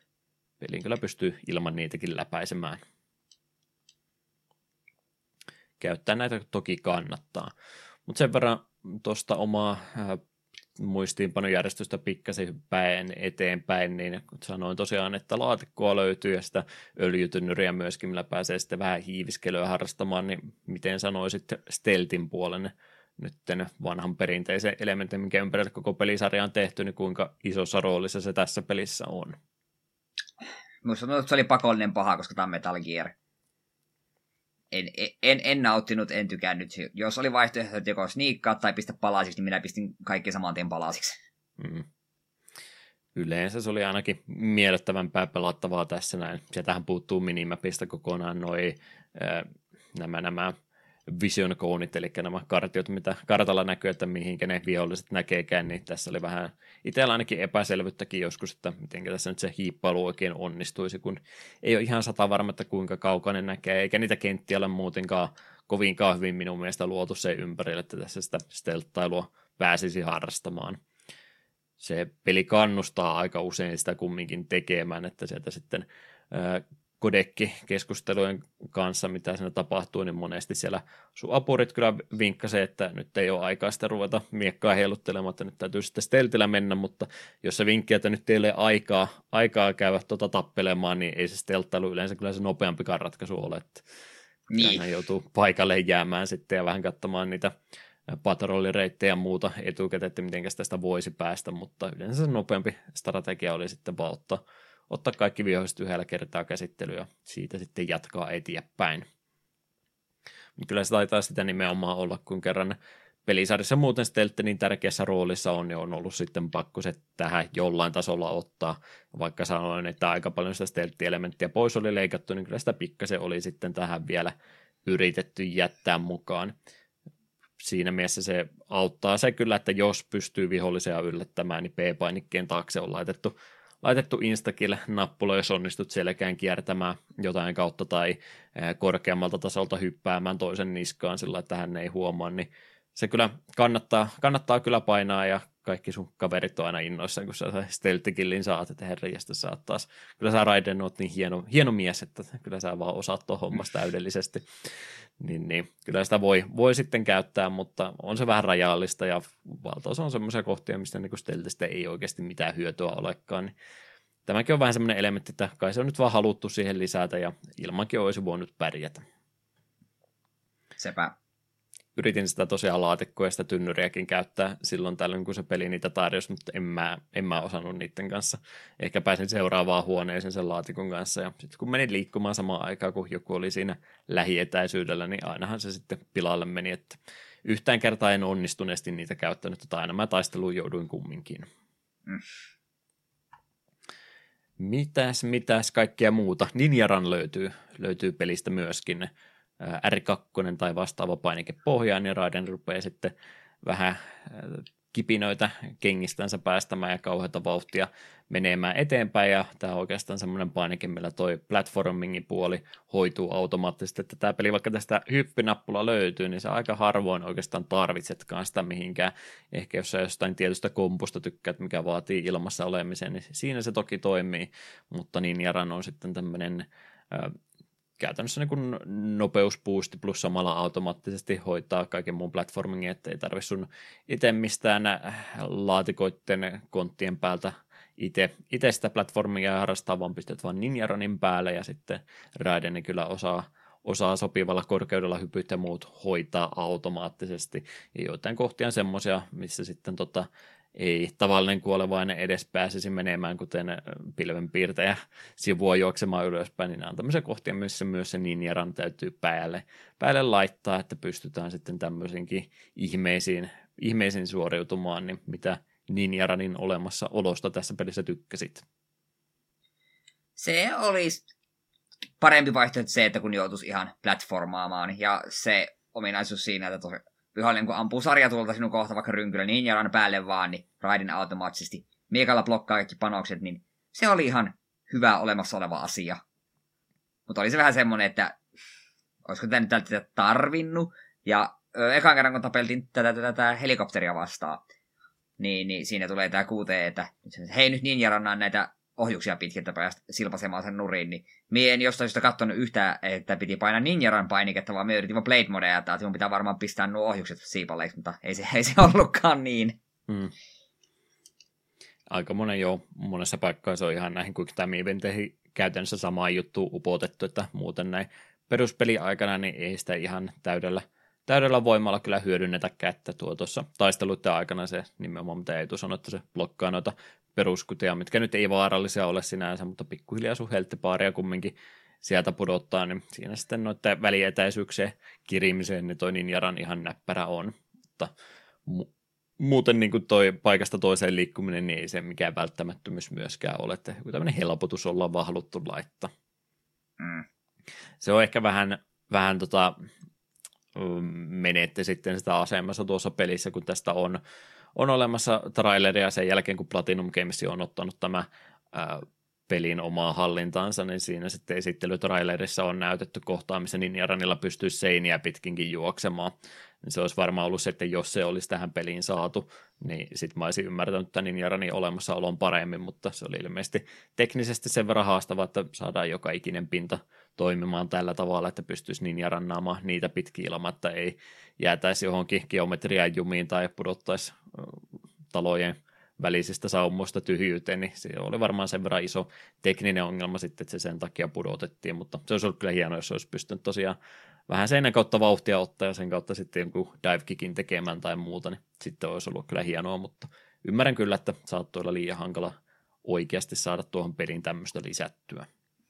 Peliin kyllä pystyy ilman niitäkin läpäisemään. käyttää näitä toki kannattaa. Mutta sen verran tuosta omaa muistiinpanojärjestystä pikkasen hyppäin eteenpäin, niin sanoin tosiaan, että laatikkoa löytyy ja sitä öljytynnyriä myöskin, millä pääsee sitten vähän hiiviskelyä harrastamaan, niin miten sanoisit stealthin puolen nytten vanhan perinteisen elementin, minkä ympärillä koko pelisarja on tehty, niin kuinka isossa roolissa se tässä pelissä on? Minusta se oli pakollinen paha, koska tämä on Metal Gear. En nauttinut, en tykännyt. Jos oli vaihtoehto, että joko sniikkaa tai pistä palasiksi, niin minä pistin kaikki saman tien palasiksi. Yleensä se oli ainakin miellyttävämpää pelattavaa tässä näin. Sieltähän puuttuu minimapista kokonaan nämä vision koonit, eli nämä kartiot, mitä kartalla näkyy, että mihinkä ne viholliset näkeekään, niin tässä oli vähän itsellä ainakin epäselvyyttäkin joskus, että miten tässä nyt se hiippailu oikein onnistuisi, kun ei ole ihan satavarma, että kuinka kaukainen näkee, eikä niitä kenttiä ole muutenkaan kovinkaan hyvin minun mielestä luotu sen ympärille, että tässä sitä stelttailua pääsisi harrastamaan. Se peli kannustaa aika usein sitä kumminkin tekemään, että sieltä sitten kodekki-keskustelujen kanssa, mitä siinä tapahtuu, niin monesti siellä sun apurit kyllä vinkkasee, että nyt ei ole aikaa sitä ruveta miekkaa heiluttelemaan, että nyt täytyy sitten steltillä mennä, mutta jos se vinkki, että nyt ei ole aikaa käydä tappelemaan, niin ei se stelttailu yleensä kyllä se nopeampikaan ratkaisu ole, että hän joutuu paikalle jäämään sitten ja vähän katsomaan niitä patrollireittejä ja muuta etukäteen, että miten tästä voisi päästä, mutta yleensä se nopeampi strategia oli sitten vaan ottaa kaikki viholliset yhdellä kertaa käsittelyä ja siitä sitten jatkaa eteenpäin. Mutta kyllä se taitaa sitä nimenomaan olla, kun kerran pelisarjassa muuten stealth niin tärkeässä roolissa on, ja on ollut sitten pakko se tähän jollain tasolla ottaa. Vaikka sanoin, että aika paljon sitä stealth-elementtiä pois oli leikattu, niin kyllä sitä pikkasen oli sitten tähän vielä yritetty jättää mukaan. Siinä mielessä se auttaa se kyllä, että jos pystyy vihollisia yllättämään, niin P-painikkeen taakse on laitettu instakill-nappula, jos onnistut selkään kiertämään jotain kautta tai korkeammalta tasolta hyppäämään toisen niskaan sillä, että hän ei huomaa, niin se kyllä kannattaa kyllä painaa ja kaikki sun kaverit on aina innoissaan, kun sä stealth-killin saat, että herranjestas saat taas. Kyllä sä Raiden oot niin hieno mies, että kyllä sä vaan osaat tuon hommasta täydellisesti. Niin, kyllä sitä voi sitten käyttää, mutta on se vähän rajallista ja valtaosa on semmoisia kohtia, mistä niin stealthistä ei oikeasti mitään hyötyä olekaan. Niin tämäkin on vähän semmoinen elementti, että kai se on nyt vaan haluttu siihen lisätä ja ilmankin olisi voinut pärjätä. Sepä. Yritin sitä tosiaan laatikkoa ja sitä tynnyriäkin käyttää silloin tällöin, kun se peli niitä tarjosi, mutta en mä osannut niiden kanssa. Ehkä pääsin seuraavaan huoneeseen sen laatikon kanssa, ja sitten kun menin liikkumaan samaan aikaan, kun joku oli siinä lähietäisyydellä, niin ainahan se sitten pilalle meni, että yhtään kertaa en onnistuneesti niitä käyttänyt, että aina mä taisteluun jouduin kumminkin. Mitäs kaikkea muuta? Ninjaran löytyy pelistä myöskin. R2 tai vastaava painike pohjaan, niin Raiden rupeaa sitten vähän kipinöitä kengistänsä päästämään ja kauheata vauhtia menemään eteenpäin, ja tämä on oikeastaan semmoinen painike, millä toi platformingin puoli hoituu automaattisesti, että tämä peli, vaikka tästä hyppynappula löytyy, niin sä aika harvoin oikeastaan tarvitsetkaan sitä mihinkään. Ehkä jos sä jostain tietystä kompusta tykkäät, mikä vaatii ilmassa olemisen, niin siinä se toki toimii, mutta Ninjaran on sitten tämmöinen käytännössä niin kuin nopeusboosti plus samalla automaattisesti hoitaa kaiken muun platformingin, ettei tarvitse sun itse mistään laatikoitten konttien päältä itse sitä platformingia harrastaa, vaan pistät vaan Ninjaranin päälle ja sitten Raiden kyllä osaa sopivalla korkeudella hypyt ja muut hoitaa automaattisesti. Ja joitain kohtia on semmoisia, missä sitten ei tavallinen kuolevainen edes pääsisi menemään, kuten pilvenpiirtäjä sivua juoksemaan ylöspäin, niin nämä on tämmöisiä kohtia, missä myös se Ninjaran täytyy päälle laittaa, että pystytään sitten tämmöisiinkin ihmeisiin suoriutumaan, niin mitä Ninjaranin olemassaolosta tässä pelissä tykkäsit? Se olisi parempi vaihtoehto se, että kun joutuisi ihan platformaamaan, ja se ominaisuus siinä, että vihollinen kun ampuu sarjatulta sinun kohta vaikka rynkyllä Ninjaran päälle vaan, niin Raiden automaattisesti miekalla blokkaa kaikki panokset, niin se oli ihan hyvä olemassa oleva asia. Mutta oli se vähän semmoinen, että olisiko tätä nyt tätä tarvinnut, ja ekan kerran kun tapeltiin tätä helikopteria vastaan, niin siinä tulee tämä QT, että hei nyt Ninjarannaan näitä ohjuksia pitkin, että päästä silpaisemaan sen nurin, niin mie en jostain syystä katsonut yhtään, että piti painaa ninjaran painiketta, vaan mie yritin vaan Blade Modea, että mun pitää varmaan pistää nuo ohjukset siipaleiksi, mutta ei se ollutkaan niin. Aika monessa paikkaa se on ihan näihin Quick Time Eventeihin käytännössä samaan juttuun upotettu, että muuten näin peruspeli-aikana niin ei sitä ihan täydellä voimalla kyllä hyödynnetäkään, että tuossa taisteluiden aikana se nimenomaan, mitä Eetu sanoi, että se blokkaa noita peruskuteja, mitkä nyt ei vaarallisia ole sinänsä, mutta pikkuhiljaa sun helttipaaria kumminkin sieltä pudottaa, niin siinä sitten noiden välietäisyyksien kirimiseen niin toi ninjaran ihan näppärä on, mutta muuten niin kuin toi paikasta toiseen liikkuminen, niin ei se mikään välttämättömyys myöskään ole, että joku tämmöinen helpotus ollaan vaan haluttu laittaa. Se on ehkä vähän menette sitten sitä asemassa tuossa pelissä, kun tästä on olemassa traileria sen jälkeen, kun Platinum Games on ottanut tämä pelin omaa hallintaansa, niin siinä sitten esittelytrailerissa on näytetty kohtaa, missä Ninjaranilla pystyisi seiniä pitkinkin juoksemaan. Niin se olisi varmaan ollut se, että jos se olisi tähän peliin saatu, niin sitten mä olisin ymmärtänyt tämän Ninjaranin olemassaolon paremmin, mutta se oli ilmeisesti teknisesti sen verran haastava, että saadaan joka ikinen pinta toimimaan tällä tavalla, että pystyisi ninjarannaamaan niitä pitkin ilman, että ei jäätäisi johonkin geometrian jumiin tai pudottaisi talojen välisistä saumoista tyhjyyteen, niin se oli varmaan sen verran iso tekninen ongelma sitten, että se sen takia pudotettiin, mutta se olisi ollut kyllä hienoa, jos olisi pystynyt tosiaan vähän seinän kautta vauhtia ottaa ja sen kautta sitten jonkun dive-kickin tekemään tai muuta, niin sitten olisi ollut kyllä hienoa, mutta ymmärrän kyllä, että saattoi olla liian hankala oikeasti saada tuohon peliin tämmöistä lisättyä.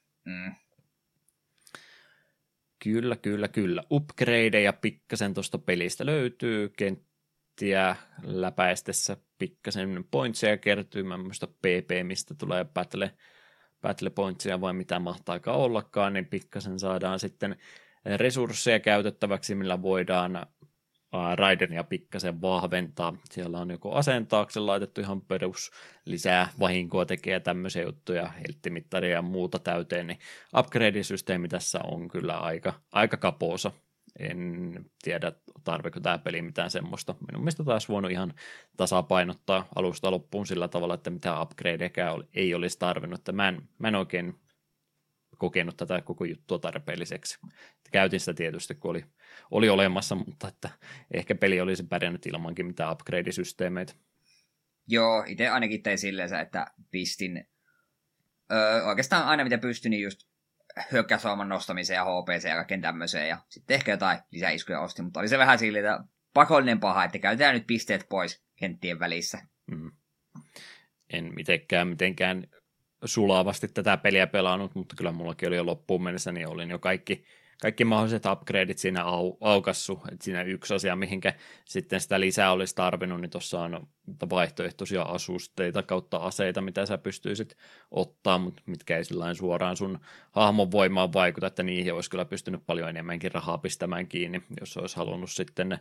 Kyllä. Upgradeja pikkasen tuosta pelistä löytyy, kenttiä läpäistessä pikkasen pointseja kertyy, mä en muista PP, mistä tulee battle pointseja vai mitä mahtaakaan ollakaan, niin pikkasen saadaan sitten resursseja käytettäväksi, millä voidaan Raidenia pikkasen vahventaa. Siellä on joko aseen taakse laitettu ihan perus lisää vahinkoa tekee tämmöisiä juttuja, helttimittaria ja muuta täyteen, niin upgrade-systeemi tässä on kyllä aika kapoosa. En tiedä, tarviko tämä peli mitään semmoista. Minun mielestä taas voinut ihan tasapainottaa alusta loppuun sillä tavalla, että mitään upgradeja ei olisi tarvinnut. Että mä en oikein kokenut tätä koko juttua tarpeelliseksi. Käytin sitä tietysti, kun oli olemassa, mutta että ehkä peli olisi pärjännyt ilmankin mitään upgrade-systeemeitä. Joo, itse ainakin tein silleen, että pistin oikeastaan aina mitä pystyn, niin just hyökkäysvoiman nostamiseen ja HPC ja kaiken tämmöiseen, ja sitten ehkä jotain lisäiskuja ostin, mutta oli se vähän silleen, että pakollinen paha, että käytetään nyt pisteet pois kenttien välissä. En mitenkään sulavasti tätä peliä pelannut, mutta kyllä mullakin oli jo loppuun mennessä, niin olin jo kaikki mahdolliset upgradeit siinä aukassu, että siinä yksi asia, mihinkä sitten sitä lisää olisi tarvinnut, niin tuossa on vaihtoehtoisia asusteita kautta aseita, mitä sä pystyisit ottaa, mutta mitkä ei sillain suoraan sun hahmon voimaan vaikuta, että niihin olisi kyllä pystynyt paljon enemmänkin rahaa pistämään kiinni, jos olisi halunnut sitten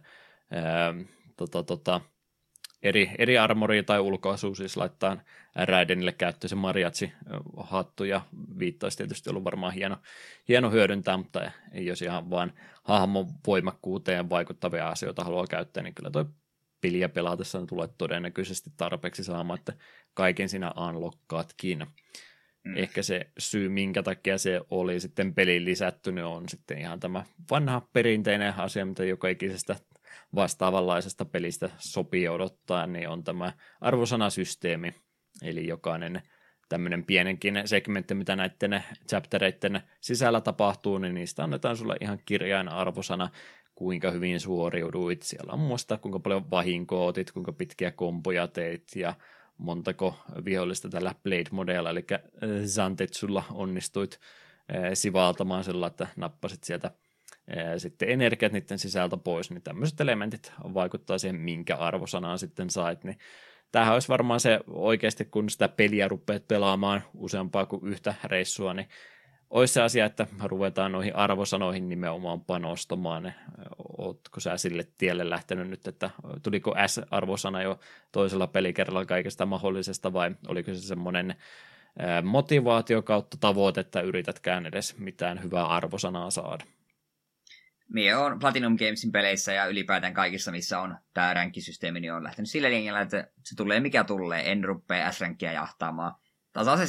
eri armoria tai ulkoasua siis laittaa Raidenille käyttöön se mariachi-hattu, ja viittaisi tietysti ollut varmaan hieno hyödyntää, mutta ei jos ihan vaan hahmon voimakkuuteen vaikuttavia asioita haluaa käyttää, niin kyllä toi peliä pelatessa tulee todennäköisesti tarpeeksi saamaan, että kaiken sinä unlockkaatkin. Ehkä se syy, minkä takia se oli sitten peliin lisätty, niin on sitten ihan tämä vanha perinteinen asia, mitä joka ikisestä vastaavanlaisesta pelistä sopii odottaa, niin on tämä arvosanasysteemi, eli jokainen tämmöinen pienenkin segmentti, mitä näiden chaptereiden sisällä tapahtuu, niin niistä annetaan sulle ihan kirjain arvosana, kuinka hyvin suoriuduit. Siellä on muista, kuinka paljon vahinkoa otit, kuinka pitkiä kompoja teit ja montako vihollista tällä Blade-modella, eli Zantetsulla onnistuit sivaltamaan sillä, että nappasit sieltä sitten energiat niiden sisältä pois, niin tämmöiset elementit vaikuttaa siihen, minkä arvosanaa sitten sait, niin tämähän olisi varmaan se oikeasti, kun sitä peliä rupeat pelaamaan useampaa kuin yhtä reissua, niin olisi se asia, että ruvetaan noihin arvosanoihin nimenomaan panostamaan. Ootko sä sille tielle lähtenyt nyt, että tuliko S-arvosana jo toisella pelikerralla kaikesta mahdollisesta, vai oliko se semmoinen motivaatio kautta tavoite, että yritätkään edes mitään hyvää arvosanaa saada? Mie on Platinum Gamesin peleissä ja ylipäätään kaikissa, missä on tämä ränkkisysteemi, niin on lähtenyt sillä linjalla, että se tulee mikä tulee, en rupea S-ränkkiä jahtaamaan. Tasaisesti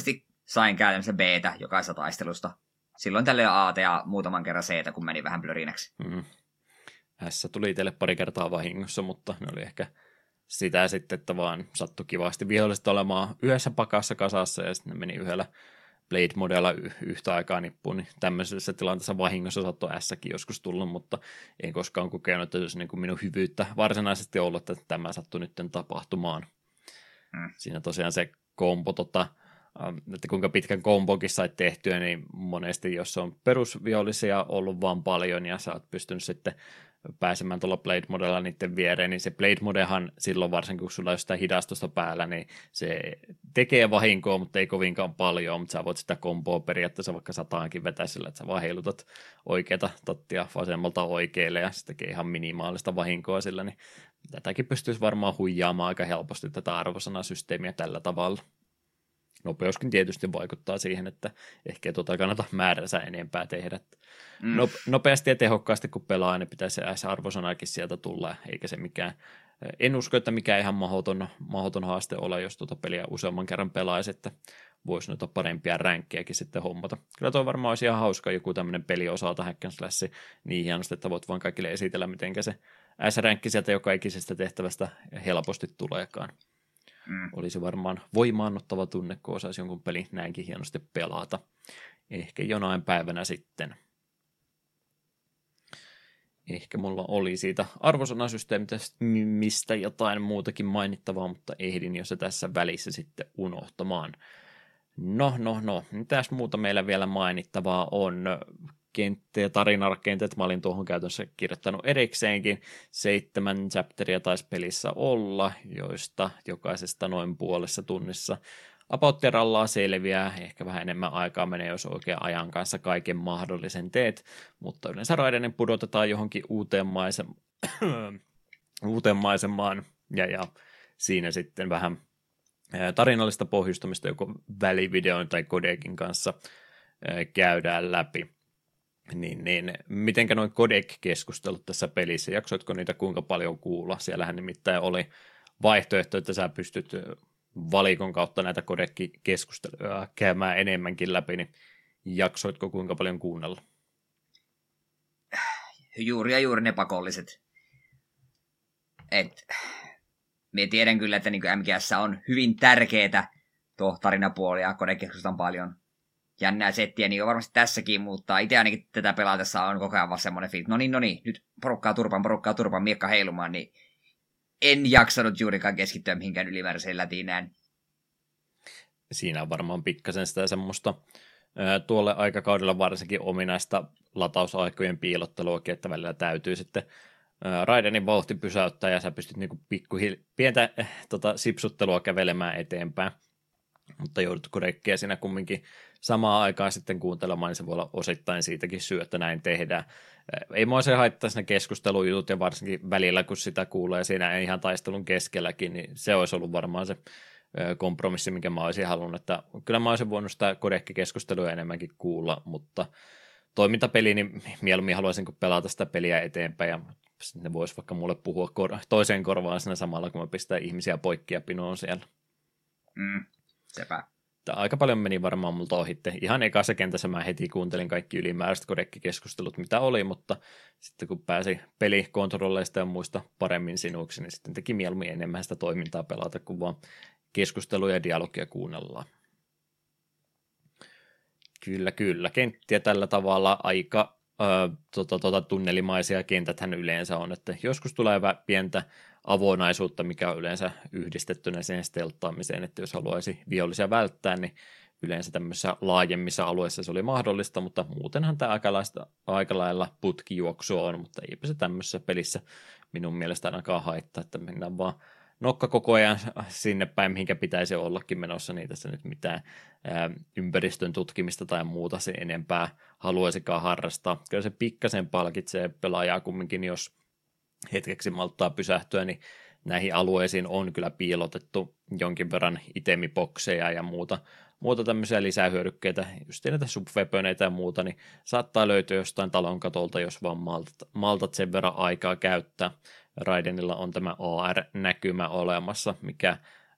sain käytännössä B:tä jokaisesta taistelusta. Silloin tällöin A ja muutaman kerran C:tä, kun meni vähän blörinäksi. S tuli itselle pari kertaa vahingossa, mutta ne oli ehkä sitä sitten, että vaan sattui kivasti viholliset olemaan yhdessä pakassa kasassa ja sitten ne meni yhdellä Blade-modella yhtä aikaa nippuun, niin tämmöisessä tilanteessa vahingossa saattoi S-kin joskus tulla, mutta en koskaan kokenut, että se olisi niin kuin minun hyvyyttä varsinaisesti ollut, että tämä sattui nyt tapahtumaan. Siinä tosiaan se kombo, että kuinka pitkän kombokin sait tehtyä, niin monesti jos on perusvihollisia ollut vaan paljon ja sä oot pystynyt sitten pääsemään tuolla Blade-modella niiden viereen, niin se Blade-modehan silloin varsinkin, kun sulla on sitä hidastusta päällä, niin se tekee vahinkoa, mutta ei kovinkaan paljon, mutta sä voit sitä komboa periaatteessa vaikka sataankin vetää sillä, että sä vaan heilutat oikeata tattia vasemmalta oikealle ja se tekee ihan minimaalista vahinkoa sillä, niin tätäkin pystyisi varmaan huijaamaan aika helposti tätä arvosanasysteemiä tällä tavalla. Nopeuskin tietysti vaikuttaa siihen, että ehkä kannata määränsä enempää tehdä. Nopeasti ja tehokkaasti kun pelaa, niin pitäisi se S-arvosanakin sieltä tulla, eikä se mikään, en usko, että mikään ihan mahdoton haaste ole, jos peliä useamman kerran pelaisi, että voisi noita parempia ränkkejäkin sitten hommata. Kyllä tuo varmaan olisi ihan hauska joku tämmöinen peli osalta hack and slash, niin hienosti, että voit vaan kaikille esitellä, miten se S-ränkki sieltä joka ikisestä tehtävästä helposti tuleekaan. Olisi varmaan voimaannuttava tunne, kun osaisi jonkun pelin näinkin hienosti pelata. Ehkä jonain päivänä sitten. Ehkä mulla oli siitä arvosanasysteemistä jotain muutakin mainittavaa, mutta ehdin jo se tässä välissä sitten unohtamaan. No, mitäs muuta meillä vielä mainittavaa on? Kenttä ja tarinarakenteet, mä olin tuohon käytössä kirjoittanut erikseenkin. 7 chapteria taisi pelissä olla, joista jokaisesta noin puolessa tunnissa apautterallaa selviää. Ehkä vähän enemmän aikaa menee, jos oikein ajan kanssa kaiken mahdollisen teet, mutta yleensä raideinen pudotetaan johonkin uuteen maisemaan ja siinä sitten vähän tarinallista pohjustamista joko välivideon tai kodekin kanssa käydään läpi. Niin, mitenkä noin codec-keskustelut tässä pelissä, jaksoitko niitä kuinka paljon kuulla? Siellähän nimittäin oli vaihtoehto, että sä pystyt valikon kautta näitä codec-keskusteluja käymään enemmänkin läpi, niin jaksoitko kuinka paljon kuunnella? Juuri ne pakolliset. Minä tiedän kyllä, että niin MGS on hyvin tärkeää tuo tarinapuoli ja codec-keskustelut on paljon jännää settiä, niin on varmasti tässäkin, mutta itse ainakin tätä pelaatessa on koko ajan vaan semmoinen fiilis, no niin, nyt porukkaa turpaan, miekka heilumaan, niin en jaksanut juurikaan keskittyä mihinkään ylimääräiseen lätinään. Siinä on varmaan pikkasen sitä semmoista tuolle aikakaudella varsinkin ominaista latausaikojen piilotteluakin, että välillä täytyy sitten Raidenin vauhti pysäyttää ja sä pystyt niinku pientä sipsuttelua kävelemään eteenpäin. Mutta joudutko rekkeä siinä kumminkin samaan aikaan sitten kuuntelemaan, niin se voi olla osittain siitäkin syy, että näin tehdään. Ei mua se haittaisi ne keskustelujutut ja varsinkin välillä, kun sitä kuulee siinä ihan taistelun keskelläkin, niin se olisi ollut varmaan se kompromissi, minkä mä olisin halunnut. Että kyllä mä olisin voinut sitä kodekkikeskustelua enemmänkin kuulla, mutta toimintapeli, niin mieluummin haluaisin pelata sitä peliä eteenpäin ja ne vois vaikka mulle puhua toiseen korvaan siinä samalla, kun mä pistän ihmisiä poikki ja pinoon siellä. Sepä. Aika paljon meni varmaan multa ohitte. Ihan ekassa kentässä mä heti kuuntelin kaikki ylimääräiset kodekkikeskustelut, mitä oli, mutta sitten kun pääsi pelikontrolleista ja muista paremmin sinuksi, niin sitten teki mieluummin enemmän sitä toimintaa pelata, kun vaan keskusteluja ja dialogia kuunnellaan. Kyllä. Kenttiä tällä tavalla aika tunnelimaisia kentäthän yleensä on, että joskus tulee pientä avonaisuutta, mikä on yleensä yhdistettynä siihen stelttaamiseen, että jos haluaisi vihollisia välttää, niin yleensä tämmöisissä laajemmissa alueissa se oli mahdollista, mutta muutenhan tämä aika lailla putkijuoksua on, mutta eipä se tämmöisessä pelissä minun mielestä ainakaan haittaa, että mennään vaan nokka koko ajan sinne päin, mihinkä pitäisi ollakin menossa, niin tässä nyt mitään ympäristön tutkimista tai muuta se enempää haluaisikaan harrastaa. Kyllä se pikkasen palkitsee pelaajaa kumminkin, jos hetkeksi malttaa pysähtyä, niin näihin alueisiin on kyllä piilotettu jonkin verran itemibokseja ja muuta tämmöisiä lisähyödykkeitä, just näitä subweaponeita ja muuta, niin saattaa löytyä jostain talon katolta, jos vaan maltat sen verran aikaa käyttää. Raidenilla on tämä AR-näkymä olemassa, mikä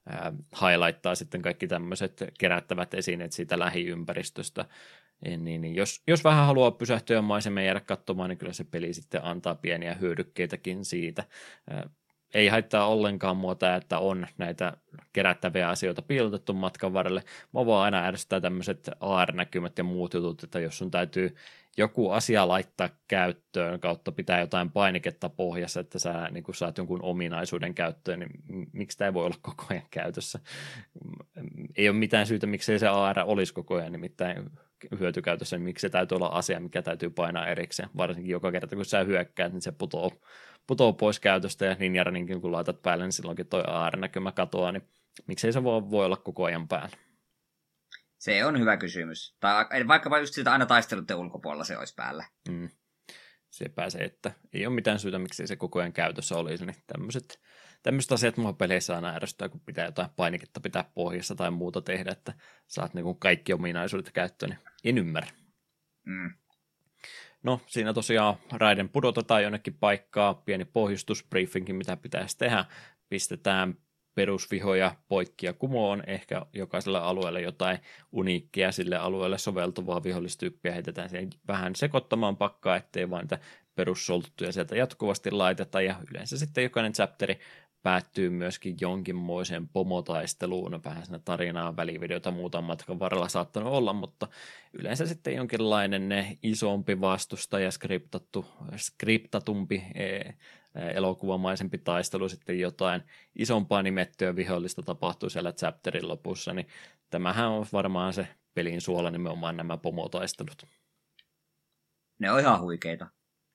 highlighttaa sitten kaikki tämmöiset kerättävät esineet siitä lähiympäristöstä. Niin jos vähän haluaa pysähtyä maisemia ja jäädä katsomaan, niin kyllä se peli sitten antaa pieniä hyödykkeitäkin siitä. Ei haittaa ollenkaan muuta, että on näitä kerättäviä asioita piilotettu matkan varrelle. Mä vaan aina ärsyttää tämmöiset AR-näkymät ja muut jutut, että jos sun täytyy joku asia laittaa käyttöön kautta pitää jotain painiketta pohjassa, että sä niin kun saat jonkun ominaisuuden käyttöön, niin miksi tämä ei voi olla koko ajan käytössä? Ei ole mitään syytä, miksei se AR olisi koko ajan nimittäin hyötykäytössä, niin miksi se täytyy olla asia, mikä täytyy painaa erikseen. Varsinkin joka kerta, kun sä hyökkäät, niin se putoo pois käytöstä ja Ninjaraninkin kun laitat päälle, niin silloinkin toi AR-näkymä katoaa, niin miksei se voi olla koko ajan päällä? Se on hyvä kysymys. Tai vaikkapa just sitä aina taistelutten ulkopuolella se olisi päällä. Sepä se, että ei ole mitään syytä, miksi se koko ajan käytössä olisi, niin tämmöiset asiat mua peleissä aina ärsyttää, kun pitää jotain painiketta pitää pohjassa tai muuta tehdä, että saat niin kuin kaikki ominaisuudet käyttöön, niin en ymmärrä. No, siinä tosiaan Raiden pudotetaan jonnekin paikkaa, pieni pohjustusbriefinkin, mitä pitäisi tehdä, pistetään perusvihoja poikki ja kumoon, ehkä jokaisella alueella jotain uniikkia sille alueelle soveltuvaa vihollistyyppiä heitetään siihen vähän sekoittamaan pakkaa, ettei vain niitä perussoltuttuja sieltä jatkuvasti laiteta, ja yleensä sitten jokainen chapteri päättyy myöskin jonkinmoiseen pomotaisteluun, vähän siinä tarinaa, välivideota muuta matkan varrella saattanut olla, mutta yleensä sitten jonkinlainen isompi vastustaja, skriptatumpi elokuvamaisempi taistelu, sitten jotain isompaa nimettyä vihollista tapahtuu siellä chapterin lopussa, niin tämähän on varmaan se pelin suola nimenomaan nämä pomotaistelut. Ne on ihan huikeita.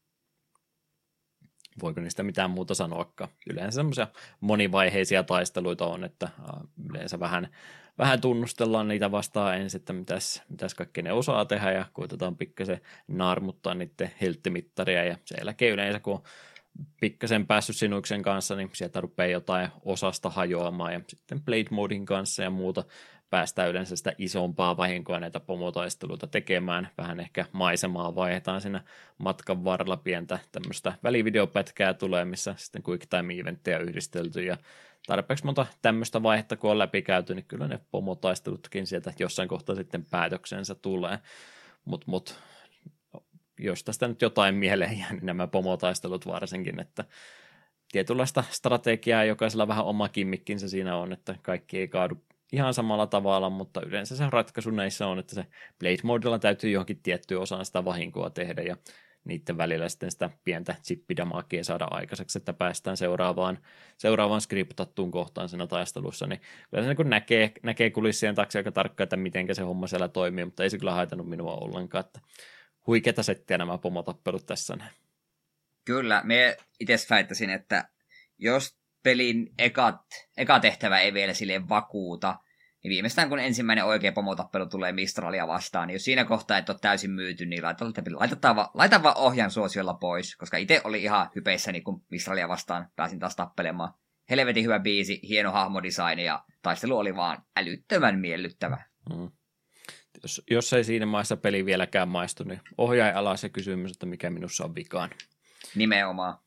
Voiko niistä mitään muuta sanoakaan? Yleensä semmoisia monivaiheisia taisteluita on, että yleensä vähän tunnustellaan niitä vastaan ensin, että mitäs kaikki ne osaa tehdä ja koitetaan pikkasen naarmuttaa niiden helttimittaria ja sen jälkeen yleensä kun on pikkasen päässyt sinuksen kanssa, niin sieltä rupeaa jotain osasta hajoamaan ja sitten Blade Modin kanssa ja muuta päästään yleensä sitä isompaa vahinkoa näitä pomotaisteluita tekemään. Vähän ehkä maisemaa vaihdetaan siinä matkan varrella, pientä tämmöistä välivideopätkää tulee, missä sitten quick time eventtejä yhdistelty ja tarpeeksi monta tämmöistä vaihetta, kun on läpikäyty, niin kyllä ne pomotaistelutkin sieltä jossain kohtaa sitten päätöksensä tulee. Mut jos tästä nyt jotain mieleen jää, niin nämä pomotaistelut varsinkin, että tietynlaista strategiaa, jokaisella vähän oma kimmikkinsä siinä on, että kaikki ei kaadu ihan samalla tavalla, mutta yleensä se ratkaisu näissä on, että se Blade Modella täytyy johonkin tiettyyn osaan sitä vahinkoa tehdä ja niiden välillä sitten sitä pientä chippidamakia saada aikaiseksi, että päästään seuraavaan skriptattuun kohtaan siinä taistelussa, niin kyllä se niin näkee kulissien taakse aika tarkkaan, että miten se homma siellä toimii, mutta ei se kyllä haitannut minua ollenkaan, että huikeita settiä nämä pomotappelut tässä. Kyllä, me itse väittäisin, että jos pelin eka tehtävä ei vielä silleen vakuuta, niin viimeistään kun ensimmäinen oikea pomotappelu tulee Mistralia vastaan, niin jos siinä kohtaa et ole täysin myyty, niin laita vaan ohjan suosiolla pois, koska itse oli ihan hypeissäni, kun Mistralia vastaan pääsin taas tappelemaan. Helvetin hyvä biisi, hieno hahmodesign ja taistelu oli vaan älyttömän miellyttävä. Jos ei siinä maissa peli vieläkään maistu, niin ohjaa alas se kysymys, että mikä minussa on vikaan. Nimenomaan.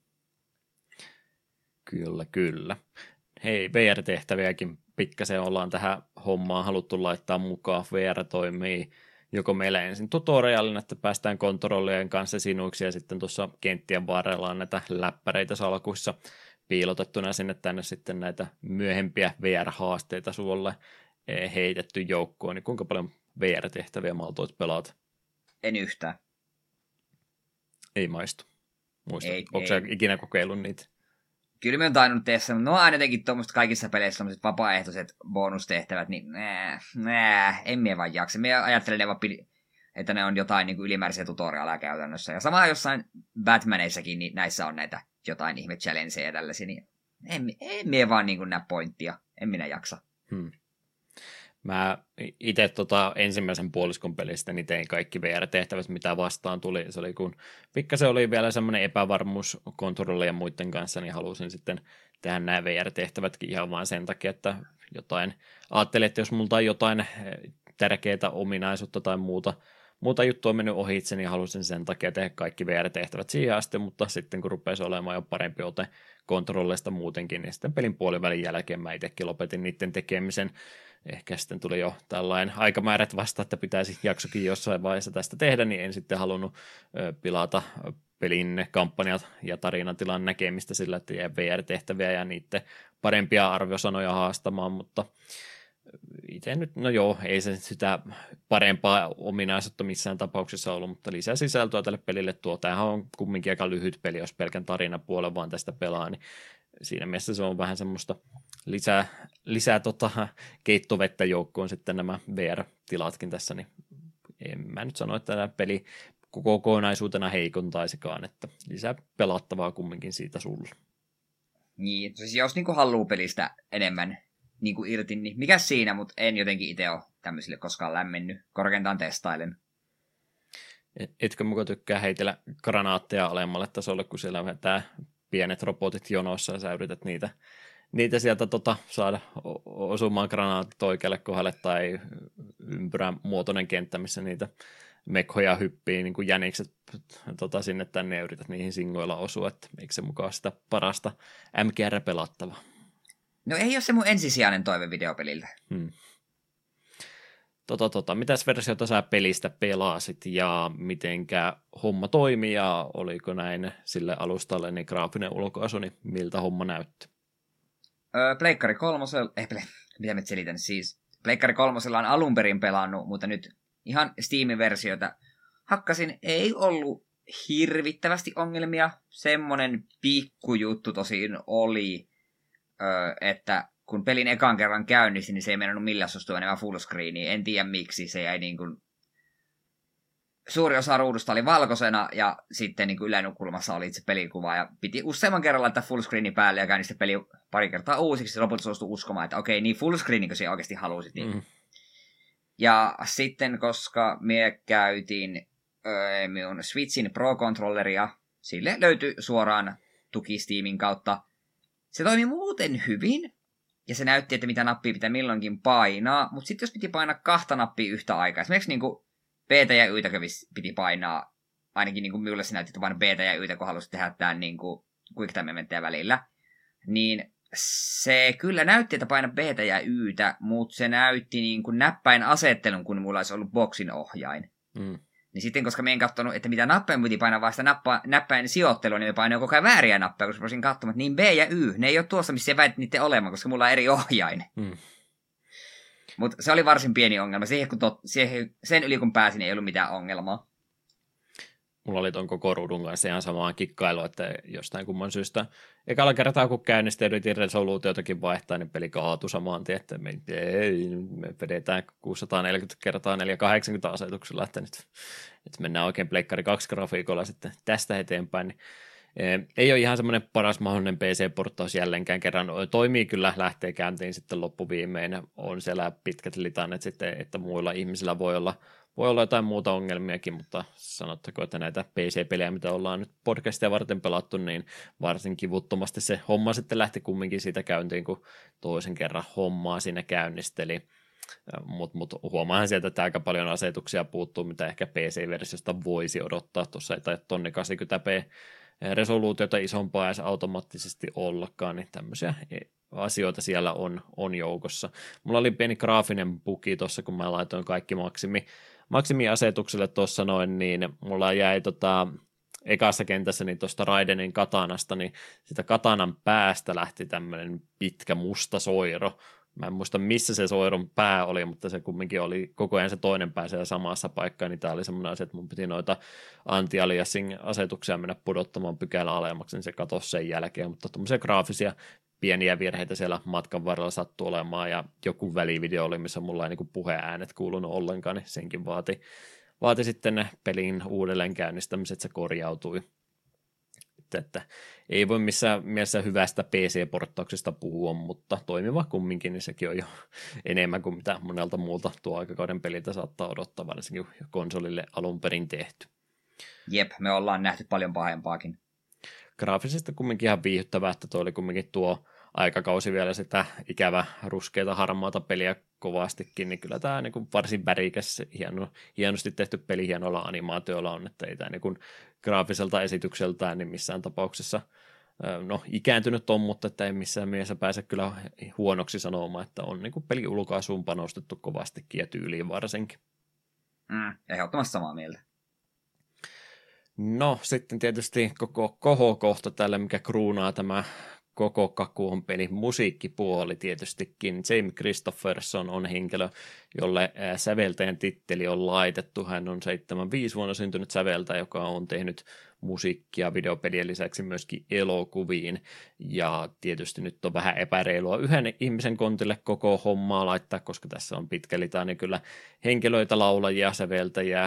Kyllä. Hei, VR-tehtäviäkin pikkasen ollaan tähän hommaan haluttu laittaa mukaan. VR toimii joko meillä ensin tutorialina, että päästään kontrollien kanssa sinuiksi, ja sitten tuossa kenttien varrella on näitä läppäreitä salkuissa piilotettuna sinne tänne sitten näitä myöhempiä VR-haasteita sulle heitetty joukkoon. Niin kuinka paljon VR-tehtäviä maltoit pelata? En yhtään. Ei maistu. Muista. Onko sä ikinä kokeillut niitä? Kyllä me on tainnut tehdä, mutta no aina jotenkin tuommoista kaikissa peleissä sellaiset vapaaehtoiset bonustehtävät, niin en mie vaan jaksa. Mie ajattelen, että ne on jotain niin kuin ylimääräisiä tutorialeja käytännössä. Ja sama jossain Batmaneissakin, niin näissä on näitä jotain ihme challengeja ja tällaisia, niin en mie vaan niin kuin näe pointtia. En minä jaksa. Mä itse ensimmäisen puoliskon pelistä niin tein kaikki VR-tehtävät, mitä vastaan tuli. Se oli kun pikkasen oli vielä semmoinen epävarmuus kontrollien ja muiden kanssa, niin halusin sitten tehdä nämä VR-tehtävätkin ihan vaan sen takia, että ajattelin, että jos multa on jotain tärkeää ominaisuutta tai muuta muuta juttua on mennyt ohitse, niin halusin sen takia tehdä kaikki VR-tehtävät siihen asti, mutta sitten kun rupesi olemaan jo parempi ote kontrolleista muutenkin, niin sitten pelin puolivälin jälkeen mä itsekin lopetin niiden tekemisen. Ehkä sitten tuli jo tällainen aikamäärät vasta, että pitäisi jaksokin jossain vaiheessa tästä tehdä, niin en sitten halunnut pilata pelin kampanjat ja tarinatilan näkemistä sillä, että jää VR-tehtäviä ja niiden parempia arviosanoja haastamaan, mutta itse nyt, no joo, ei se sitä parempaa ominaisuutta missään tapauksessa ollut, mutta lisää sisältöä tälle pelille tuo. Tämähän on kumminkin aika lyhyt peli, jos pelkän tarinapuolen vaan tästä pelaa, niin siinä mielessä se on vähän semmoista lisää keittovettä joukkoon sitten nämä VR-tilatkin tässä, niin en mä nyt sano, että tämä peli kokonaisuutena heikontaisikaan, että lisää pelattavaa kumminkin siitä sulla. Niin, siis jos niinku haluaa pelistä enemmän niinku irti, niin mikä siinä, mutta en jotenkin itse ole tämmöisille koskaan lämmennyt. Korkeintaan testailen. Etkö muka tykkää heitellä granaatteja alemmalle tasolle, kun siellä vetää pienet robotit jonossa ja sä yrität niitä sieltä saada osumaan granaatit oikealle kohdalle tai ympyrän muotoinen kenttä, missä niitä mekhoja hyppii niin kuin jänikset sinne tänne ja yrität niihin singoilla osua, että eikö se mukaan sitä parasta MGR-pelattavaa? No ei ole se mun ensisijainen toive videopeliltä. Mitäs versiota sä pelistä pelasit ja mitenkä homma toimi ja oliko näin sille alustalle niin graafinen ulkoasu, niin miltä homma näytti? Pleikkari 3, mitä mä selitän siis? Pleikkari 3 on alun perin pelannut, mutta nyt ihan Steam-versiota hakkasin. Ei ollut hirvittävästi ongelmia. Semmonen pikkujuttu tosin oli, että kun pelin ekan kerran käynnisti, niin se ei mennyt millään suostua enemmän fullscreeniin. En tiedä miksi, se jäi niin kuin... Suuri osa ruudusta oli valkoisena ja sitten niin kuin yläkulmassa oli itse pelikuva. Ja piti useamman kerran laittaa fullscreeni päälle ja käynnistää peli pari kertaa uusiksi. Ja lopulta suostui uskomaan, että okei, niin fullscreenikö sinä oikeasti halusit. Niin. Ja sitten, koska me käytiin minun Switchin Pro-controlleria, sille löytyi suoraan tuki Steamin kautta. Se toimi muuten hyvin. Ja se näytti, että mitä nappia pitää milloinkin painaa. Mutta sitten jos piti painaa 2 nappia yhtä aikaa, esimerkiksi niinku B:tä ja Ytä piti painaa, ainakin niinku minulle se näytti, että vain B:tä ja Ytä, kun halusi tehdä tämän niinku quick time eventtiä välillä. Niin se kyllä näytti, että paina B:tä ja Ytä, mutta se näytti niinku näppäin asettelun, kun mulla olisi ollut boksin ohjain. Niin sitten, koska mä en katsonut, että mitä nappeja piti painaa, vaan sitä näppäin sijoittelua, niin mä painoin koko ajan vääriä nappeja, koska mä olisin katsomaan, että niin B ja Y, ne ei ole tuossa, missä väitit niiden olemaan, koska mulla on eri ohjain. Mutta se oli varsin pieni ongelma. Sen yli kun pääsin, ei ollut mitään ongelmaa. Mulla oli ton koko ruudun kanssa ihan samaan kikkailu, että jostain kumman syystä ekalla kertaa kun käynnisti yritin resoluutiotakin vaihtaa, niin peli kaatui samaan tien, että me vedetään 640x480 asetuksella, että nyt mennään oikein Pleikkari 2 grafiikolla sitten tästä eteenpäin, niin ei ole ihan semmoinen paras mahdollinen PC-porttaus jällenkään kerran. Toimii kyllä, lähtee käyntiin sitten loppuviimein. On siellä pitkät litannet sitten, että muilla ihmisillä voi olla jotain muuta ongelmiakin, mutta sanottako, että näitä PC-pelejä, mitä ollaan nyt podcastia varten pelattu, niin varsin kivuttomasti se homma sitten lähti kumminkin siitä käyntiin, kun toisen kerran hommaa siinä käynnisteli. Mutta huomaahan sieltä, että aika paljon asetuksia puuttuu, mitä ehkä PC-versiosta voisi odottaa. Tuossa ei tai 1080p resoluutiota isompaa edes automaattisesti ollakaan, niin tämmöisiä asioita siellä on joukossa. Mulla oli pieni graafinen bugi tuossa, kun mä laitoin kaikki maksimiasetukselle tuossa noin, niin mulla jäi ekassa kentässä niin tuosta Raidenin katanasta, niin sitä katanan päästä lähti tämmöinen pitkä musta soiro. Mä en muista, missä se soiron pää oli, mutta se kumminkin oli koko ajan se toinen pää siellä samassa paikkaa, niin tämä oli semmoinen asia, että mun piti noita anti-aliasing-asetuksia mennä pudottamaan pykälä alemmaksi, niin se katosi sen jälkeen, mutta tuommoisia graafisia pieniä virheitä siellä matkan varrella sattui olemaan, ja joku välivideo oli, missä mulla ei niin puheäänet kuulunut ollenkaan, niin senkin vaati sitten pelin uudelleen käynnistämiset, se korjautui. Että ei voi missään mielessä hyvästä PC-porttauksesta puhua, mutta toimiva kumminkin, niin sekin on jo enemmän kuin mitä monelta muulta tuo aikakauden peliltä saattaa odottaa, varsinkin konsolille alun perin tehty. Jep, me ollaan nähty paljon pahempaakin. Graafisesti kumminkin ihan viihdyttävää, että tuo oli kumminkin tuo aikakausi vielä sitä ikävä ruskeata harmaata peliä kovastikin, niin kyllä tämä niin varsin värikäs, hienosti tehty peli hienoilla animaatioilla on, että ei tämä niin graafiselta esitykseltään niin missään tapauksessa ikääntynyt on, mutta että ei missään mielessä pääse kyllä huonoksi sanomaan, että on niin peliulkaisuun panostettu kovastikin ja tyyliin varsinkin. Ehdottomasti samaa mieltä. No sitten tietysti koko kohokohta tälle, mikä kruunaa tämä koko kakuun peli musiikkipuoli tietystikin. James Christopherson on henkilö, jolle säveltäjän titteli on laitettu. Hän on 75 vuonna syntynyt säveltäjä, joka on tehnyt musiikkia videopelien lisäksi myöskin elokuviin. Ja tietysti nyt on vähän epäreilua yhden ihmisen kontille koko hommaa laittaa, koska tässä on pitkälti niin kyllä henkilöitä, laulajia, säveltäjiä,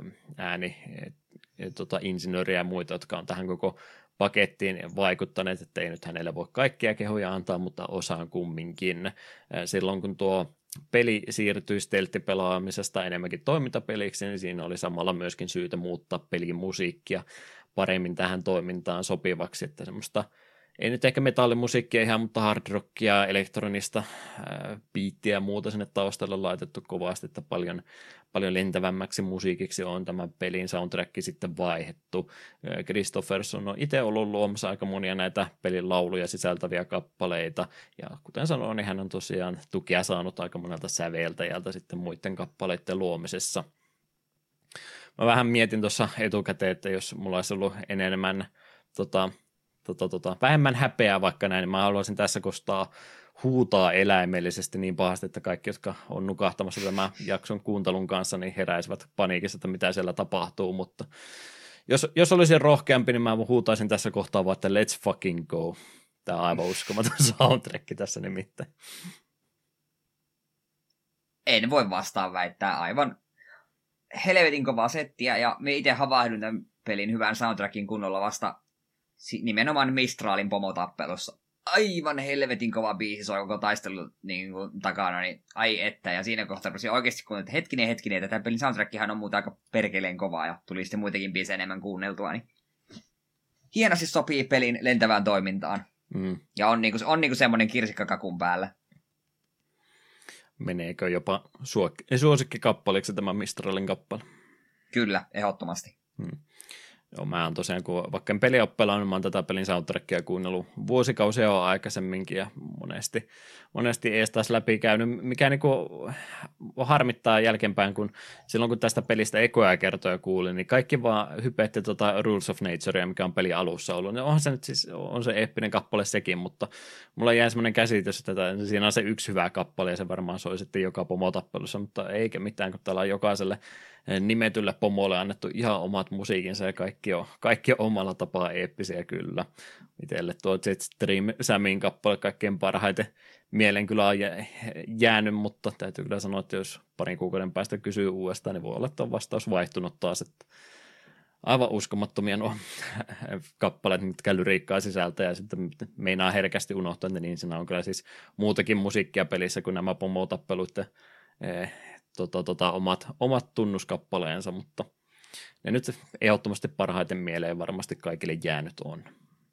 insinööriä ja muita, jotka on tähän koko pakettiin vaikuttaneet, että ei nyt hänelle voi kaikkia kehoja antaa, mutta osaan kumminkin. Silloin kun tuo peli siirtyi stelttipelaamisesta enemmänkin toimintapeliksi, niin siinä oli samalla myöskin syytä muuttaa pelin musiikkia paremmin tähän toimintaan sopivaksi, että semmoista ei nyt ehkä metallimusiikkia ihan, mutta hard rockia, elektronista biittiä ja muuta sinne taustalle laitettu kovasti, että paljon lentävämmäksi musiikiksi on tämän pelin soundtrack sitten vaihdettu. Christopherson on itse ollut luomassa aika monia näitä pelin lauluja sisältäviä kappaleita, ja kuten sanoin, niin hän on tosiaan tukea saanut aika monelta säveltäjältä sitten muiden kappaleiden luomisessa. Mä vähän mietin tuossa etukäteen, että jos mulla olisi ollut enemmän vähemmän häpeää vaikka näin, niin mä haluaisin tässä kohtaa huutaa eläimellisesti niin pahasti, että kaikki, jotka on nukahtamassa tämän jakson kuuntelun kanssa, niin heräisivät paniikissa, että mitä siellä tapahtuu, mutta jos olisin rohkeampi, niin mä huutaisin tässä kohtaa vaan, että let's fucking go. Tämä on aivan uskomaton soundtrack tässä nimittäin. En voi vastaan väittää, aivan helvetin kovaa settiä, ja me itse havahdun tämän pelin hyvän soundtrackin kunnolla vasta nimenomaan Mistralin pomotappelussa. Aivan helvetin kova biisi soi koko taistelu niin kuin, takana, niin ai että. Ja siinä kohtaa oikeasti kun että hetkinen, että tämä pelin soundtrackihan on muuta aika perkeleen kovaa, ja tuli sitten muitakin biisejä enemmän kuunneltua, niin hienosti sopii pelin lentävään toimintaan. Ja on niinku semmoinen kirsikka kakun päällä. Meneekö jopa suosikkikappaleeksi tämä Mistralin kappale? Kyllä, ehdottomasti. Joo, mä oon tosiaan, kun vaikka en pelioppela, niin mä oon tätä pelin soundtrackia kuunnellut vuosikausia jo aikaisemminkin ja monesti ees taas läpi käynyt, mikä niinku harmittaa jälkeenpäin, kun silloin kun tästä pelistä ekoja kertoja kuulin, niin kaikki vaan hypetti Rules of Naturea, mikä on pelin alussa ollut. Onhan se nyt siis, on se eeppinen kappale sekin, mutta mulla jäi semmoinen käsitys, että siinä on se yksi hyvä kappale ja se varmaan soi sitten joka pomotappelussa, mutta eikä mitään, kun täällä on jokaiselle nimetylle pomolle annettu ihan omat musiikinsa ja kaikki on omalla tapaa eeppisiä kyllä. Itelle tuo Jetstream Samin kappale kaikkein parhaiten mieleen kyllä on jäänyt, mutta täytyy kyllä sanoa, että jos parin kuukauden päästä kysyy uudestaan, niin voi olla, että on vastaus vaihtunut taas, että aivan uskomattomia nuo kappaleet, mitkä lyriikkaa sisältää ja sitten meinaa herkästi unohtaa, että niin siinä on kyllä siis muutakin musiikkia pelissä kuin nämä pomotappeluiden omat tunnuskappaleensa, mutta ne nyt ehdottomasti parhaiten mieleen varmasti kaikille jäänyt on.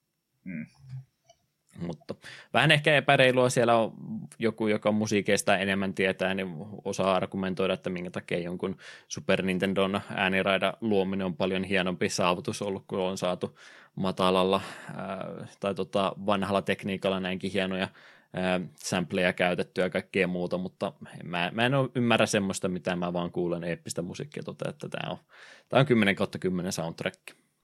Mutta vähän ehkä epäreilua, siellä on joku, joka musiikeista enemmän tietää, niin osaa argumentoida, että minkä takia jonkun Super Nintendon ääniraidan luominen on paljon hienompi saavutus ollut, kun on saatu matalalla tai vanhalla tekniikalla näinkin hienoja sampleja käytettyä ja kaikkea muuta, mutta mä en ymmärrä semmoista, mitä mä vaan kuulen eeppistä musiikkia, että tämä on 10/10 soundtrack.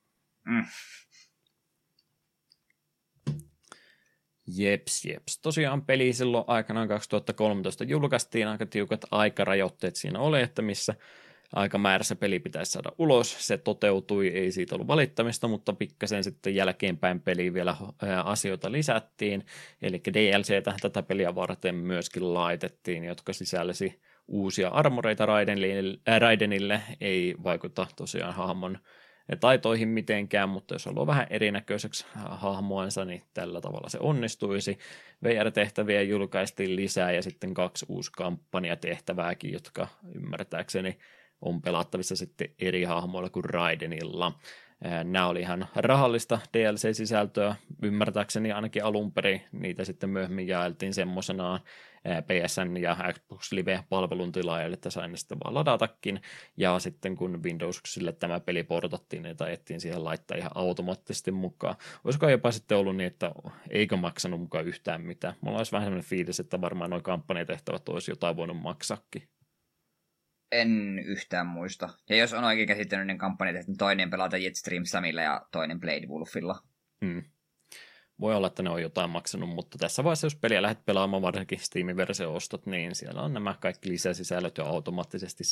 Jeps. Tosiaan peli silloin aikanaan 2013 julkaistiin, aika tiukat aikarajoitteet siinä oli, että missä aikamäärässä peli pitäisi saada ulos. Se toteutui, ei siitä ollut valittamista, mutta pikkasen sitten jälkeenpäin peliin vielä asioita lisättiin. Eli DLCtä tätä peliä varten myöskin laitettiin, jotka sisälsi uusia armoreita Raidenille. Ei vaikuta tosiaan hahmon taitoihin mitenkään, mutta jos haluaa vähän erinäköiseksi hahmoansa, niin tällä tavalla se onnistuisi. VR-tehtäviä julkaistiin lisää ja sitten 2 uusi kampanjatehtävääkin, jotka ymmärtääkseni on pelattavissa sitten eri hahmoilla kuin Raidenilla. Nämä oli ihan rahallista DLC-sisältöä, ymmärtääkseni ainakin alun perin, niitä sitten myöhemmin jaeltiin semmoisenaan PSN ja Xbox Live-palvelun tilaajille, että sain ne sitten vaan ladatakin, ja sitten kun Windowsille tämä peli portattiin, niin ajettiin siihen laittaa ihan automaattisesti mukaan. Olisiko jopa sitten ollut niin, että eikö maksanut mukaan yhtään mitään? Mulla olisi vähän sellainen fiilis, että varmaan nuo kampanjatehtävät olisi jotain voinut maksakin. En yhtään muista. Ja jos on oikein käsittänyt, niin kampanjat, niin toinen pelata Jetstream Samilla ja toinen Blade Wolfilla. Voi olla, että ne on jotain maksanut, mutta tässä vaiheessa, jos peliä lähdet pelaamaan, varsinkin Steam-versio-ostot, niin siellä on nämä kaikki lisäsisällöt jo automaattisesti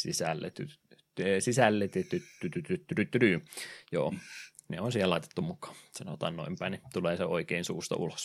sisälletyt. Joo, ne on siellä laitettu mukaan. Sanotaan noin päin, niin tulee se oikein suusta ulos.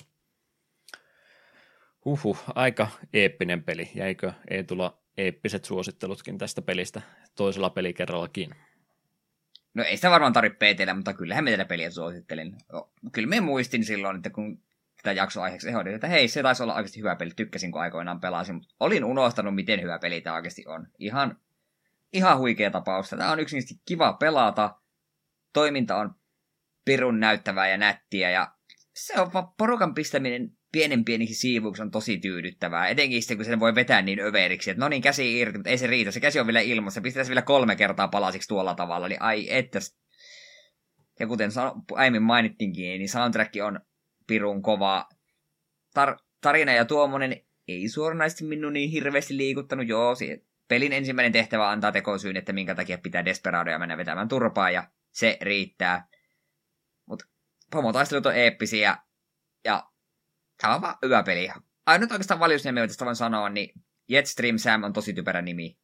Aika eeppinen peli. Jäikö ei tulla eeppiset suosittelutkin tästä pelistä toisella pelikerrallakin? No ei sitä varmaan tarvitse peitellä, mutta kyllähän me tätä peliä suosittelin. Kyllä me muistin silloin, että kun tätä jaksoaiheeksi ehdin, että hei, se taisi olla oikeasti hyvä peli, tykkäsin kun aikoinaan pelasin, mutta olin unohtanut, miten hyvä peli tämä oikeasti on. Ihan huikea tapaus. Tämä on yksinkertaisesti kiva pelata, toiminta on pirun näyttävää ja nättiä, ja se on vaan porukan pistäminen pieniksi siivuiksi on tosi tyydyttävää. Etenkin sitten, kun sen voi vetää niin överiksi, että no niin, käsi irti, mutta ei se riitä. Se käsi on vielä ilmassa. Pistetään se vielä 3 kertaa palasiksi tuolla tavalla. Niin ai että. Ja kuten aiemmin mainittiinkin, niin soundtrack on pirun kova. Tarina ja tuommoinen ei suoranaisesti minun niin hirveästi liikuttanut. Joo, pelin ensimmäinen tehtävä antaa tekosyyn, että minkä takia pitää Desperadoja mennä vetämään turpaa, ja se riittää. Mutta pomotaistelut on eeppisiä, ja tämä on vaan hyvä peli. Ainut oikeastaan valiusnimeä, mitä voin sanoa, niin Jetstream Sam on tosi typerä nimi.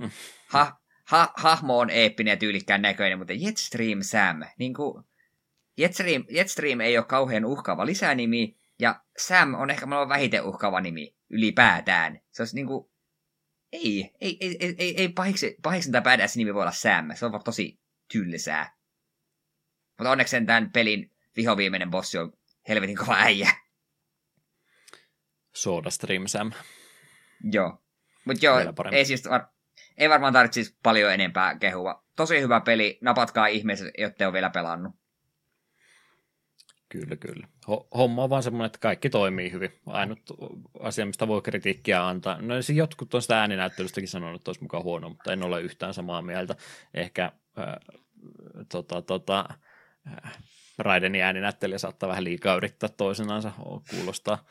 Hahmo on eeppinen ja tyylikkään näköinen, mutta Jetstream Sam. Niin kuin Jetstream ei ole kauhean uhkaava lisänimi, ja Sam on ehkä maailman vähiten uhkaava nimi ylipäätään. Se olisi niinku ei pahiksen tai badass nimi voi olla Sam. Se on vaan tosi tylsää. Mutta onneksi tämän pelin vihoviimeinen bossi on helvetin kova äijä. SodaStream Sam. Joo. Mutta joo, ei varmaan tarvitse siis paljon enempää kehua. Tosi hyvä peli, napatkaa ihmeessä, jotta ole vielä pelannut. Kyllä. Homma on vaan semmoinen, että kaikki toimii hyvin. Ainut asia, mistä voi kritiikkiä antaa. No jotkut on sitä ääninäyttelystäkin sanonut, että olisi mukaan huono, mutta en ole yhtään samaa mieltä. Ehkä Raidenin ääninäyttelijä saattaa vähän liikaa yrittää toisenansa, kuulostaa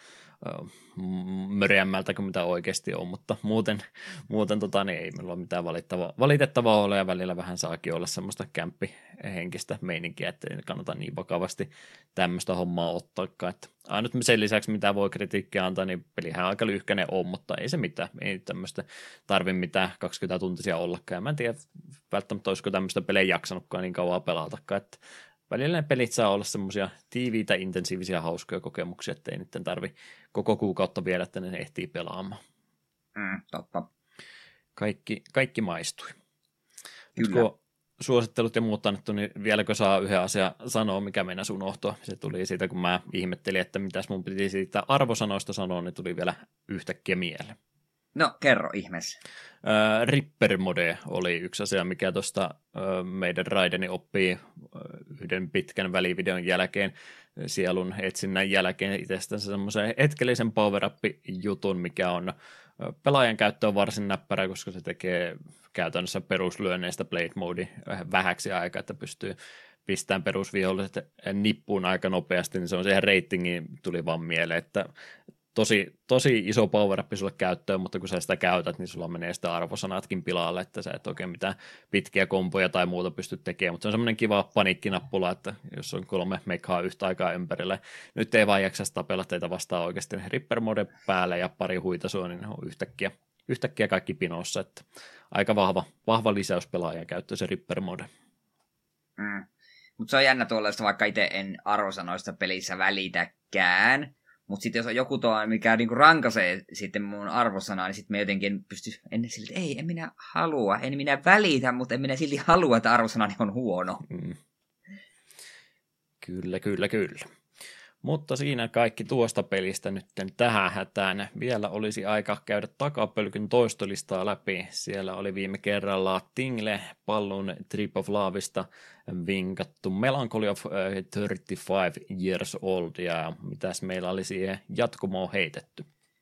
möreämmältä kuin mitä oikeasti on, mutta muuten niin ei meillä ole mitään valitettavaa ole, ja välillä vähän saakin olla semmoista kämppihenkistä meininkiä, että ei kannata niin vakavasti tämmöistä hommaa ottaakaan. Että ainut sen lisäksi, mitä voi kritiikkiä antaa, niin pelihän aika lyhkäinen on, mutta ei se mitään, ei tämmöistä tarvi mitään 20-tuntisia ollakaan, ja mä en tiedä välttämättä olisiko tämmöistä pelejä jaksanutkaan niin kauan pelatakaan, että välillä ne pelit saa olla semmoisia tiiviitä, intensiivisiä, hauskoja kokemuksia, että ei niiden tarvi koko kuukautta viedä, että ne ehtii pelaamaan. Totta. Kaikki maistui. Nyt kun suosittelut ja muut annettu, niin vieläkö saa yhden asian sanoa, mikä meinasi unohtua? Se tuli siitä, kun mä ihmettelin, että mitäs mun piti siitä arvosanoista sanoa, niin tuli vielä yhtäkkiä mieleen. No, kerro ihmeessä. Ripper-mode oli yksi asia, mikä tuosta meidän Raideni oppii yhden pitkän välivideon jälkeen, sielun etsinnän jälkeen itsestänsä semmoisen hetkellisen power-up-jutun, mikä on pelaajan käyttöön varsin näppärä, koska se tekee käytännössä peruslyönneistä Blade Mode vähäksi aikaa, että pystyy pistämään perusviholliset nippuun aika nopeasti, niin se on siihen ratingiin tuli vaan mieleen, että tosi iso power-up sulle käyttöön, mutta kun sä sitä käytät, niin sulla menee sitä arvosanatkin pilalle, että sä et oikein mitään pitkiä kompoja tai muuta pysty tekemään, mutta se on semmoinen kiva paniikkinappula, että jos on 3 mekhaa yhtä aikaa ympärillä, nyt ei vaan jaksa tapella teitä vastaan oikeasti Ripper Mode päälle ja pari huitasua, niin ne on yhtäkkiä kaikki pinossa, että aika vahva lisäys pelaajan käyttöön se Ripper Mode. Mutta se on jännä tuollaista, vaikka itse en arvosanoista pelissä välitäkään. Mutta sitten jos on joku tuo, mikä niinku rankaisee sitten mun arvosanaa, niin sitten me jotenkin pysty ennen siltä, että en minä halua, en minä välitä, mutta en minä silti halua, että arvosanani on huono. Kyllä. Mutta siinä kaikki tuosta pelistä nyt tähän hätään. Vielä olisi aika käydä takapölkyn toistolistaa läpi. Siellä oli viime kerralla Tingle pallon Trip of Loveista vinkattu Melancholy of 35 Years Old, ja mitäs meillä oli siihen jatkumoon heitetty?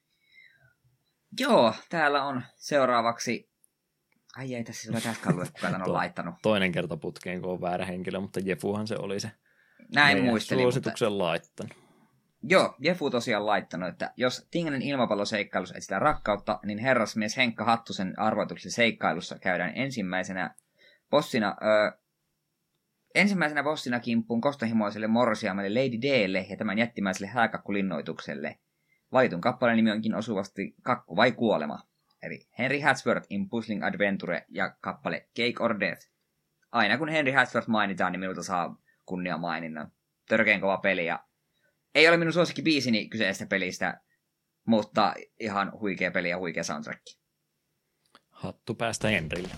Joo, täällä on seuraavaksi... Ai ei, tässä ei tässäkään lue, kuka tämän on laittanut. Toinen kerta putkeen, kun on väärä henkilö, mutta Jefuhan se oli se. Näin muistelin. Suosituksen mutta... laittanut. Joo, Jefu tosiaan laittanut, että jos Tinglen ilmapalloseikkailussa etsitään rakkautta, niin herrasmies Henkka Hattusen arvoituksen seikkailussa käydään ensimmäisenä bossina kimppuun kostohimoiselle morsiamelle Lady Dlle ja tämän jättimäiselle hääkakkulinnoitukselle. Valitun kappaleen nimi onkin osuvasti Kakku vai kuolema. Eli Henry Hatsworth in Puzzling Adventure ja kappale Cake or Death. Aina kun Henry Hatsworth mainitaan, niin minulta saa kunnia maininnan. Törkeen kova peli ja ei ole minun suosikkibiisini kyseisestä pelistä, mutta ihan huikea peli ja huikea soundtrack. Hattu päästä Henrille.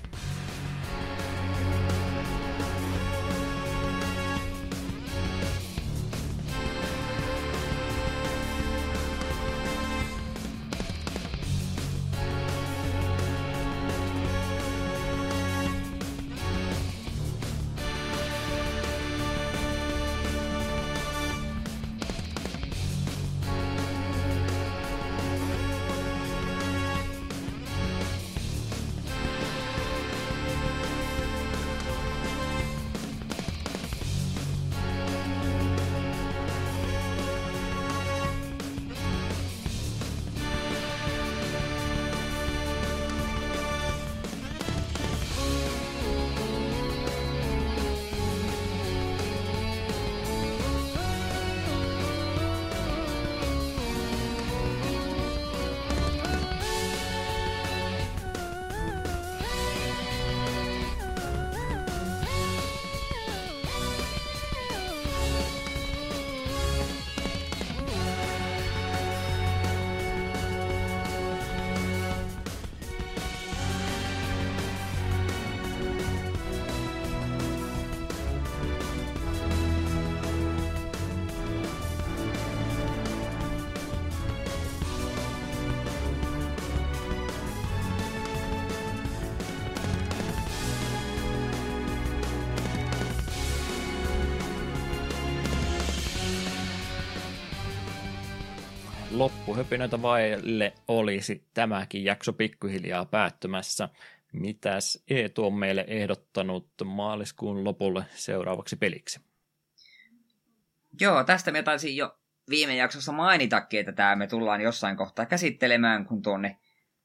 Loppuhöpinöitä vaille olisi tämäkin jakso pikkuhiljaa päättymässä. Mitäs Eetu on meille ehdottanut maaliskuun lopulle seuraavaksi peliksi? Joo, tästä me taisin jo viime jaksossa mainitakin, että tämä me tullaan jossain kohtaa käsittelemään, kun tuonne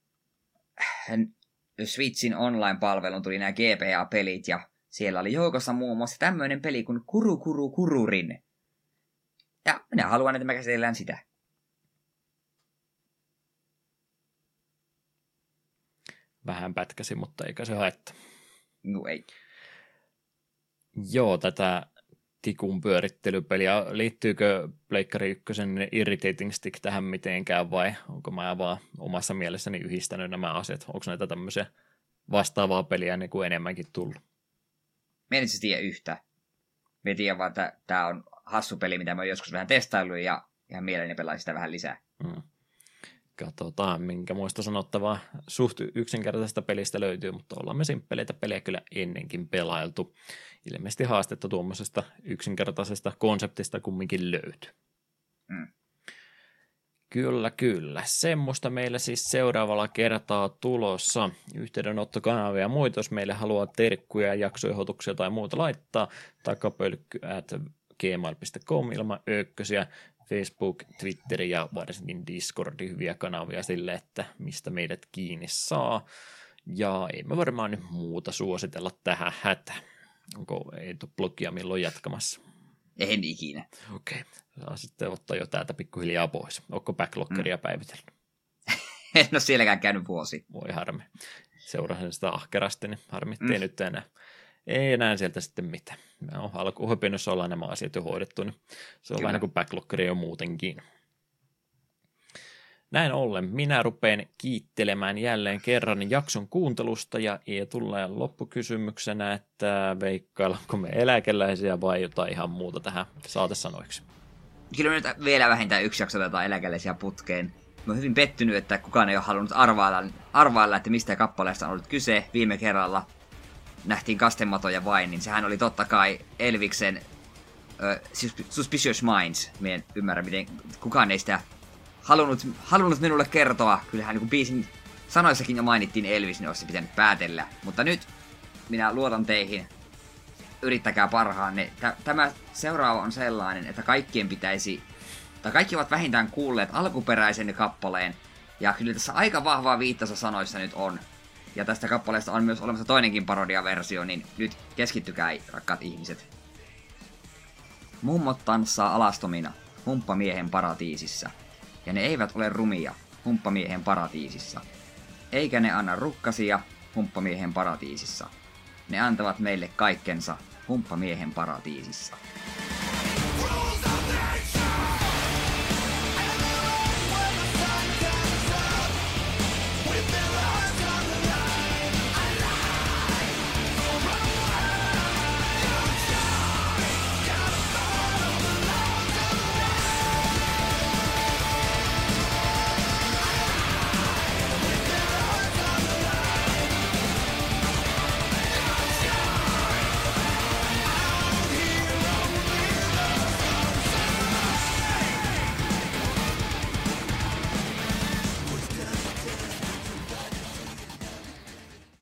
Switchin online-palvelun tuli nämä GPA-pelit, ja siellä oli joukossa muun muassa tämmöinen peli kuin Kuru Kuru Kururin. Ja minä haluan, että me käsitellään sitä. Vähän pätkäsi, mutta eikä se haittaa. No ei. Joo, tätä tikun pyörittelypeliä. Liittyykö Pleikkari 1 Irritating Stick tähän mitenkään vai onko mä vaan omassa mielessäni yhdistänyt nämä asiat? Onko näitä tämmöisiä vastaavaa peliä niin kuin enemmänkin tullut? Mä en itse tiedä yhtä. Mä tiedän vaan, että tää on hassu peli, mitä mä oon joskus vähän testaillut ja ihan mielelläni pelaan sitä vähän lisää. Katsotaan, minkä muista sanottavaa suht yksinkertaisesta pelistä löytyy, mutta ollaan me simppeleitä pelejä kyllä ennenkin pelailtu. Ilmeisesti haastetta tuommoisesta yksinkertaisesta konseptista kumminkin löytyy. Kyllä. Semmoista meillä siis seuraavalla kertaa tulossa. Yhteydenottokanavia ja muita, jos meille haluaa terkkuja, jaksoehdotuksia tai muuta laittaa, takapölkky@gmail.com ilman ökkösiä. Facebook, Twitter ja varsinkin Discord, hyviä kanavia sille, että mistä meidät kiinni saa. Ja ei me varmaan nyt muuta suositella tähän hätään. Onko Eetu blogia milloin jatkamassa? En ikinä. Okei. Saa sitten ottaa jo täältä pikkuhiljaa pois. Onko backloggeria päivitellyt? En ole sielläkään käynyt vuosi. Voi harmi. Seurasin sitä ahkerasti, niin harmittei nyt enää. Ei enää sieltä sitten mitään. Me on alkuhöpinössä ollaan nämä asiat jo hoidettu, niin se on vähän kuin backloggeri jo muutenkin. Näin ollen minä rupean kiittelemään jälleen kerran jakson kuuntelusta ja tulee loppukysymyksenä, että veikkaillaanko me eläkeläisiä vai jotain ihan muuta tähän saatesanoiksi. kyllä nyt vielä vähintään 1 jakso otetaan eläkeläisiä putkeen. Mä oon hyvin pettynyt, että kukaan ei ole halunnut arvailla, että mistä kappaleesta on ollut kyse. Viime kerralla nähtiin kastematoja vain, niin sehän oli totta kai Elviksen Suspicious Minds. Mä en ymmärrä, miten kukaan ei sitä halunnut minulle kertoa. Kyllähän niin biisin sanoissakin jo mainittiin Elvis, niin olisi pitänyt päätellä. Mutta nyt minä luotan teihin. Yrittäkää parhaanne. Tämä seuraava on sellainen, että kaikki ovat vähintään kuulleet alkuperäisen kappaleen. Ja kyllä tässä aika vahvaa viittausta sanoissa nyt on. Ja tästä kappaleesta on myös olemassa toinenkin parodiaversio, niin nyt keskittykää, rakkaat ihmiset. Mummot tanssaa alastomina humppamiehen paratiisissa. Ja ne eivät ole rumia humppamiehen paratiisissa. Eikä ne anna rukkasia humppamiehen paratiisissa. Ne antavat meille kaikkensa humppamiehen paratiisissa.